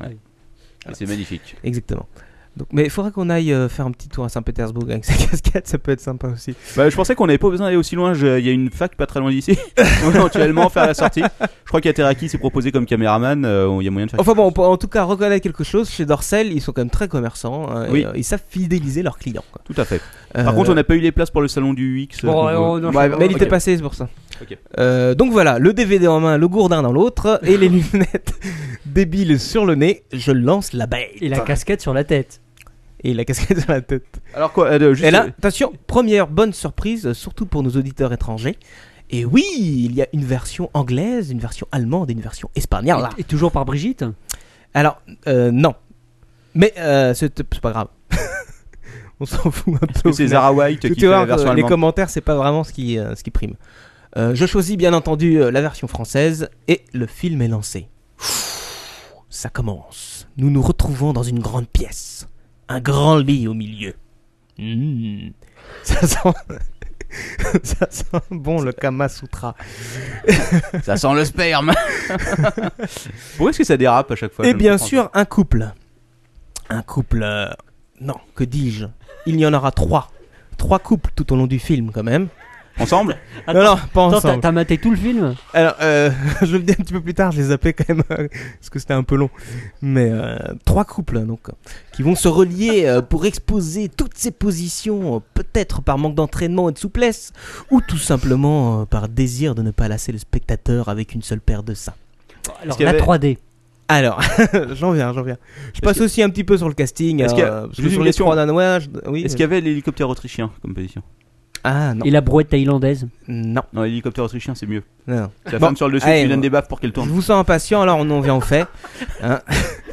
Et c'est magnifique. Exactement. Donc, mais il faudrait qu'on aille euh, faire un petit tour à Saint-Pétersbourg avec sa casquette, ça peut être sympa aussi. Bah, je pensais qu'on n'avait pas besoin d'aller aussi loin. Je- Il y a une fac pas très loin d'ici. On va éventuellement faire la sortie. Je crois qu'Ateraki s'est proposé comme caméraman. euh, Il y a moyen de faire. Enfin bon, on peut en tout cas reconnaître quelque chose. Chez Dorcel, ils sont quand même très commerçants. hein, et, Oui. euh, ils savent fidéliser leurs clients. Quoi. Tout à fait. Euh, Par contre, on n'a pas eu les places pour le salon du U X. Bon, euh, on- donc, on- euh, Mais il était ok. passé, c'est pour ça. Ok. Euh, donc voilà, le D V D en main, le gourdin dans l'autre, et les lunettes débiles sur le nez. Je lance la bête. Et la casquette sur la tête. Et la casquette sur la tête. Alors quoi euh, juste, Et là, attention, première bonne surprise, surtout pour nos auditeurs étrangers. Et oui, il y a une version anglaise, une version allemande et une version espagnole. Et, et toujours par Brigitte. Alors, euh, non. Mais euh, c'est c'est pas grave. On s'en fout un peu. Est-ce que au c'est final. Zara White Tu qui fait vois, la version euh, les allemande. commentaires, c'est pas vraiment ce qui, euh, ce qui prime. Euh, je choisis bien entendu euh, la version française et le film est lancé. Ça commence. Nous nous retrouvons dans une grande pièce. Un grand lit au milieu. Mmh. Ça sent... Ça sent bon le Kama Sutra. Ça sent le sperme. Pourquoi est-ce que ça dérape à chaque fois? Et Je ne bien comprends sûr, un couple. Un couple... euh, Non, que dis-je? Il y en aura trois. Trois couples tout au long du film quand même. pas. Ensemble? non, non, pas Attends, t'as, ensemble. t'as maté tout le film? Alors, euh, je le dis un petit peu plus tard, je les zappais quand même, euh, parce que c'était un peu long. Mais euh, trois couples, donc, qui vont se relier euh, pour exposer toutes ces positions, euh, peut-être par manque d'entraînement et de souplesse, ou tout simplement euh, par désir de ne pas lasser le spectateur avec une seule paire de seins. Alors, qu'il y la avait- trois D. Alors, j'en viens, j'en viens. Je passe qu'il y a- aussi un petit peu sur le casting. Est-ce qu'il y a- euh, parce que juste sur une les question. trois danois, je- oui. Est-ce qu'il y avait l'hélicoptère autrichien comme position? Ah non, Et la brouette thaïlandaise. non, Non, l'hélicoptère autrichien c'est mieux. non. C'est la Bon, femme sur le dessus allez, qui lui donne bon. des baffes pour qu'elle Je tourne. vous sens impatient, alors on en vient au fait. Hein.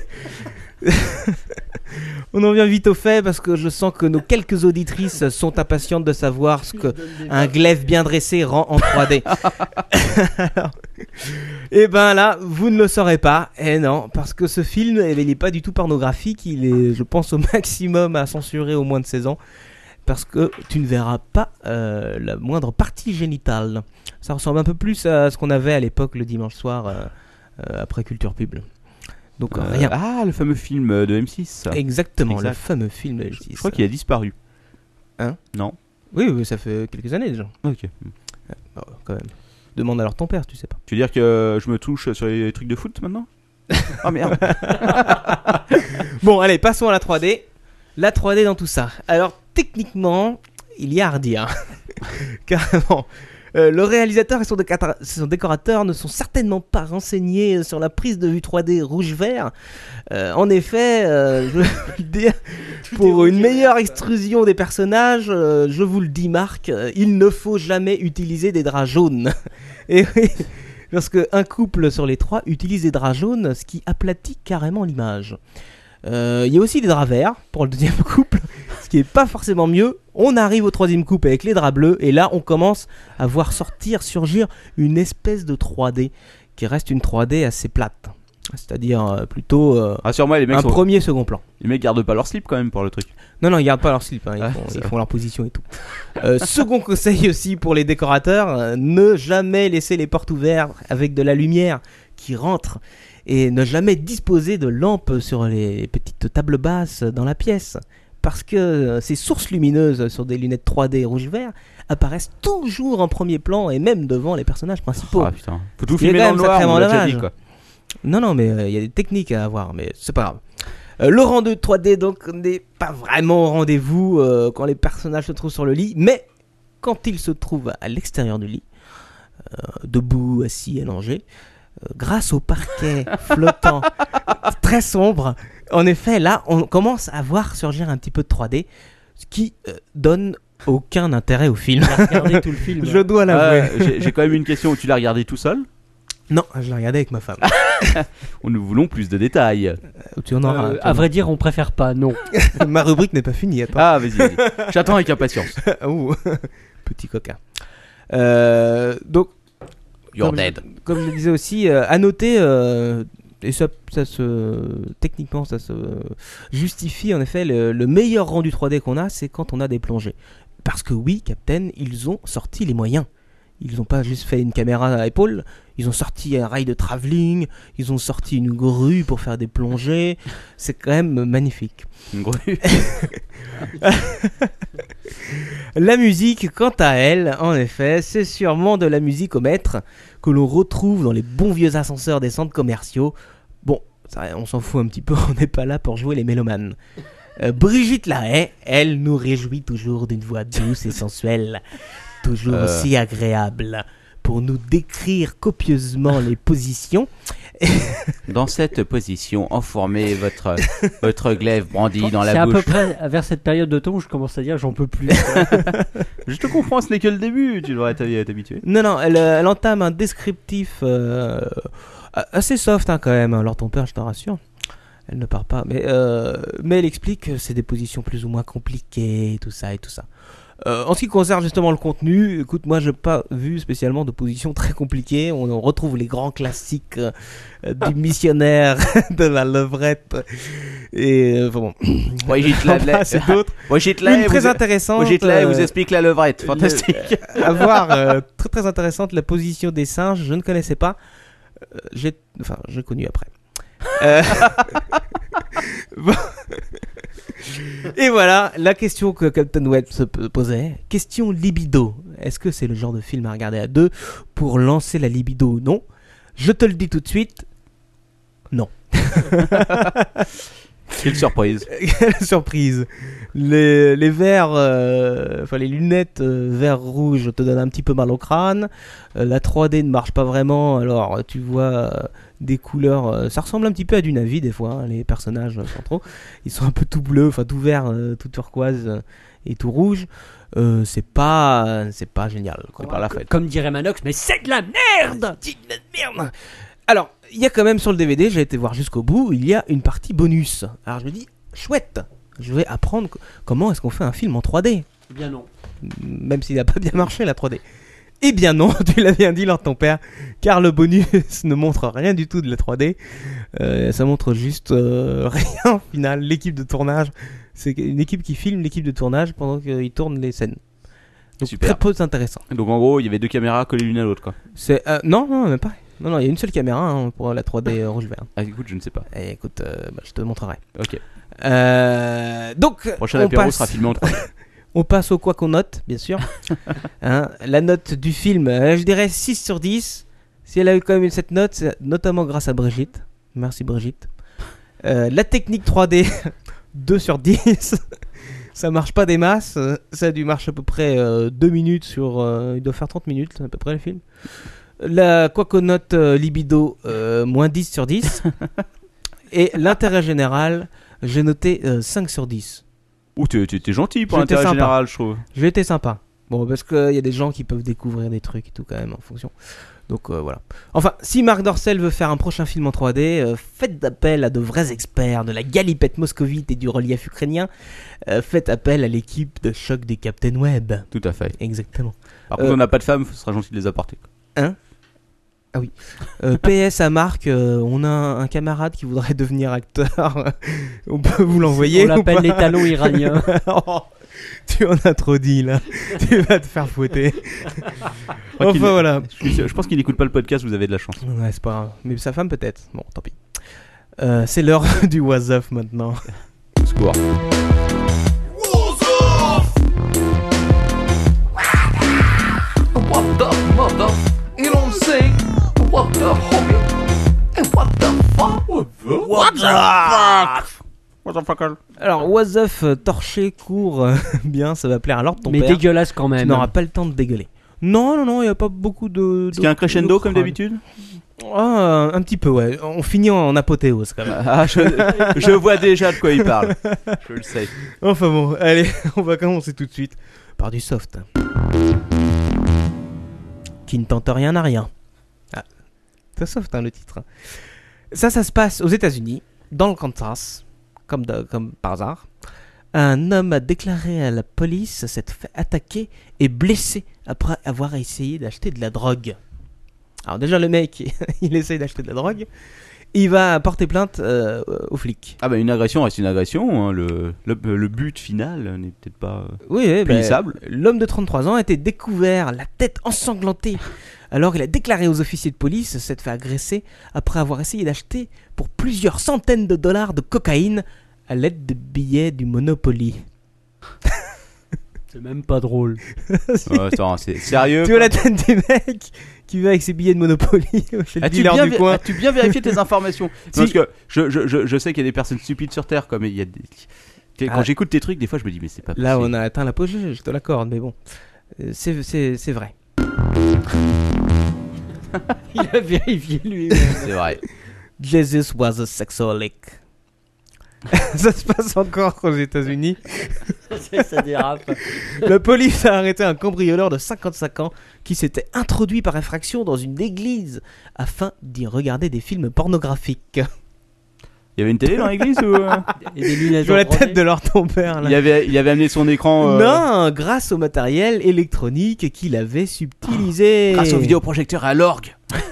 On en vient vite au fait parce que je sens que nos quelques auditrices sont impatientes de savoir ce que un glaive bien dressé rend en trois D. Alors, et ben là, vous ne le saurez pas. Et non, parce que ce film, eh ben, il n'est pas du tout pornographique. Il est, je pense, au maximum à censurer au moins de seize ans. Parce que tu ne verras pas euh, la moindre partie génitale. Ça ressemble un peu plus à ce qu'on avait à l'époque le dimanche soir euh, euh, après Culture Pub. Donc Euh, rien. Ah, le fameux film de M six. ça. Exactement, exact. le fameux film de M six. Je crois qu'il a disparu. Hein? Non. Oui, oui, ça fait quelques années déjà. Ok. Bon, quand même. Demande alors ton père, tu sais pas. Tu veux dire que je me touche sur les trucs de foot maintenant? Ah merde. Bon, allez, passons à la trois D. La trois D dans tout ça. Alors, techniquement, il y a à redire. Carrément. Euh, le réalisateur et son, décata- son décorateur ne sont certainement pas renseignés sur la prise de vue trois D rouge-vert. Euh, en effet, euh, je veux le dire, pour une meilleure extrusion des personnages, euh, je vous le dis Marc, euh, il ne faut jamais utiliser des draps jaunes. Et oui, parce qu'un couple sur les trois utilise des draps jaunes, ce qui aplatit carrément l'image. Euh, Il y a aussi des draps verts pour le deuxième couple, ce qui est pas forcément mieux. On arrive au troisième couple avec les draps bleus et là on commence à voir sortir, surgir une espèce de trois D qui reste une trois D assez plate. C'est-à-dire euh, plutôt euh, Rassure-moi, les mecs, un sont- premier second plan. les mecs gardent pas leur slip quand même pour le truc. Non, non, ils gardent pas leur slip, hein, ils, Ah, font, c'est ils vrai. font leur position et tout. Euh, second conseil aussi pour les décorateurs, euh, ne jamais laisser les portes ouvertes avec de la lumière qui rentre et ne jamais disposer de lampes sur les petites tables basses dans la pièce. Parce que ces sources lumineuses sur des lunettes trois D rouge-vert apparaissent toujours en premier plan et même devant les personnages principaux. Ah putain. Faut tout Ce qui est filmer quand dans le même noir, on sacrément l'a déjà dommage. dit, quoi. Non, non, mais il euh, y a des techniques à avoir, mais c'est pas grave. Euh, le rendu trois D donc n'est pas vraiment au rendez-vous euh, quand les personnages se trouvent sur le lit, mais quand ils se trouvent à l'extérieur du lit, euh, debout, assis, allongés, euh, grâce au parquet flottant très sombre, en effet, là, on commence à voir surgir un petit peu de trois D, ce qui euh, donne aucun intérêt au film. Regardez tout le film. Je dois l'avouer. Ah, j'ai, j'ai quand même une question. Tu l'as regardé tout seul? Non, je l'ai regardé avec ma femme. On nous voulons plus de détails. Euh, tu en auras. Euh, tu en à vrai dire, on préfère pas, non. auras. Ma rubrique n'est pas finie, attends. Ah, vas-y, vas-y. J'attends avec impatience. Ouh, petit coquin. Euh, donc, You're comme, dead. Je, comme je le disais aussi, euh, à noter, euh, et ça, ça se, techniquement, ça se justifie en effet, le, le meilleur rendu trois D qu'on a, c'est quand on a des plongées. Parce que oui, Captain, ils ont sorti les moyens. Ils n'ont pas juste fait une caméra à épaule, ils ont sorti un rail de travelling, ils ont sorti une grue pour faire des plongées. C'est quand même magnifique. Une grue. La musique, quant à elle, en effet, c'est sûrement de la musique au mètre que l'on retrouve dans les bons vieux ascenseurs des centres commerciaux. Bon, ça, on s'en fout un petit peu, on n'est pas là pour jouer les mélomanes. Euh, Brigitte Lahaie, elle nous réjouit toujours d'une voix douce et sensuelle, toujours Euh. aussi agréable, pour nous décrire copieusement les positions. Dans cette position, enfournez votre, votre glaive brandi dans C'est la à peu bouche. près vers cette période de temps où je commence à dire j'en peux plus. Je te comprends, ce n'est que le début. Tu devrais t'habi- t'habituer. Non, non, elle, euh, elle entame un descriptif euh, assez soft hein, quand même. Alors ton père, je te rassure, elle ne part pas. Mais, euh, mais elle explique que c'est des positions plus ou moins compliquées, tout ça et tout ça. Euh, en ce qui concerne justement le contenu, écoute, moi j'ai pas vu spécialement de positions très compliquées. On, on retrouve les grands classiques euh, du missionnaire, de la levrette et euh, enfin bon. Brigitte J'en Lahaie. passe et d'autres. Brigitte Une Lahaie très vous, intéressante. Brigitte Lahaie euh, vous explique la levrette. Fantastique. le- à voir, euh, très très intéressante, la position des singes, je ne connaissais pas. Euh, j'ai, enfin, j'ai connu après. Euh, bon. Et voilà, la question que Captain Web se p- posait. Question libido. Est-ce que c'est le genre de film à regarder à deux pour lancer la libido ou non? Je te le dis tout de suite, non. Quelle surprise. Quelle surprise. Les, les verres, euh, enfin les lunettes euh, vert rouge te donnent un petit peu mal au crâne. Euh, la trois D ne marche pas vraiment, alors tu vois euh, des couleurs, euh, ça ressemble un petit peu à du Navi des fois, hein, les personnages euh, centraux. Ils sont un peu tout bleus, enfin tout vert, euh, tout turquoise euh, et tout rouge. Euh, c'est pas, c'est pas génial. Quoi. C'est pas la fête. Comme dirait Manox, mais c'est de la merde. C'est de la merde. Alors, il y a quand même sur le D V D, j'ai été voir jusqu'au bout, il y a une partie bonus. Alors je me dis, chouette, je vais apprendre co- comment est-ce qu'on fait un film en trois D. Eh bien non. Même s'il n'a pas bien marché la trois D. Eh bien non, tu l'as bien dit lors de ton père, car le bonus ne montre rien du tout de la trois D. Euh, ça montre juste euh, rien au final. L'équipe de tournage, c'est une équipe qui filme l'équipe de tournage pendant qu'ils tournent les scènes. Donc Super. très peu intéressant. Donc en gros, il y avait deux caméras collées l'une à l'autre, quoi. C'est euh, non, non, même pas. Non, non, il y a une seule caméra hein, pour la trois D rouge-vert. Ah écoute, je ne sais pas. Et écoute, euh, bah, je te montrerai. Ok. Euh, donc, Prochain on apéro passe, sera filmé en trois D. on passe au quoi qu'on note, bien sûr. Hein, la note du film, euh, je dirais six sur dix. Si elle a eu quand même eu cette note, c'est notamment grâce à Brigitte. Merci Brigitte. Euh, la technique trois D, deux sur dix. Ça marche pas des masses. Ça a dû marcher à peu près euh, deux minutes sur... Euh, il doit faire trente minutes, à peu près le film. La quoi qu'on note euh, libido, euh, moins dix sur dix. Et l'intérêt général, j'ai noté euh, cinq sur dix. Ouh, t'es, t'es- t'es gentil pour J'étais l'intérêt sympa. général, je trouve. J'ai été sympa. Bon, parce qu'il y a des gens qui peuvent découvrir des trucs et tout quand même en fonction. Donc euh, voilà. Enfin, si Marc Dorcel veut faire un prochain film en trois D, euh, faites appel à de vrais experts de la galipette moscovite et du relief ukrainien. Euh, faites appel à l'équipe de choc des Captain Web. Tout à fait. Exactement. Par contre, Euh, on n'a pas de femmes, ce sera gentil de les apporter. Hein Ah oui. Euh, P S à Marc, euh, on a un, un camarade qui voudrait devenir acteur. On peut vous l'envoyer. On l'appelle les talons iraniens. Oh, tu en as trop dit là. Tu vas te faire fouetter. Enfin qu'il- voilà. Je, suis sûr- je pense qu'il n'écoute pas le podcast, vous avez de la chance. Ouais, c'est pas grave. Mais sa femme peut-être. Bon, tant pis. Euh, c'est l'heure du was of maintenant. Au secours. What the mother? You don't say what the homie? And what the fuck? What the Alors, was of euh, torché, court, euh, bien, ça va plaire à l'ordre ton Mais père. dégueulasse quand Tu même. n'auras pas le temps de dégueuler. Non, non, non, il n'y a pas beaucoup de. Est-ce qu'il y a un crescendo comme d'habitude? Ah, un petit peu, ouais. On finit en apothéose quand même. Ah, je, je vois déjà de quoi il parle. Je le sais. Enfin bon, allez, on va commencer tout de suite par du soft. Qui ne tente rien à rien. Ah, c'est soft hein, le titre. Ça, ça se passe aux États-Unis, dans le Kansas, comme, de- comme par hasard. Un homme a déclaré à la police s'être fait attaquer et blessé après avoir essayé d'acheter de la drogue. Alors déjà le mec, il essaye d'acheter de la drogue, il va porter plainte euh, aux flics. Ah bah une agression reste une agression. Hein. Le, le, le but final n'est peut-être pas euh, Oui, oui, bah, punissable. l'homme de trente-trois ans a été découvert, la tête ensanglantée. Alors il a déclaré aux officiers de police s'être fait agresser après avoir essayé d'acheter pour plusieurs centaines de dollars de cocaïne à l'aide de billets du Monopoly. C'est même pas drôle. Oh, attends, c'est sérieux. Tu vois la tête du mec qui va avec ses billets de Monopoly chez le As-tu dealer bien, du vé- coin. as-tu bien vérifié tes informations? Si. Parce que je, je, je, je sais qu'il y a des personnes stupides sur Terre, comme il y a des... Quand Ah. j'écoute tes trucs, des fois je me dis mais c'est pas possible. Là on a atteint l'apogée, je te l'accorde, mais bon, Euh, c'est, c'est, c'est vrai. Il a vérifié lui. C'est vrai. Jesus was a sexaholic. Ça se passe encore aux États-Unis. Ça dérape. La police a arrêté un cambrioleur de cinquante-cinq ans qui s'était introduit par infraction dans une église afin d'y regarder des films pornographiques. Il y avait une télé dans l'église ou euh, Et des lunettes Je vois la en trois D. tête de leur ton père là. il, avait, il avait amené son écran euh, Non, grâce au matériel électronique qu'il avait subtilisé. grâce au vidéoprojecteur à l'orgue.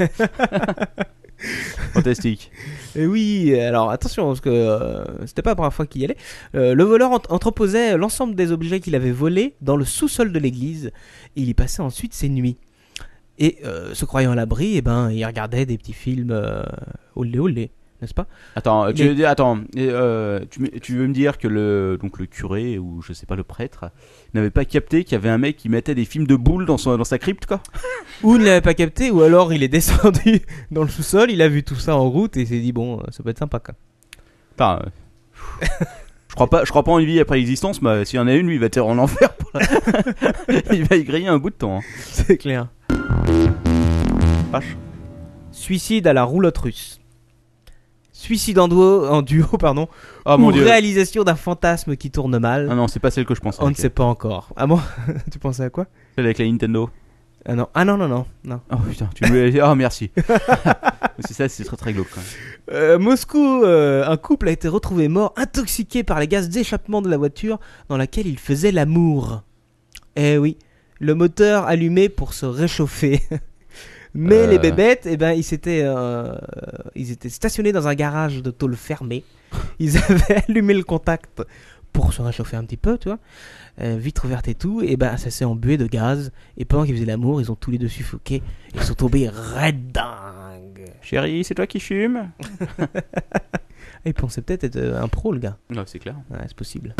Fantastique. Et oui, alors attention, parce que euh, c'était pas la première fois qu'il y allait. Euh, le voleur ent- entreposait l'ensemble des objets qu'il avait volés dans le sous-sol de l'église. Et il y passait ensuite ses nuits. Et euh, se croyant à l'abri, eh ben, il regardait des petits films euh, olé olé, n'est-ce pas? Attends, tu, Mais- veux dire- attends et, euh, tu, me- tu veux me dire que le, donc le curé ou je sais pas le prêtre n'avait pas capté qu'il y avait un mec qui mettait des films de boules dans, son, dans sa crypte quoi? Ou il ne l'avait pas capté, ou alors il est descendu dans le sous-sol, il a vu tout ça en route et il s'est dit bon, ça peut être sympa quoi. Enfin, euh, je crois pas, je crois pas en une vie après l'existence, mais s'il y en a une, lui il va être en enfer. Pour la- il va y griller un bout de temps. Hein. C'est clair. Vache. Suicide à la roulotte russe. Suicide en duo, en duo pardon, Oh ou mon dieu. réalisation d'un fantasme qui tourne mal. Ah non, c'est pas celle que je pensais. On ne sait pas encore. Ah bon? Tu pensais à quoi? Celle avec la Nintendo. Ah non, ah non, non, non, non. Oh putain, tu voulais. Oh merci. C'est ça, c'est très très glauque quand même. Euh, Moscou, euh, un couple a été retrouvé mort, intoxiqué par les gaz d'échappement de la voiture dans laquelle il faisait l'amour. Eh oui, le moteur allumé pour se réchauffer. Mais Euh. les bébêtes, eh ben, ils s'étaient, euh, ils étaient stationnés dans un garage de tôle fermé. Ils avaient allumé le contact pour se réchauffer un petit peu, tu vois. Euh, vitre ouverte et tout, et ben ça s'est embué de gaz. Et pendant qu'ils faisaient l'amour, ils ont tous les deux suffoqué. Ils sont tombés red dingue. Chérie, c'est toi qui fumes? Et il pensait peut-être être euh, un pro, le gars. Non, c'est clair. Ouais, c'est possible.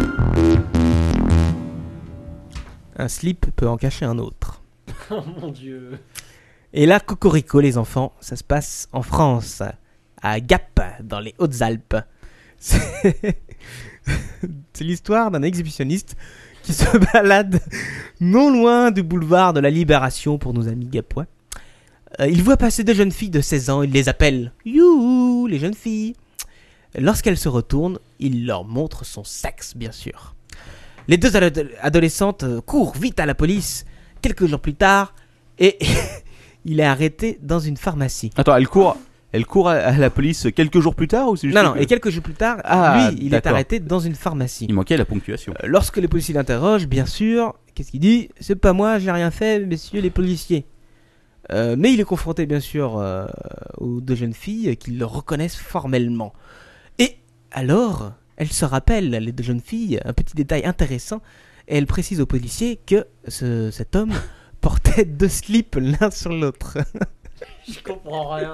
Un slip peut en cacher un autre. Oh mon dieu. Et là, cocorico, les enfants, ça se passe en France, à Gap, dans les Hautes-Alpes. C'est c'est l'histoire d'un exhibitionniste qui se balade non loin du boulevard de la Libération pour nos amis gapois. Euh, il voit passer deux jeunes filles de seize ans, il les appelle « Youhou, les jeunes filles !» Lorsqu'elles se retournent, il leur montre son sexe, bien sûr. Les deux ado- adolescentes euh, courent vite à la police, quelques jours plus tard, et il est arrêté dans une pharmacie. Attends, elle court, elle court à, à la police quelques jours plus tard ou c'est juste Non, non, que- et quelques jours plus tard, Ah, lui, il est d'accord. arrêté dans une pharmacie. Il manquait la ponctuation. Euh, Lorsque les policiers l'interrogent, bien sûr, qu'est-ce qu'il dit? C'est pas moi, j'ai rien fait, messieurs les policiers. Euh, mais il est confronté bien sûr euh, aux deux jeunes filles qui le reconnaissent formellement. Et alors, elles se rappellent, les deux jeunes filles, un petit détail intéressant, et elles précisent au policier que ce, cet homme portait deux slips l'un sur l'autre. Je comprends rien.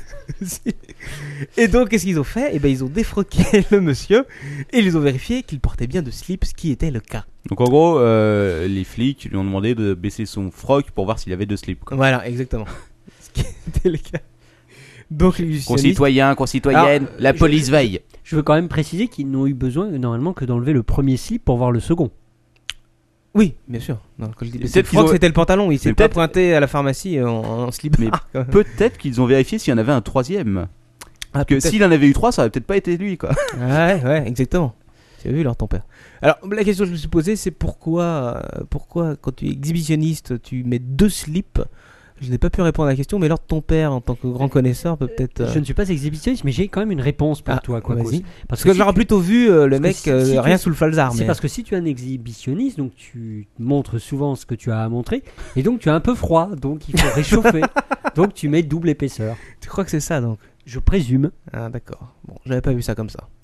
Et donc, qu'est-ce qu'ils ont fait ? Eh ben, ils ont défroqué le monsieur et ils ont vérifié qu'il portait bien de slips, ce qui était le cas. Donc en gros, euh, les flics lui ont demandé de baisser son froc pour voir s'il avait deux slips. Quoi. Voilà, exactement. Ce qui était le cas. Donc, les justitionnistes... Concitoyens, concitoyennes, Alors, la je- police veille. Je veux quand même préciser qu'ils n'ont eu besoin normalement que d'enlever le premier slip pour voir le second. Oui, bien sûr. Non, quand je dis Peut-être c'est le qu'ils froc, ont- c'était le pantalon. Il s'est Mais pas peut-être- pointé à la pharmacie en, en slip. Mais peut-être qu'ils ont vérifié s'il y en avait un troisième. Ah, Que peut-être. s'il en avait eu trois, ça aurait peut-être pas été lui, quoi. Ouais, ouais, exactement. Tu as vu leur ton père. Alors, la question que je me suis posée, c'est pourquoi, euh, pourquoi quand tu es exhibitionniste, tu mets deux slips. Je n'ai pas pu répondre à la question, mais alors ton père, en tant que grand connaisseur, peut peut-être. euh, Je ne suis pas exhibitionniste, mais j'ai quand même une réponse pour Ah, toi, quoi. vas-y. Parce Parce que que si j'aurais tu- plutôt vu euh, le parce que mec si- euh, si tu- rien sous le falzar. C'est mais- parce que si tu es un exhibitionniste, donc tu montres souvent ce que tu as à montrer, et donc tu as un peu froid, donc il faut réchauffer. Donc tu mets double épaisseur. Tu crois que c'est ça donc ? Je présume. Ah d'accord. Bon, j'avais pas vu ça comme ça.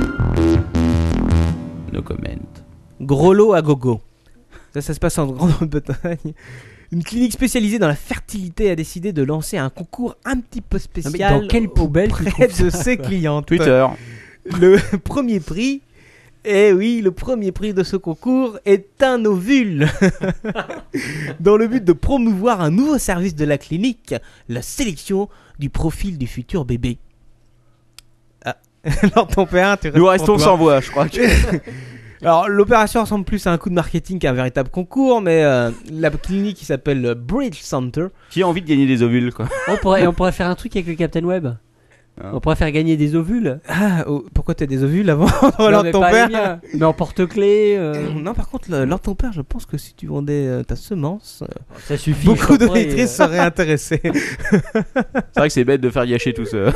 No comment. Gros lot à gogo. Ça, ça se passe en Grande-Bretagne. Une clinique spécialisée dans la fertilité a décidé de lancer un concours un petit peu spécial dans quelle poubelle tu auprès trouves de ça, ses quoi clientes. Twitter. Le premier prix, eh oui, le premier prix de ce concours est un ovule. Dans le but de promouvoir un nouveau service de la clinique, la sélection du profil du futur bébé. Ah, alors ton père, tu restes Nous pour restons toi. sans voix, je crois. Que... Alors l'opération ressemble plus à un coup de marketing qu'à un véritable concours, mais euh, la clinique qui s'appelle Bridge Center. Qui a envie de gagner des ovules, quoi. On pourrait, on pourrait faire un truc avec le Captain Web. Ah. On pourrait faire gagner des ovules. Ah, oh, pourquoi t'as des ovules avant Non, Lord mais ton pas père les miens. Mais en porte-clés. euh, Non, par contre, le- Lord ton père, je pense que si tu vendais euh, ta semence, euh, Ça suffit. beaucoup je t'en prie, d'auditrices euh. seraient intéressées. C'est vrai que c'est bête de faire gâcher tout ça.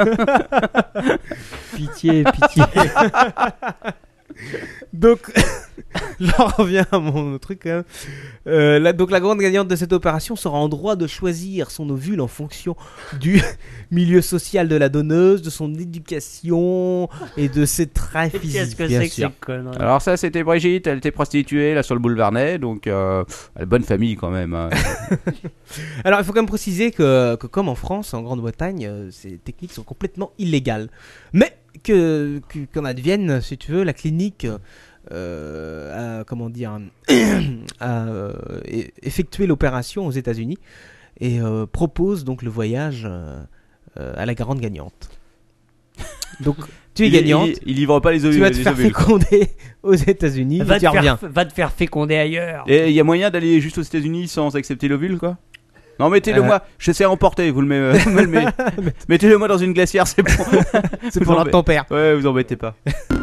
Pitié, pitié. Donc, j'en reviens à mon truc quand même. Euh, là, donc, la grande gagnante de cette opération sera en droit de choisir son ovule en fonction du milieu social de la donneuse, de son éducation et de ses traits physiques. Qu'est-ce que bien c'est que sûr. ces conneries? Alors ça, c'était Brigitte, elle était prostituée, là, sur le boulevard Ney, donc euh, elle a bonne famille, quand même. hein. Alors, il faut quand même préciser que, que comme en France, en Grande-Bretagne, euh, ces techniques sont complètement illégales. Mais que, que- qu'en advienne, si tu veux, la clinique euh, a, comment dire, a euh, e- effectué l'opération aux États-Unis et euh, propose donc le voyage euh, euh, à la grande gagnante. Donc, tu es Il- gagnante. Il, il livre pas les ovules. Tu vas te les faire ovules, quoi. féconder aux États-Unis, Va tu te, reviens. faire, va te faire féconder ailleurs. Et il y a moyen d'aller juste aux États-Unis sans accepter l'ovule, quoi. Non, mettez-le Euh. moi, je sais emporter, vous le mettez. Vous me le mettez. Mettez-le moi dans une glacière, c'est bon. C'est Vous pour embê- ton père. Ouais, vous embêtez pas.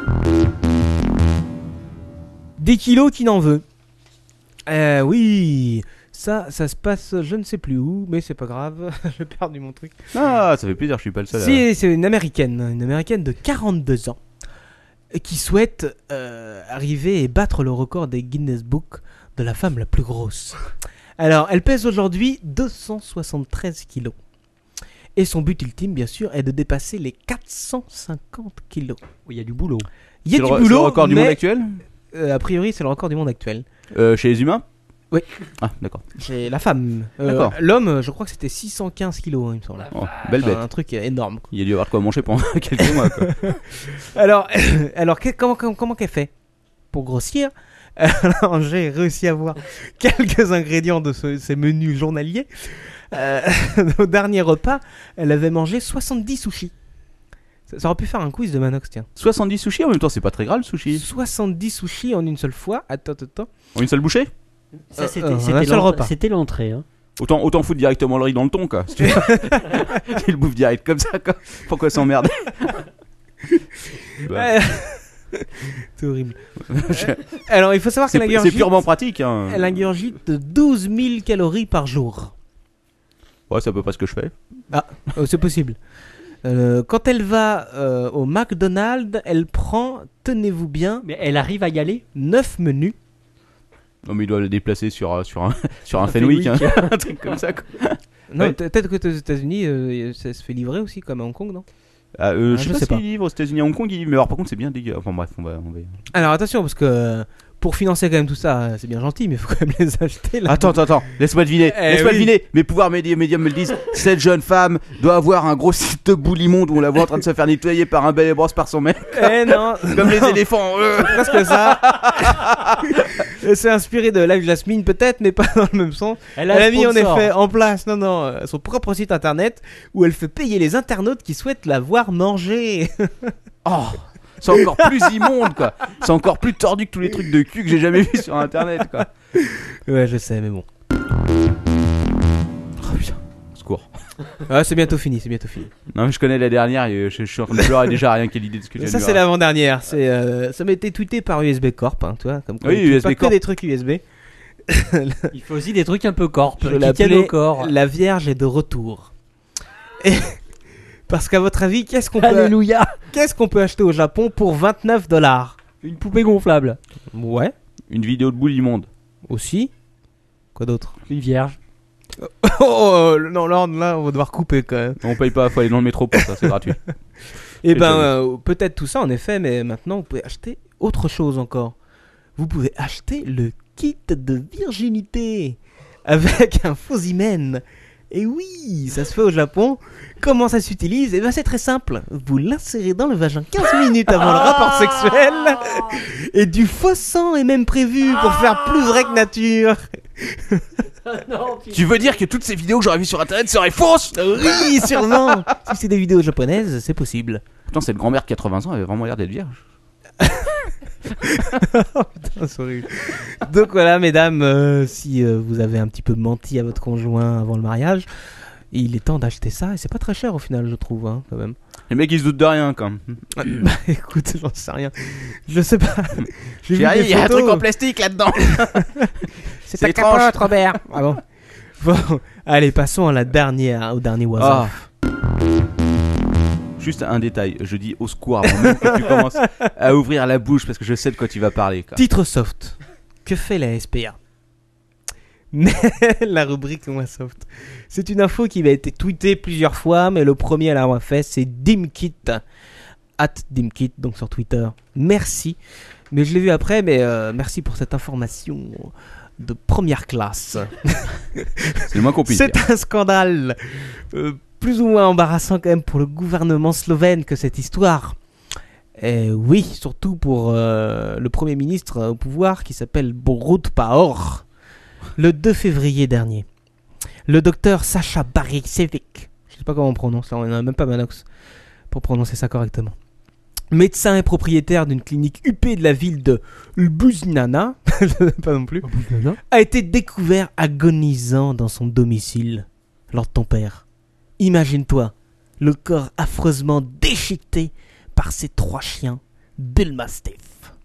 Des kilos qui n'en veut. Euh, oui, ça, ça se passe, je ne sais plus où, mais c'est pas grave, j'ai perdu mon truc. Ah, ça fait plaisir, je suis pas le seul. à- Si, c'est une américaine, une américaine de quarante-deux ans, qui souhaite euh, arriver et battre le record des Guinness Book de la femme la plus grosse. Alors, elle pèse aujourd'hui deux cent soixante-treize kilos. Et son but ultime, bien sûr, est de dépasser les quatre cent cinquante kilos. Il y a du boulot. Il y a C'est du le, re- boulot, c'est le record du mais, monde actuel euh, a priori, c'est le record du monde actuel. euh, Chez les humains Oui. Ah, d'accord. Chez la femme. Euh, D'accord. L'homme, je crois que c'était six cent quinze kilos, hein, il me semble. Oh, belle Enfin, bête. un truc énorme. quoi. Il a dû avoir de quoi manger pendant quelques mois, quoi. Alors, alors que- comment, comment, comment qu'elle fait pour grossir? Alors, j'ai réussi à voir quelques ingrédients de ce- ces menus journaliers. Euh, au dernier repas, elle avait mangé soixante-dix sushis. Ça, ça aurait pu faire un quiz de Manox, tiens. soixante-dix sushis en même temps, c'est pas très grave le sushi. soixante-dix sushis en une seule fois. Attends, attends, attends. En une seule bouchée Ça, Euh, c'était euh, un c'était seul l'entrée- repas. c'était l'entrée. Hein. Autant, autant foutre directement le riz dans le thon, quoi. Si tu veux. Il le bouffe direct comme ça, quoi. Pourquoi s'emmerder Bah, Euh, C'est horrible. Alors, il faut savoir c'est, qu'elle c'est ingurgite, purement pratique, hein. elle ingurgite douze mille calories par jour. Ouais, c'est à peu près ce que je fais. Oh, c'est possible. Euh, quand elle va euh, au McDonald's, elle prend, tenez-vous bien, Mais elle arrive à y aller. neuf menus. Non, mais il doit le déplacer sur, euh, sur un, sur un Un Fenwick, hein. Fenwick. Un truc comme ça, quoi. Non, Ouais. peut-être que aux États-Unis, euh, ça se fait livrer aussi, comme à Hong Kong, non? Ah, euh, Ah, je sais je pas sais s'ils pas. livrent aux États-Unis, à Hong Kong, ils livrent, mais alors par contre, c'est bien dégueu. Enfin bref, on va. On va... Alors attention, parce que euh, pour financer quand même tout ça, euh, c'est bien gentil, mais il faut quand même les acheter. Là. Attends, attends, attends, laisse-moi deviner, Eh laisse-moi oui. deviner. Mes pouvoirs médi- médiums me le disent. Cette jeune femme doit avoir un gros site de boule immonde où on la voit en train de se faire nettoyer par un bel et brosse par son mec, Eh non, comme les éléphants. euh. presque ça. Elle s'est inspirée de Live Jasmine peut-être, mais pas dans le même sens. Elle Elle a a mis en sponsor. effet en place, non non, euh, son propre site internet où elle fait payer les internautes qui souhaitent la voir manger. Oh, c'est encore plus immonde, quoi. C'est encore plus tordu que tous les trucs de cul que j'ai jamais vu sur internet, quoi. Ouais, je sais, mais bon. Oh putain, secours. Ah, c'est bientôt fini, c'est bientôt fini. Non, mais je connais la dernière et je, je suis en train de pleurer déjà rien qu'à l'idée de ce que j'ai Ça c'est l'avant-dernière, c'est euh, ça m'a été tweeté par U S B Corp, hein, tu vois, comme quoi Oui, il tweet U S B pas Corp. que des trucs U S B. Il faut aussi des trucs un peu corp, Je qui tiennent au l'appelais corps. La Vierge est de retour. Et parce qu'à votre avis, qu'est-ce qu'on peut Alléluia. qu'est-ce qu'on peut acheter au Japon pour vingt-neuf dollars? Une poupée gonflable. Ouais, Une vidéo de boule immonde. aussi. Quoi d'autre? Une vierge. Oh non, là, là on va devoir couper quand même. On paye pas, faut aller dans le métro pour ça, c'est gratuit. Et Et ben je- euh, peut-être tout ça en effet, mais maintenant vous pouvez acheter autre chose encore. Vous pouvez acheter le kit de virginité avec un faux hymen. Et oui, ça se fait au Japon. Comment ça s'utilise? Eh ben c'est très simple. Vous l'insérez dans le vagin quinze minutes avant le rapport sexuel. Et du faux sang est même prévu pour faire plus vrai que nature. Non, Tu veux dire que toutes ces vidéos que j'aurais vues sur internet seraient fausses? Oui, sûrement. Si c'est des vidéos japonaises, c'est possible. Putain, cette grand-mère de quatre-vingts ans avait vraiment l'air d'être vierge. Putain, c'est horrible. Donc voilà, mesdames, euh, si euh, vous avez un petit peu menti à votre conjoint avant le mariage, il est temps d'acheter ça. Et c'est pas très cher au final, je trouve, hein, quand même. Les mecs ils se doutent de rien quand même. Bah écoute, j'en sais rien. Je sais pas. J'ai vu Chérie, des il y a un photos. truc en plastique là-dedans. C'est c'est ta étrange. capote, Robert. Ah bon. Bon, allez, passons à la dernière, au dernier oiseau. Ah. Juste un détail, je dis au secours avant même que tu commences à ouvrir la bouche parce que je sais de quoi tu vas parler. Quoi. Titre soft. Que fait la S P A? Mais la rubrique moins soft. C'est une info qui a été tweetée plusieurs fois, mais le premier à l'avoir fait, c'est Dimkit. At Dimkit, donc sur Twitter. Merci. Mais je l'ai vu après, mais euh, merci pour cette information de première classe. C'est le moins qu'on puisse dire. C'est un scandale euh, plus ou moins embarrassant quand même pour le gouvernement slovène que cette histoire. Et oui, surtout pour euh, le Premier ministre au pouvoir qui s'appelle Borut Pahor. Le deux février dernier, le docteur Sacha Baricevic, je sais pas comment on prononce, là, on n'a même pas Manox pour prononcer ça correctement, médecin et propriétaire d'une clinique huppée de la ville de Ljubljana, pas non plus, a été découvert agonisant dans son domicile lors de ton père. Imagine-toi, le corps affreusement déchiqueté par ses trois chiens Bull Mastiff.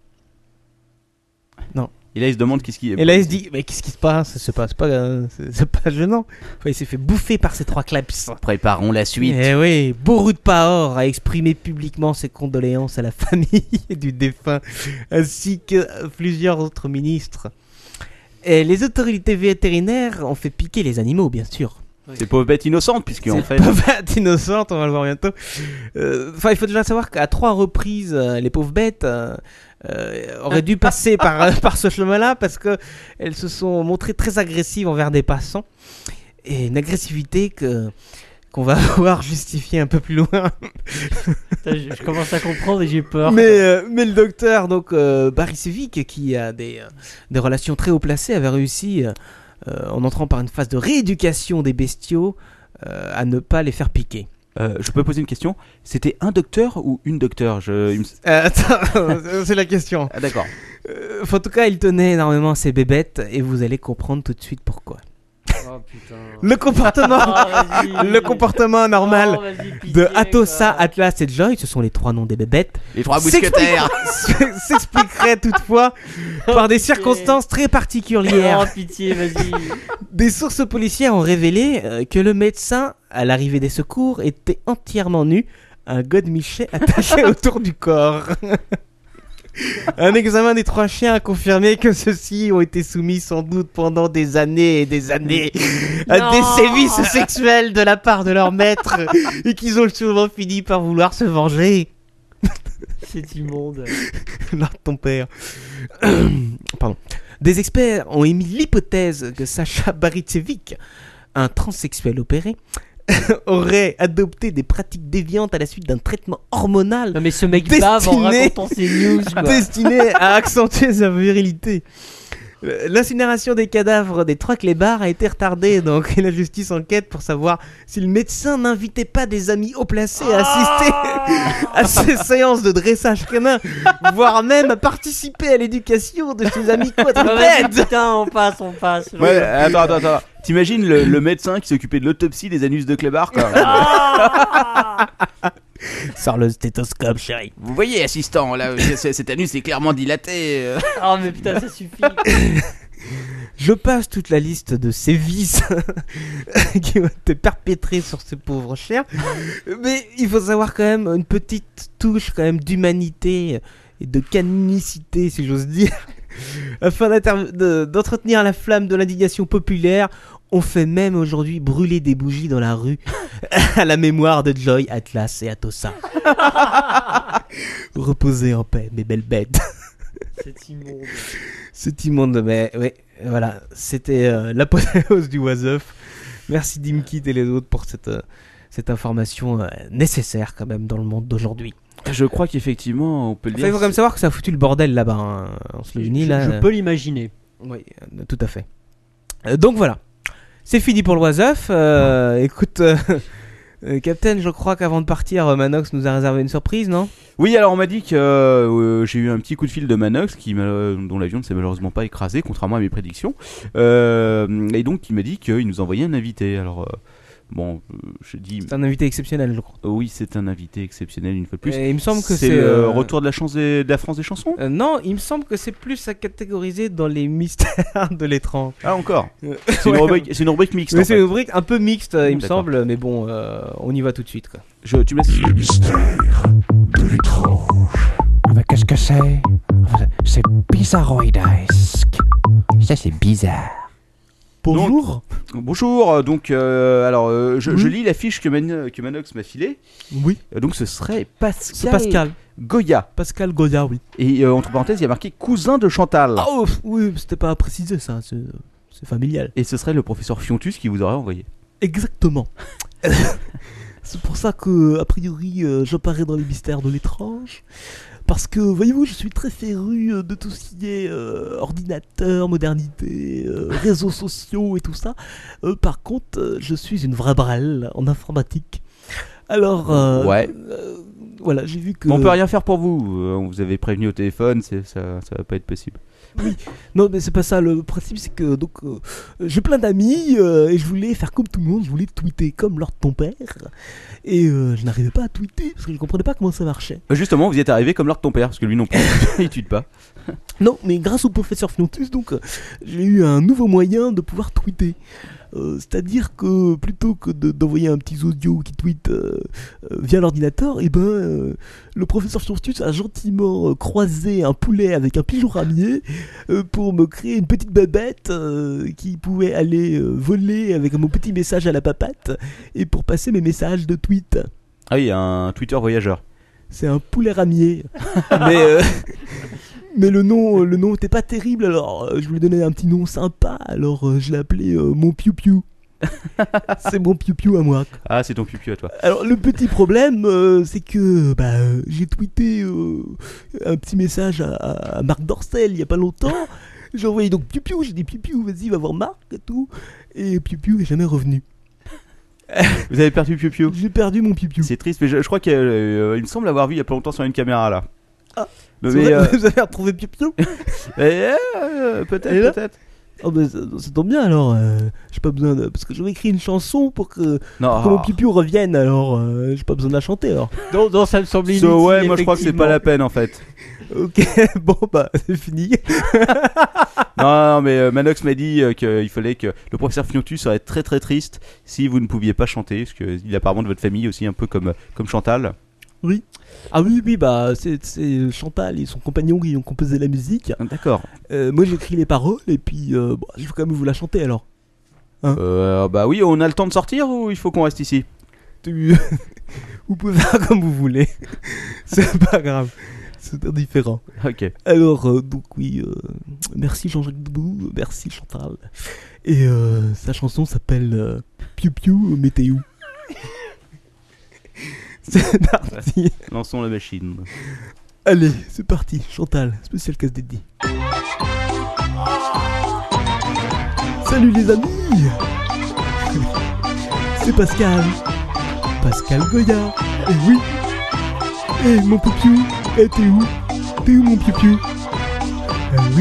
Et là il se demande qu'est-ce qui est. Et là il se dit, mais qu'est-ce qui se passe? C'est pas, c'est pas, euh, c'est, c'est pas gênant. Enfin, il s'est fait bouffer par ces trois claps. Préparons la suite. Eh oui, Borut Pahor a exprimé publiquement ses condoléances à la famille du défunt, ainsi que plusieurs autres ministres. Et les autorités vétérinaires ont fait piquer les animaux, bien sûr. Ces pauvres bêtes innocentes, puisqu'en C'est fait. pas bête innocente, on va le voir bientôt. Euh, Enfin, il faut déjà savoir qu'à trois reprises, euh, les pauvres bêtes euh, euh, auraient dû passer par, euh, par ce chemin-là parce que elles se sont montrées très agressives envers des passants. Et une agressivité que, qu'on va voir justifier un peu plus loin. Putain, je, je commence à comprendre et j'ai peur. Mais, euh, mais le docteur, donc euh, Baricevic, qui a des, euh, des relations très haut placées, avait réussi, euh, euh, en entrant par une phase de rééducation des bestiaux, euh, à ne pas les faire piquer. Euh, je peux poser une question? C'était un docteur ou une docteur? Je... il me- Euh, attends, c'est la question. Ah, d'accord. Euh, en tout cas, il tenait énormément à ses bébêtes et vous allez comprendre tout de suite pourquoi. Oh putain. Le comportement, Ah, vas-y. le comportement normal Oh, vas-y, pitié, de Atossa, quoi. Atlas et Joy, ce sont les trois noms des bébêtes, Les trois mousquetaires. s'explique- s'expliquerait toutefois par des Pitié. circonstances très Oh particulières. pitié, vas-y. Des sources policières ont révélé euh, que le médecin, à l'arrivée des secours, était entièrement nu, un godemichet attaché autour du corps. Un examen des trois chiens a confirmé que ceux-ci ont été soumis sans doute pendant des années et des années à Non. des sévices sexuels de la part de leur maître et qu'ils ont souvent fini par vouloir se venger. C'est immonde. Là, ton père. Pardon. Des experts ont émis l'hypothèse que Sacha Baritsevic, un transsexuel opéré, aurait adopté des pratiques déviantes à la suite d'un traitement hormonal Non mais ce mec bave en Destiné- racontant ses news quoi. destiné à accentuer sa virilité. Euh, L'incinération des cadavres des trois clébards a été retardée, donc et la justice enquête pour savoir si le médecin n'invitait pas des amis haut placés à assister à ces séances de dressage canin, voire même à participer à l'éducation de ses amis Ah, vas-y, quadrupèdes. putain, on passe, on passe. Ouais, attends, attends, attends. T'imagines le, le médecin qui s'occupait de l'autopsie des anus de Clébard, quoi. Sors le stéthoscope, chérie. Vous voyez, assistant, là, c- cet anus est clairement dilaté. euh. Oh mais putain, ça suffit. Je passe toute la liste de sévices qui ont été perpétrés sur ce pauvre cher. Mais il faut savoir quand même une petite touche quand même d'humanité et de canonicité, si j'ose dire. Afin d'inter- de- d'entretenir la flamme de l'indignation populaire, on fait même aujourd'hui brûler des bougies dans la rue à la mémoire de Joy, Atlas et Atossa. Reposez en paix, mes belles bêtes. C'est immonde. C'est immonde, mais ouais, voilà, c'était euh, l'apothéose du was-up. Merci Dimkit et les autres pour cette, euh, cette information euh, nécessaire quand même dans le monde d'aujourd'hui. Je crois qu'effectivement, on peut le Enfin, dire. il faut quand même savoir que ça a foutu le bordel là-bas, hein, en Slovénie. Je, Là, je euh, peux l'imaginer. Oui, euh, tout à fait. Euh, donc voilà, c'est fini pour le was-up. Euh, écoute, euh, euh, Captain, je crois qu'avant de partir, euh, Manox nous a réservé une surprise, non ? Oui, alors on m'a dit que euh, j'ai eu un petit coup de fil de Manox qui m'a- dont l'avion ne s'est malheureusement pas écrasé, contrairement à mes prédictions. Euh, et donc il m'a dit qu'il nous envoyait un invité. Alors euh, bon, euh, je dis C'est un invité exceptionnel, je crois. euh, oui, c'est un invité exceptionnel une fois de plus. Et il me semble que c'est c'est le euh, retour de la, chance des- de la France des chansons. euh, non, il me semble que c'est plus à catégoriser dans les mystères de l'étrange. Ah encore. Euh, C'est une ouais. rubrique, c'est une rubrique mixte. Mais en c'est fait. une rubrique un peu mixte, euh, il me D'accord. semble, mais bon, euh, on y va tout de suite, quoi. Je, tu me laisses. Mais qu'est-ce que c'est? C'est bizarroïdesque. Ça, c'est bizarre. Bonjour. Bonjour. euh, Donc euh, alors euh, je, Oui. je lis la fiche que, Man- que Manox m'a filée. Oui, Euh, Donc ce serait Pascal, c'est Pascal. Goya. Pascal Goya, oui. Et euh, entre parenthèses, il y a marqué cousin de Chantal. Oh, pff, oui, c'était pas à préciser ça, c'est, c'est familial. Et ce serait le professeur Fiontus qui vous aurait envoyé. Exactement. C'est pour ça que, a priori, euh, j'apparais dans les mystères de l'étrange. Parce que, voyez-vous, je suis très féru euh, de tout ce qui est euh, ordinateur, modernité, euh, réseaux sociaux et tout ça. Euh, par contre, euh, je suis une vraie brêle en informatique. Alors, euh, Ouais. euh, voilà, j'ai vu que... On peut rien faire pour vous. Euh, on vous avait prévenu au téléphone, c'est, ça, ça va pas être possible. Non, mais c'est pas ça. Le principe, c'est que donc euh, j'ai plein d'amis euh, et je voulais faire comme tout le monde. Je voulais tweeter comme Lord ton père et euh, je n'arrivais pas à tweeter parce que je comprenais pas comment ça marchait. Euh, Justement, vous y êtes arrivé comme l'heure de ton père, parce que lui non plus, il tweete pas. Non, mais grâce au professeur Fiontus, donc euh, j'ai eu un nouveau moyen de pouvoir tweeter. Euh, c'est-à-dire que plutôt que de- d'envoyer un petit audio qui tweet euh, euh, via l'ordinateur, et ben euh, le professeur Fiontus a gentiment euh, croisé un poulet avec un pigeon ramier euh, pour me créer une petite babette euh, qui pouvait aller euh, voler avec mon petit message à la papate et pour passer mes messages de tweet. Ah oui, un Twitter voyageur. C'est un poulet ramier. mais, euh, mais le nom le nom était pas terrible, alors euh, je lui ai donné un petit nom sympa, alors euh, je l'ai appelé euh, mon piou piou. C'est mon piou piou à moi. quoi. Ah, c'est ton pipi à toi. Alors le petit problème, euh, c'est que bah, euh, j'ai tweeté euh, un petit message à, à Marc Dorcel il y a pas longtemps. J'ai envoyé donc piou piou, j'ai dit piou piou, vas-y va voir Marc et tout. Et piou piou est jamais revenu. Vous avez perdu Piu Piu. J'ai perdu mon piou piou. C'est triste, mais je, je crois qu'il euh, il me semble l'avoir vu il y a pas longtemps sur une caméra là. Ah, Mais, C'est vrai, euh, vous avez retrouvé piou piou? eh, euh, peut-être, Elle est là peut-être. Oh bah ça, ça tombe bien alors, euh, j'ai pas besoin de... Parce que j'avais écrit une chanson pour que, Non, pour que mon piou revienne, alors euh, j'ai pas besoin de la chanter alors. Non, non, ça me semble inutile. So, ouais, moi je crois que c'est pas la effectivement. peine en fait. Ok, bon bah c'est fini. Non, non, mais euh, Manox m'a dit euh, qu'il fallait que le professeur Fiontus serait très très triste si vous ne pouviez pas chanter, parce qu'il est apparemment de votre famille aussi, un peu comme, comme Chantal. Oui. Ah oui, oui, bah c'est, c'est Chantal et son compagnon qui ont composé la musique. D'accord. Euh, moi j'écris les paroles et puis euh, bon, il faut quand même vous la chanter alors. Euh, bah oui, on a le temps de sortir ou il faut qu'on reste ici? Tu... vous pouvez faire comme vous voulez. C'est pas grave. C'est indifférent. Ok. Alors, euh, donc oui, euh, merci Jean-Jacques Debout, merci Chantal. Et euh, sa chanson s'appelle euh, Piu Piu Météo. C'est parti. Lançons la machine. Allez, c'est parti. Chantal, spécial casse dédié. Salut les amis. C'est Pascal. Pascal Goya. Et oui. Eh mon piou-piou. Eh t'es où? T'es où mon piou-piou? Ah oui.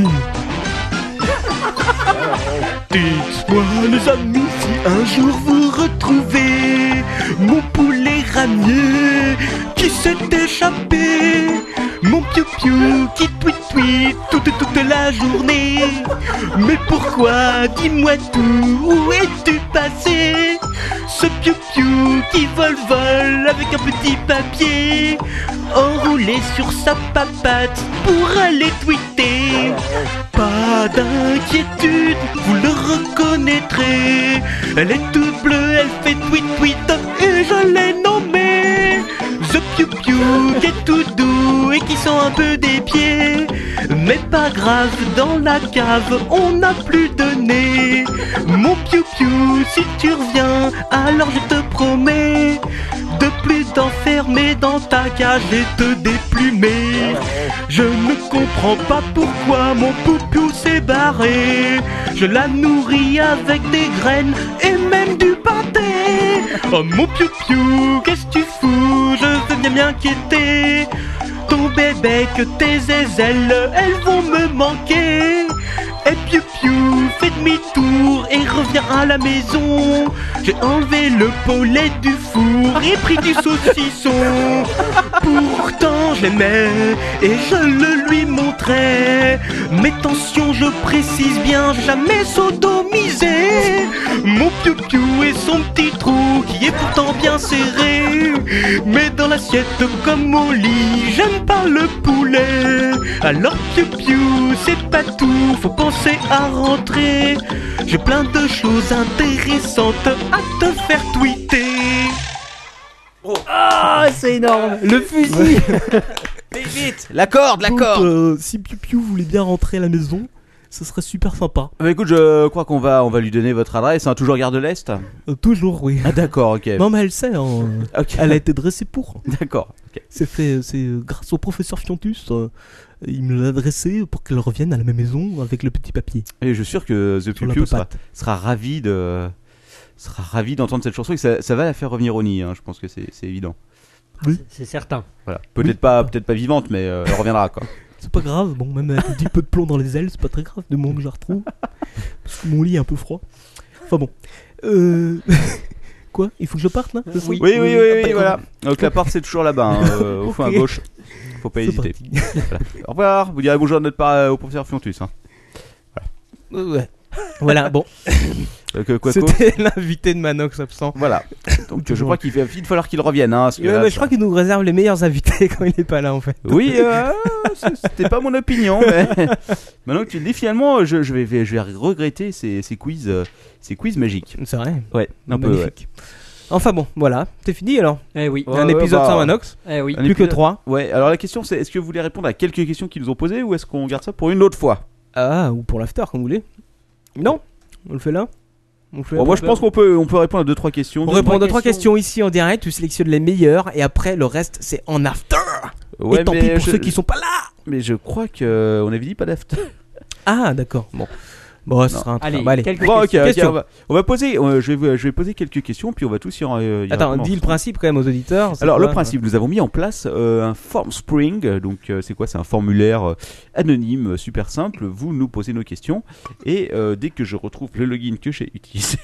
Dites-moi les amis si un jour vous retrouvez mon poulet ramier qui s'est échappé, mon piou-piou qui tweet-tweet toute toute la journée. Mais pourquoi? Dis-moi tout, où es-tu passé? Ce piou-piou qui vole-vole avec un petit papier enroulé sur sa papate pour aller tweeter. Pas d'inquiétude, vous le reconnaîtrez. Elle est toute bleue, elle fait tweet-tweet et je l'ai nommé The Piu Piu, qui est tout doux et qui sent un peu des pieds. Mais pas grave, dans la cave on n'a plus de nez. Mon Piu Piu, si tu reviens, alors je te promets de plus t'enfermer dans ta cage et te déplumer. Je ne comprends pas pourquoi mon Piu-Piu s'est barré. Je la nourris avec des graines et même du pâté. Oh mon Piu-Piu, qu'est-ce que tu fous? Je veux bien m'inquiéter. Ton bébé que tes aisselles, elles vont me manquer. Et Piu Piu fait demi-tour et revient à la maison. J'ai enlevé le poulet du four et pris du saucisson. Pourtant je l'aimais et je le lui montrais. Mais attention, je précise bien, jamais sodomisé. Mon Piu Piu et son petit trou qui est pourtant bien serré. Mais dans l'assiette comme au lit, j'aime pas le poulet. Alors Piu Piu, c'est pas tout, faut penser à rentrer. J'ai plein de choses intéressantes à te faire tweeter. Ah, c'est énorme. Le fusil. Vite, vite. La corde, la Donc, corde. euh, si Piu Piu voulait bien rentrer à la maison, ce serait super sympa. Bah écoute, je crois qu'on va, on va lui donner votre adresse, hein, toujours Gare de l'Est. Euh, toujours, oui. Ah d'accord, ok. Non, mais elle sait, hein. Ok. Elle a été dressée pour. D'accord. ok. C'est fait, c'est euh, grâce au professeur Fiontus. euh, il me l'a adressé pour qu'elle revienne à la même maison avec le petit papier. Et je suis sûr que The Sur Piu la Piu sera, papate. sera ravi de, sera ravi d'entendre cette chanson et que ça, ça va la faire revenir au nid. Hein, je pense que c'est, c'est évident. Oui. C'est certain. Voilà. Peut-être Oui. pas, peut-être pas vivante, mais euh, elle reviendra quoi. C'est pas grave, bon, même avec un petit peu de plomb dans les ailes, c'est pas très grave, du moment que je la retrouve. Parce que mon lit est un peu froid. Enfin bon. Euh... Quoi? Il faut que je parte là? C'est ça? Oui. Oui, oui, oui, Ah, oui, d'accord. voilà. Donc la porte c'est toujours là-bas, hein, euh, au fond à Ok. gauche. Faut pas C'est hésiter. parti. Voilà. Au revoir. Vous direz bonjour à notre part euh, au professeur Fiontus. Hein. Euh, ouais. Voilà, bon. Euh, que- quoi, quoi C'était l'invité de Manox absent. Voilà. Donc euh, je crois qu'il va il va falloir qu'il revienne. Hein, parce que Ouais, là, mais ça- je crois qu'il nous réserve les meilleurs invités quand il est pas là en fait. Oui, euh, c'était pas mon opinion, mais maintenant que tu le dis, finalement, je, je, vais, je vais regretter ces, ces quiz, euh, ces quiz magiques. C'est vrai. Ouais, un peu. Ouais. Magnifique. Enfin bon, voilà. C'est fini alors. Eh oui. Ouais, un ouais, épisode bah, sans Manox. Eh oui. Un Plus que épisode- trois. Ouais. Alors la question, c'est est-ce que vous voulez répondre à quelques questions qu'ils nous ont posées ou est-ce qu'on garde ça pour une autre fois? Ah, ou pour l'after, comme vous voulez. Non, on le fait là. On le fait Bon, là. moi, je pense qu'on peut, on peut répondre à deux trois questions. On Deux, répond trois à trois questions ici en direct, tu sélectionnes les meilleures et après le reste c'est en after. Ouais, et tant mais pis pour je- ceux qui sont pas là. Mais je crois que on avait dit pas d'after. Ah d'accord. Bon. Bon, ce Non. sera un Allez, Bon, allez. quelques Bon, ok, questions. ok, Question. on va, on va poser. euh, je vais, je vais poser quelques questions puis on va tous y, en- euh, y Attends, répondre dis le ensemble. principe quand même aux auditeurs. c'est Alors quoi, le principe, nous avons mis en place euh, un form spring, euh, donc euh, c'est quoi? C'est un formulaire euh, anonyme, euh, super simple. Vous nous posez nos questions et euh, dès que je retrouve le login que j'ai utilisé,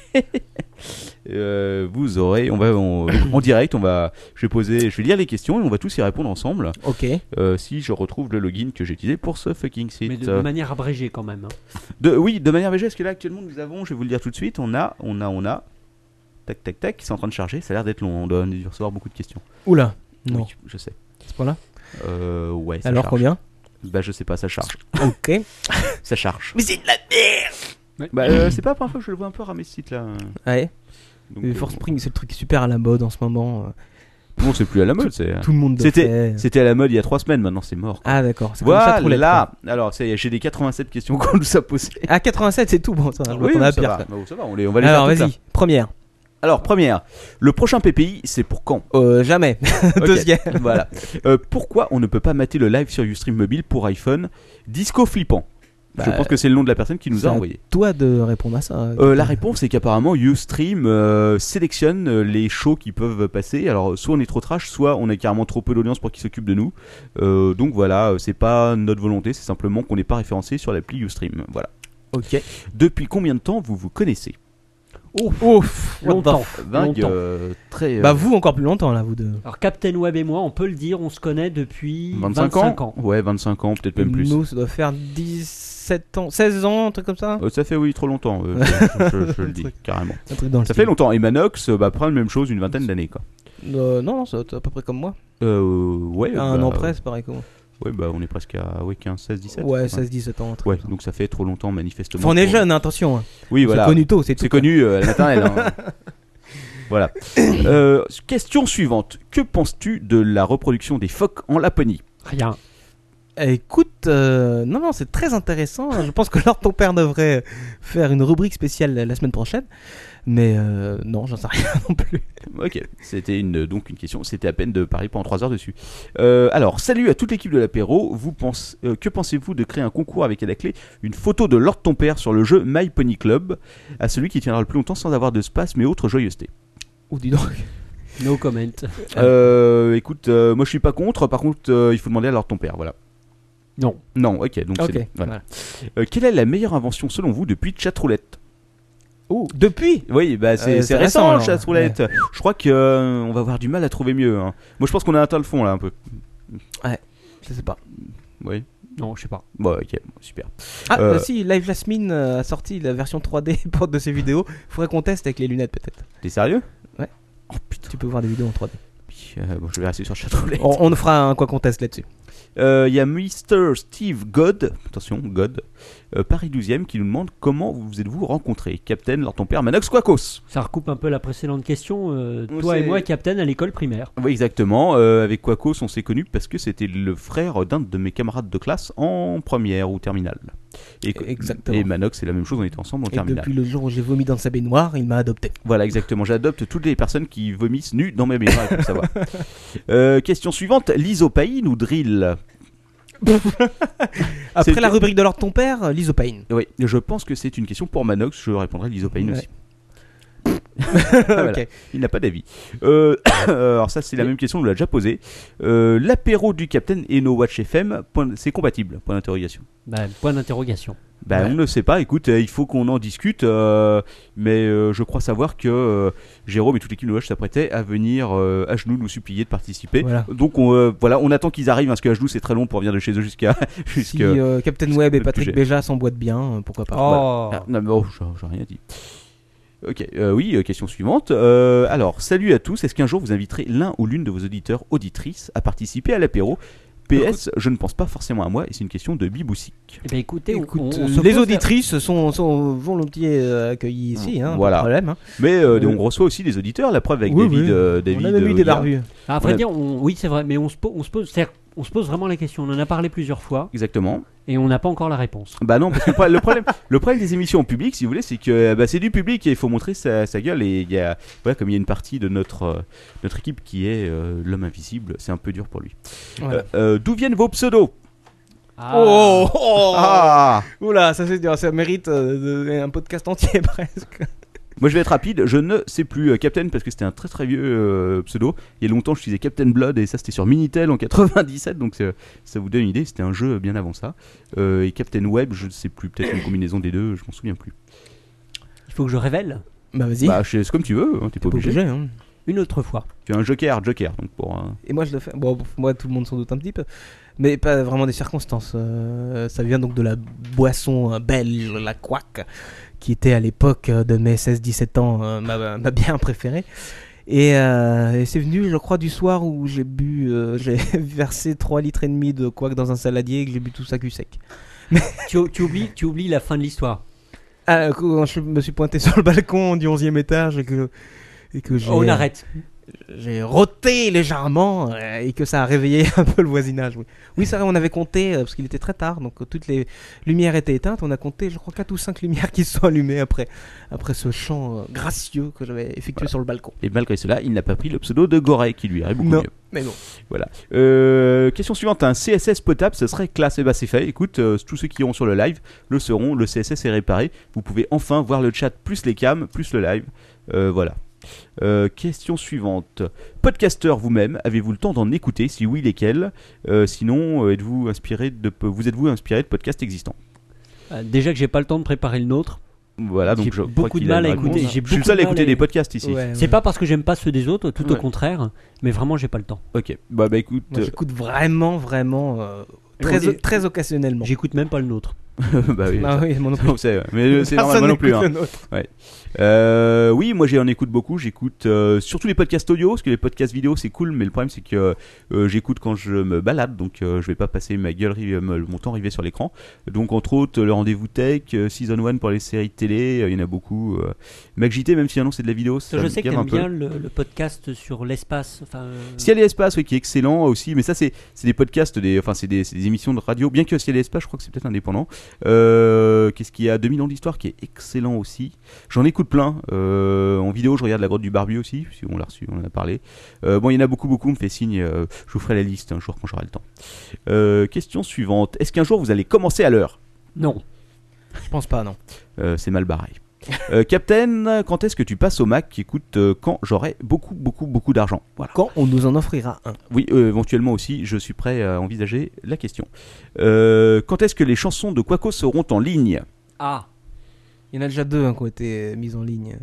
euh, vous aurez, on va on- en direct, on va, je vais poser, je vais lire les questions et on va tous y répondre ensemble. euh, Ok. Euh, si je retrouve le login que j'ai utilisé pour ce fucking site. Mais de, de Euh, manière abrégée quand même. hein. de- oui, de manière végétale, parce que là actuellement nous avons, je vais vous le dire tout de suite, on a, on a, on a, tac tac tac, c'est en train de charger, ça a l'air d'être long, on doit on a dû recevoir beaucoup de questions. Oula. Non. Oui, je sais. À ce point-là. Euh, ouais. Ça Alors charge. combien? Bah je sais pas, ça charge. Ok. Ça charge. Mais c'est de la merde. Bah euh, c'est pas la première fois que je le vois un peu ramer ce site-là. Ouais. Donc, Mais euh, Force Spring, c'est le truc super à la mode en ce moment. non, c'est plus à la mode. C'est. Tout le monde le C'était, fait. c'était à la mode il y a trois semaines. Maintenant, c'est mort. Ah d'accord. C'est comme ça, trop Voilà. Alors, c'est, j'ai des quatre-vingt-sept questions qu'on nous a posées. Ah quatre-vingt-sept, c'est tout. Bon, ça, je Oui, m'attendais à ça pire. va. ça. Bah, ça va. On les, on va les Alors faire toutes vas-y. Première. là. Alors, première. Le prochain P P I, c'est pour quand? Euh, jamais. Ok, Deuxième. Voilà. Euh, pourquoi on ne peut pas mater le live sur Ustream mobile pour iPhone? Disco flippant. Je Bah, pense que c'est le nom de la personne qui nous c'est a à envoyé. Toi de répondre à ça. Euh, la réponse c'est qu'apparemment Ustream euh, sélectionne euh, les shows qui peuvent passer. Alors soit on est trop trash, soit on a carrément trop peu d'audience pour qu'ils s'occupent de nous. Euh, donc voilà, euh, c'est pas notre volonté, c'est simplement qu'on n'est pas référencé sur l'appli Ustream. Voilà. Ok. Depuis combien de temps vous vous connaissez? Ouf. Longtemps. Vague, longtemps. euh, très. euh, Bah vous encore plus longtemps là, vous deux. Alors Captain Web et moi, on peut le dire, on se connaît depuis vingt-cinq, ans, Ouais, vingt-cinq ans, peut-être même plus. Nous, ça doit faire dix-sept ans, seize ans, un truc comme ça. Euh, ça fait oui trop longtemps. euh, je, je- je le dis carrément. Un truc dans le Ça style. fait longtemps. Et Manox, euh, bah prend la même chose, une vingtaine d'années quoi. Euh, non, non, c'est à peu près comme moi. Euh, ouais. À un bah, an près, c'est pareil que moi. Ouais, bah on est presque à ouais, quinze, seize, dix-sept. Ouais, seize dix-sept ans. un truc Ouais, comme ça. donc ça fait trop longtemps manifestement. Enfin, on est pour- jeune, hein, attention. hein. Oui, voilà. C'est connu tôt, c'est tout. C'est connu euh, à la maternelle. hein. Voilà. Euh, question suivante. Que penses-tu de la reproduction des phoques en Laponie? Rien. Écoute, euh, non, non, c'est très intéressant. Je pense que Lord ton père devrait faire une rubrique spéciale la semaine prochaine. Mais euh, non, j'en sais rien non plus. Ok, c'était une, donc une question. C'était à peine de parler pendant trois heures dessus. Euh, alors, salut à toute l'équipe de l'apéro. Vous pense, euh, que pensez-vous de créer un concours avec à la clé une photo de Lord ton père sur le jeu My Pony Club à celui qui tiendra le plus longtemps sans avoir de space mais autre joyeuseté? Oh, dis donc. No comment. Euh, écoute, euh, moi je suis pas contre. Par contre, euh, il faut demander à Lord ton père. Voilà. Non. Non, ok, donc Ok, c'est bon, voilà. voilà. Euh, quelle est la meilleure invention selon vous depuis Chatroulette? Oh, depuis Oui, bah c'est Euh, c'est c'est récent, récent, le alors. Chatroulette. Je crois que euh, on va avoir du mal à trouver mieux. hein. Moi, je pense qu'on a atteint le fond là un peu. Je sais pas. Oui. Non, je sais pas. Bon, ok, super. Ah, Euh, bah si, Live Jasmine euh, a sorti la version trois D pour de ses vidéos. Faudrait qu'on teste avec les lunettes peut-être. T'es sérieux? Ouais. Oh putain. Tu peux voir des vidéos en trois D. Euh, bon, je vais rester sur Chatroulette. On, on fera un quoi qu'on teste là-dessus. Il euh, y a mister Steve God, attention, God, euh, Paris douzième, qui nous demande comment vous êtes-vous rencontrés? Captain, Lord ton père, Manox Quacos. Ça recoupe un peu la précédente question. euh, On toi sait- et moi, Captain, à l'école primaire. Oui, exactement. Euh, avec Quacos, on s'est connus parce que c'était le frère d'un de mes camarades de classe en première ou terminale. Et, Exactement. et Manox, c'est la même chose, on était ensemble en Et terminale. depuis le jour où j'ai vomi dans sa baignoire, il m'a adopté. Voilà, exactement. J'adopte toutes les personnes qui vomissent nues dans mes baignoires, il faut savoir. Euh, question suivante. L'isopaïne ou drill? Après C'est- la rubrique de Lord ton père, euh, l'isopaïne. Oui, je pense que c'est une question pour Manox. Je répondrai l'isopaïne Ouais. aussi. Voilà. Ok. Il n'a pas d'avis. Euh, alors ça, c'est la même question, on l'a déjà posée. Euh, L'apéro du Captain et No Watch F M, point- c'est compatible? Point d'interrogation. Bah, point d'interrogation. Bah, Ouais. on ne sait pas. Écoute, euh, il faut qu'on en discute. euh, mais euh, je crois savoir que euh, Jérôme et toute l'équipe de No Watch s'apprêtaient à venir euh, à genoux nous supplier de participer. Voilà. Donc on, euh, voilà, on attend qu'ils arrivent parce qu'à genoux c'est très long pour venir de chez eux jusqu'à Si jusqu'à. euh, Captain Web et le Patrick sujet. Béja s'emboîtent bien, euh, pourquoi pas. Oh. Ah, non, mais oh, j'ai j'ai rien dit. Ok, euh, oui, euh, question suivante. Euh, alors, salut à tous. Est-ce qu'un jour vous inviterez l'un ou l'une de vos auditeurs auditrices à participer à l'apéro? P S, je ne pense pas forcément à moi et c'est une question de Bibousik. Eh ben, écoutez, on- Écoute, on, euh, on se les pose la- auditrices sont, sont volontiers euh, accueillies ici, hein, Voilà. pas de problème. Hein. Mais euh, Euh, on reçoit aussi des auditeurs, la preuve avec Oui, David. oui. euh, David On a même eu euh, des hier. barbus. Ah, à vrai on a- dire, on- oui, c'est vrai, mais on se, po- on se pose, c'est-à-dire, on se pose vraiment la question. On en a parlé plusieurs fois Exactement. et on n'a pas encore la réponse. Bah non, parce que le pro- le problème, le problème des émissions en public, si vous voulez, c'est que bah, c'est du public et il faut montrer sa, sa gueule. Et il y a, voilà, comme il y a une partie de notre, euh, notre équipe qui est euh, l'homme invisible, c'est un peu dur pour lui. Voilà. Euh, euh, D'où viennent vos pseudos? Oh, oh, Ah Oula, ça c'est dur, ça mérite euh, de- un podcast entier presque. Moi je vais être rapide, je ne sais plus euh, Captain parce que c'était un très très vieux euh, pseudo. Il y a longtemps je disais Captain Blood et ça c'était sur Minitel en quatre-vingt-dix-sept donc euh, ça vous donne une idée, c'était un jeu bien avant ça. Euh, et Captain Web, je ne sais plus, peut-être une combinaison des deux, je m'en souviens plus. Il faut que je révèle Bah vas-y, Bah je- c'est comme tu veux, hein, t'es pas pas obligé. obligé. Hein. une autre fois. Tu as un joker, joker donc pour... euh, Et moi je le fais. Bon, pour moi tout le monde s'en doute un petit peu, mais pas vraiment des circonstances. Euh, ça vient donc de la boisson euh, belge, la couac, qui était à l'époque euh, de mes seize dix-sept ans euh, ma, ma bien préférée. Et, euh, et c'est venu, je crois, du soir où j'ai bu, euh, j'ai versé trois litres et demi de couac dans un saladier et que j'ai bu tout ça cul sec. tu, tu, oublies, tu oublies la fin de l'histoire. Ah, quand je me suis pointé sur le balcon du onzième étage et que, et que j'ai... On arrête. J'ai roté légèrement euh, et que ça a réveillé un peu le voisinage. Oui, oui c'est vrai, on avait compté, euh, parce qu'il était très tard, donc euh, toutes les lumières étaient éteintes. On a compté, je crois, quatre ou cinq lumières qui se sont allumées après, après ce chant euh, gracieux que j'avais effectué voilà. sur le balcon. Et malgré cela, il n'a pas pris le pseudo de Gorey, qui lui irait beaucoup non, mieux. Mais bon. Voilà. Euh, question suivante, un C S S potable, ce serait classe. Et bah c'est fait. Écoute, euh, tous ceux qui iront sur le live le sauront, le C S S est réparé. Vous pouvez enfin voir le chat plus les cams, plus le live. Euh, voilà. Euh, question suivante. Podcasteur vous-même, avez-vous le temps d'en écouter? Si oui, lesquels? euh, Sinon, euh, êtes-vous inspiré de, vous êtes-vous inspiré de podcasts existants? euh, Déjà que j'ai pas le temps de préparer le nôtre. Voilà, donc j'ai je beaucoup de mal à écouter. J'ai je suis le seul à écouter à... des podcasts ici. Ouais, ouais. C'est pas parce que j'aime pas ceux des autres, tout ouais. au contraire, mais vraiment j'ai pas le temps. Ok, bah bah écoute. Moi, j'écoute vraiment, vraiment, euh, très, est... très occasionnellement. J'écoute même pas le nôtre. Bah oui, ah oui, mon non plus. C'est, mais c'est normal, moi non plus. Hein. Ouais. Euh, oui, moi j'en écoute beaucoup. J'écoute euh, surtout les podcasts audio, parce que les podcasts vidéo c'est cool, mais le problème c'est que euh, j'écoute quand je me balade, donc euh, je vais pas passer ma gueule, mon temps rivé sur l'écran. Donc entre autres, le rendez-vous tech, euh, Season un pour les séries de télé, il euh, y en a beaucoup. Euh, MacJT, même si non c'est de la vidéo. Ça je sais que t'aimes bien le, le podcast sur l'espace. Enfin, euh... Ciel et l'espace, oui, qui est excellent aussi, mais ça c'est, c'est des podcasts, des, enfin c'est des, c'est des émissions de radio, bien que Ciel et l'espace, je crois que c'est peut-être indépendant. Euh, qu'est-ce qu'il y a, deux mille ans d'histoire qui est excellent aussi. J'en écoute plein. Euh, en vidéo, je regarde La Grotte du Barbu aussi, si on l'a reçu, on en a parlé. Euh, bon, il y en a beaucoup, beaucoup. On me fait signe. Euh, je vous ferai la liste un jour quand j'aurai le temps. Euh, question suivante. Est-ce qu'un jour vous allez commencer à l'heure? Non. Je pense pas, non. Euh, c'est mal barré. Euh, Captain, quand est-ce que tu passes au Mac? Écoute, euh, quand j'aurai beaucoup, beaucoup, beaucoup d'argent. Voilà. Quand on nous en offrira un. Oui, euh, éventuellement aussi, je suis prêt à envisager la question. Euh, quand est-ce que les chansons de Quaco seront en ligne? Ah. Il y en a déjà deux hein, qui ont été mises en ligne.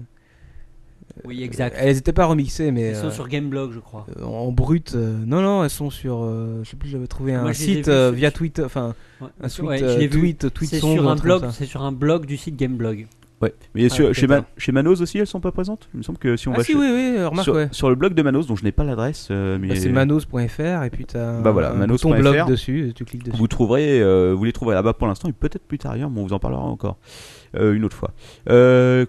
Oui, exact. Elles n'étaient pas remixées, mais. Elles sont euh, sur Gameblog, je crois. Euh, en brut. Euh, non, non, elles sont sur. Euh, je sais plus, j'avais trouvé un Moi, site euh, via Twitter. Enfin, ouais. un suite, ouais, euh, je l'ai tweet, vu. tweet c'est song, sur un un blog. C'est sur un blog du site Gameblog. Ouais, mais ah, sur, chez, Man, chez Manos aussi, elles sont pas présentes. Il me semble que si on ah va si, chez, oui, oui, remarque, sur, ouais. sur le blog de Manos, dont je n'ai pas l'adresse, euh, mais bah, c'est manos point f r et puis t'as bah voilà, un manos bouton point f r, blog dessus, et tu cliques dessus. Vous trouverez, euh, vous les trouverez là-bas pour l'instant et peut-être plus tard ailleurs, mais on vous en parlera encore euh, une autre fois. Euh,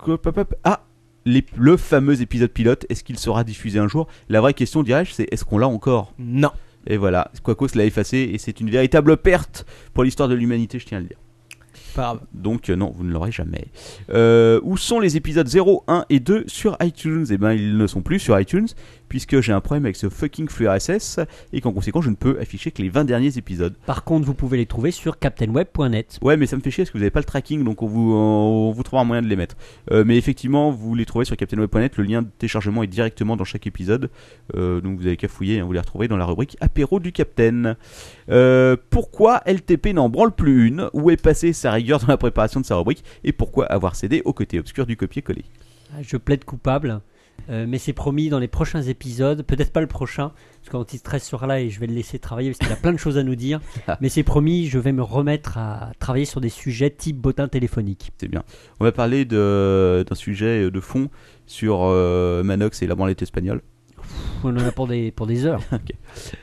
ah, les, le fameux épisode pilote, est-ce qu'il sera diffusé un jour? La vraie question, dirais-je, c'est est-ce qu'on l'a encore? Non. Et voilà, Quacos l'a effacé et c'est une véritable perte pour l'histoire de l'humanité, je tiens à le dire. Pas grave. Donc euh, non, vous ne l'aurez jamais. Euh, où sont les épisodes zéro, un et deux sur iTunes? Eh ben, ils ne sont plus sur iTunes, puisque j'ai un problème avec ce fucking flux R S S, et qu'en conséquence, je ne peux afficher que les vingt derniers épisodes. Par contre, vous pouvez les trouver sur captain web point net. Ouais, mais ça me fait chier, parce que vous n'avez pas le tracking, donc on vous, on vous trouvera un moyen de les mettre. Euh, mais effectivement, vous les trouvez sur captain web point net, le lien de téléchargement est directement dans chaque épisode, euh, donc vous avez qu'à fouiller, hein, vous les retrouvez dans la rubrique apéro du Captain. Euh, pourquoi L T P n'en branle plus une? Où est passée sa rigueur dans la préparation de sa rubrique? Et pourquoi avoir cédé au côté obscur du copier-coller? Je plaide coupable, euh, mais c'est promis dans les prochains épisodes, peut-être pas le prochain, parce qu'Antistress sera là et je vais le laisser travailler parce qu'il a plein de choses à nous dire, mais c'est promis, je vais me remettre à travailler sur des sujets type bottin téléphonique. C'est bien. On va parler de, d'un sujet de fond sur euh, Manox et la branlette espagnole. On en a pour des, pour des heures. Okay.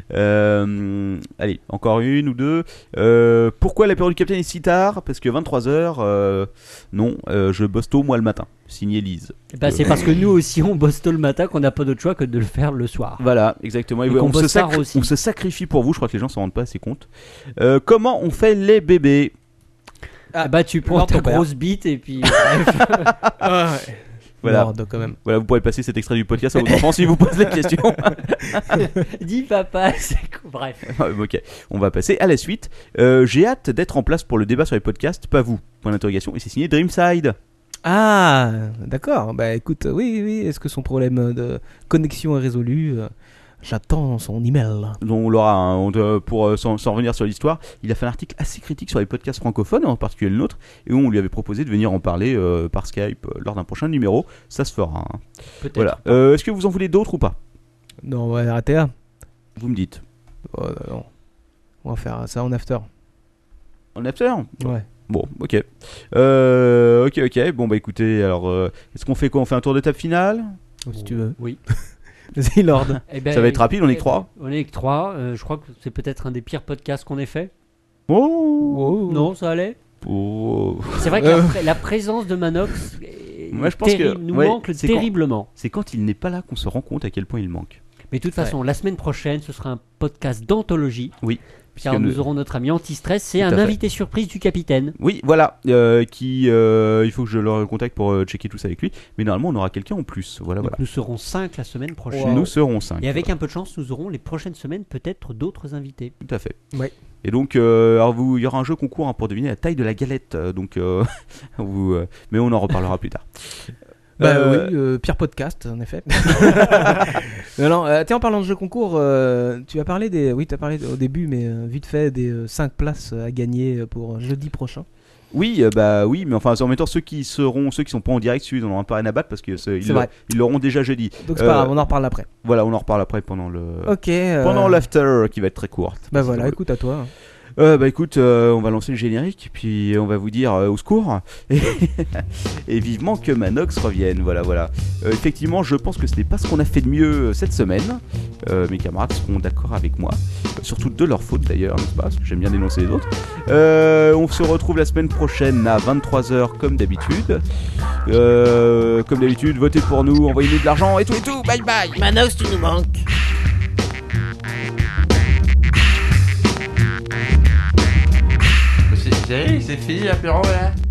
Euh, allez, encore une ou deux. Euh, pourquoi l'apéro du Capitaine est si tard? Parce que vingt-trois heures, euh, non, euh, je bosse tôt moi le matin. Signé Lise. Bah, euh, c'est parce que nous aussi on bosse tôt le matin qu'on n'a pas d'autre choix que de le faire le soir. Voilà, exactement. Et on, on, se sacri- aussi. on se sacrifie pour vous, je crois que les gens s'en rendent pas assez compte. Euh, comment on fait les bébés? Ah, bah tu prends ta grosse bite et puis... ah, ouais. Voilà. Non, quand même. Voilà, vous pourrez passer cet extrait du podcast à vos enfants s'ils vous posent la question. Dis papa, c'est cool. Bref. Ok, on va passer à la suite. Euh, j'ai hâte d'être en place pour le débat sur les podcasts, pas vous. Point d'interrogation. Et c'est signé Dreamside. Ah, d'accord. Bah écoute, oui, oui. Est-ce que son problème de connexion est résolu? J'attends son email. Donc on l'aura, hein, on, euh, pour euh, s'en, s'en revenir sur l'histoire, il a fait un article assez critique sur les podcasts francophones, en particulier le nôtre, et où on lui avait proposé de venir en parler euh, par Skype euh, lors d'un prochain numéro. Ça se fera. Hein. Peut-être. Voilà. Euh, est-ce que vous en voulez d'autres ou pas? Non, on va arrêter là. Vous me dites. Oh, non. On va faire ça en after. En after? Ouais. Bon, ok. Euh, ok, ok. Bon, bah écoutez, alors, euh, est-ce qu'on fait quoi? On fait un tour de table finale? Ou si tu veux. Oui. Vas-y, Lord. Eh ben, Ça va être rapide, on est eh que trois. ben, On est que trois. euh, je crois que c'est peut-être un des pires podcasts qu'on ait fait. Oh, Non, ça allait. oh. C'est vrai que la, pré- la présence de Manox est Moi, je pense que- terrible, nous ouais, manque c'est quand- terriblement. C'est quand il n'est pas là qu'on se rend compte à quel point il manque. Mais de toute façon, la semaine prochaine, ce sera un podcast d'anthologie. Oui. Car puisque nous nous- aurons notre ami Antistress, c'est Tout à un fait. invité surprise du capitaine. Oui, voilà, euh, qui, euh, il faut que je le contacte pour euh, checker tout ça avec lui. Mais normalement, on aura quelqu'un en plus. Voilà, Donc voilà. nous serons cinq la semaine prochaine. Nous serons cinq. Et avec un peu de chance, nous aurons les prochaines semaines peut-être d'autres invités. Tout à fait. Ouais. Et donc, euh, alors vous, il y aura un jeu concours hein, pour deviner la taille de la galette. euh, donc, euh, vous, euh, mais on en reparlera plus tard. Bah Euh, oui, euh, pire podcast en effet. non, non, euh, tiens, en parlant de jeu concours, euh, tu as parlé des, oui, tu as parlé au début, mais euh, vite fait des cinq places à gagner pour jeudi prochain. Oui, euh, bah oui, mais enfin en même temps ceux qui seront, ceux qui sont pas en direct, ceux ils en ont un peu rien à battre parce que c'est- ils C'est le- vrai. ils l'auront déjà jeudi. Donc c'est Euh, pas grave, on en reparle après. Voilà, on en reparle après pendant le Ok. euh, pendant l'after qui va être très courte. Bah C'est voilà, drôle. écoute à toi. Euh, bah écoute, euh, on va lancer le générique, puis on va vous dire euh, au secours, et, et vivement que Manox revienne, voilà, voilà. Euh, effectivement, je pense que ce n'est pas ce qu'on a fait de mieux euh, cette semaine, euh, mes camarades seront d'accord avec moi, euh, surtout de leur faute d'ailleurs, n'est-ce pas, parce que j'aime bien dénoncer les autres. Euh, on se retrouve la semaine prochaine à vingt-trois heures comme d'habitude. Euh, comme d'habitude, votez pour nous, envoyez-nous de l'argent et tout et tout, bye bye. Manox, tu nous manques. C'est c'est fini l'apéro là.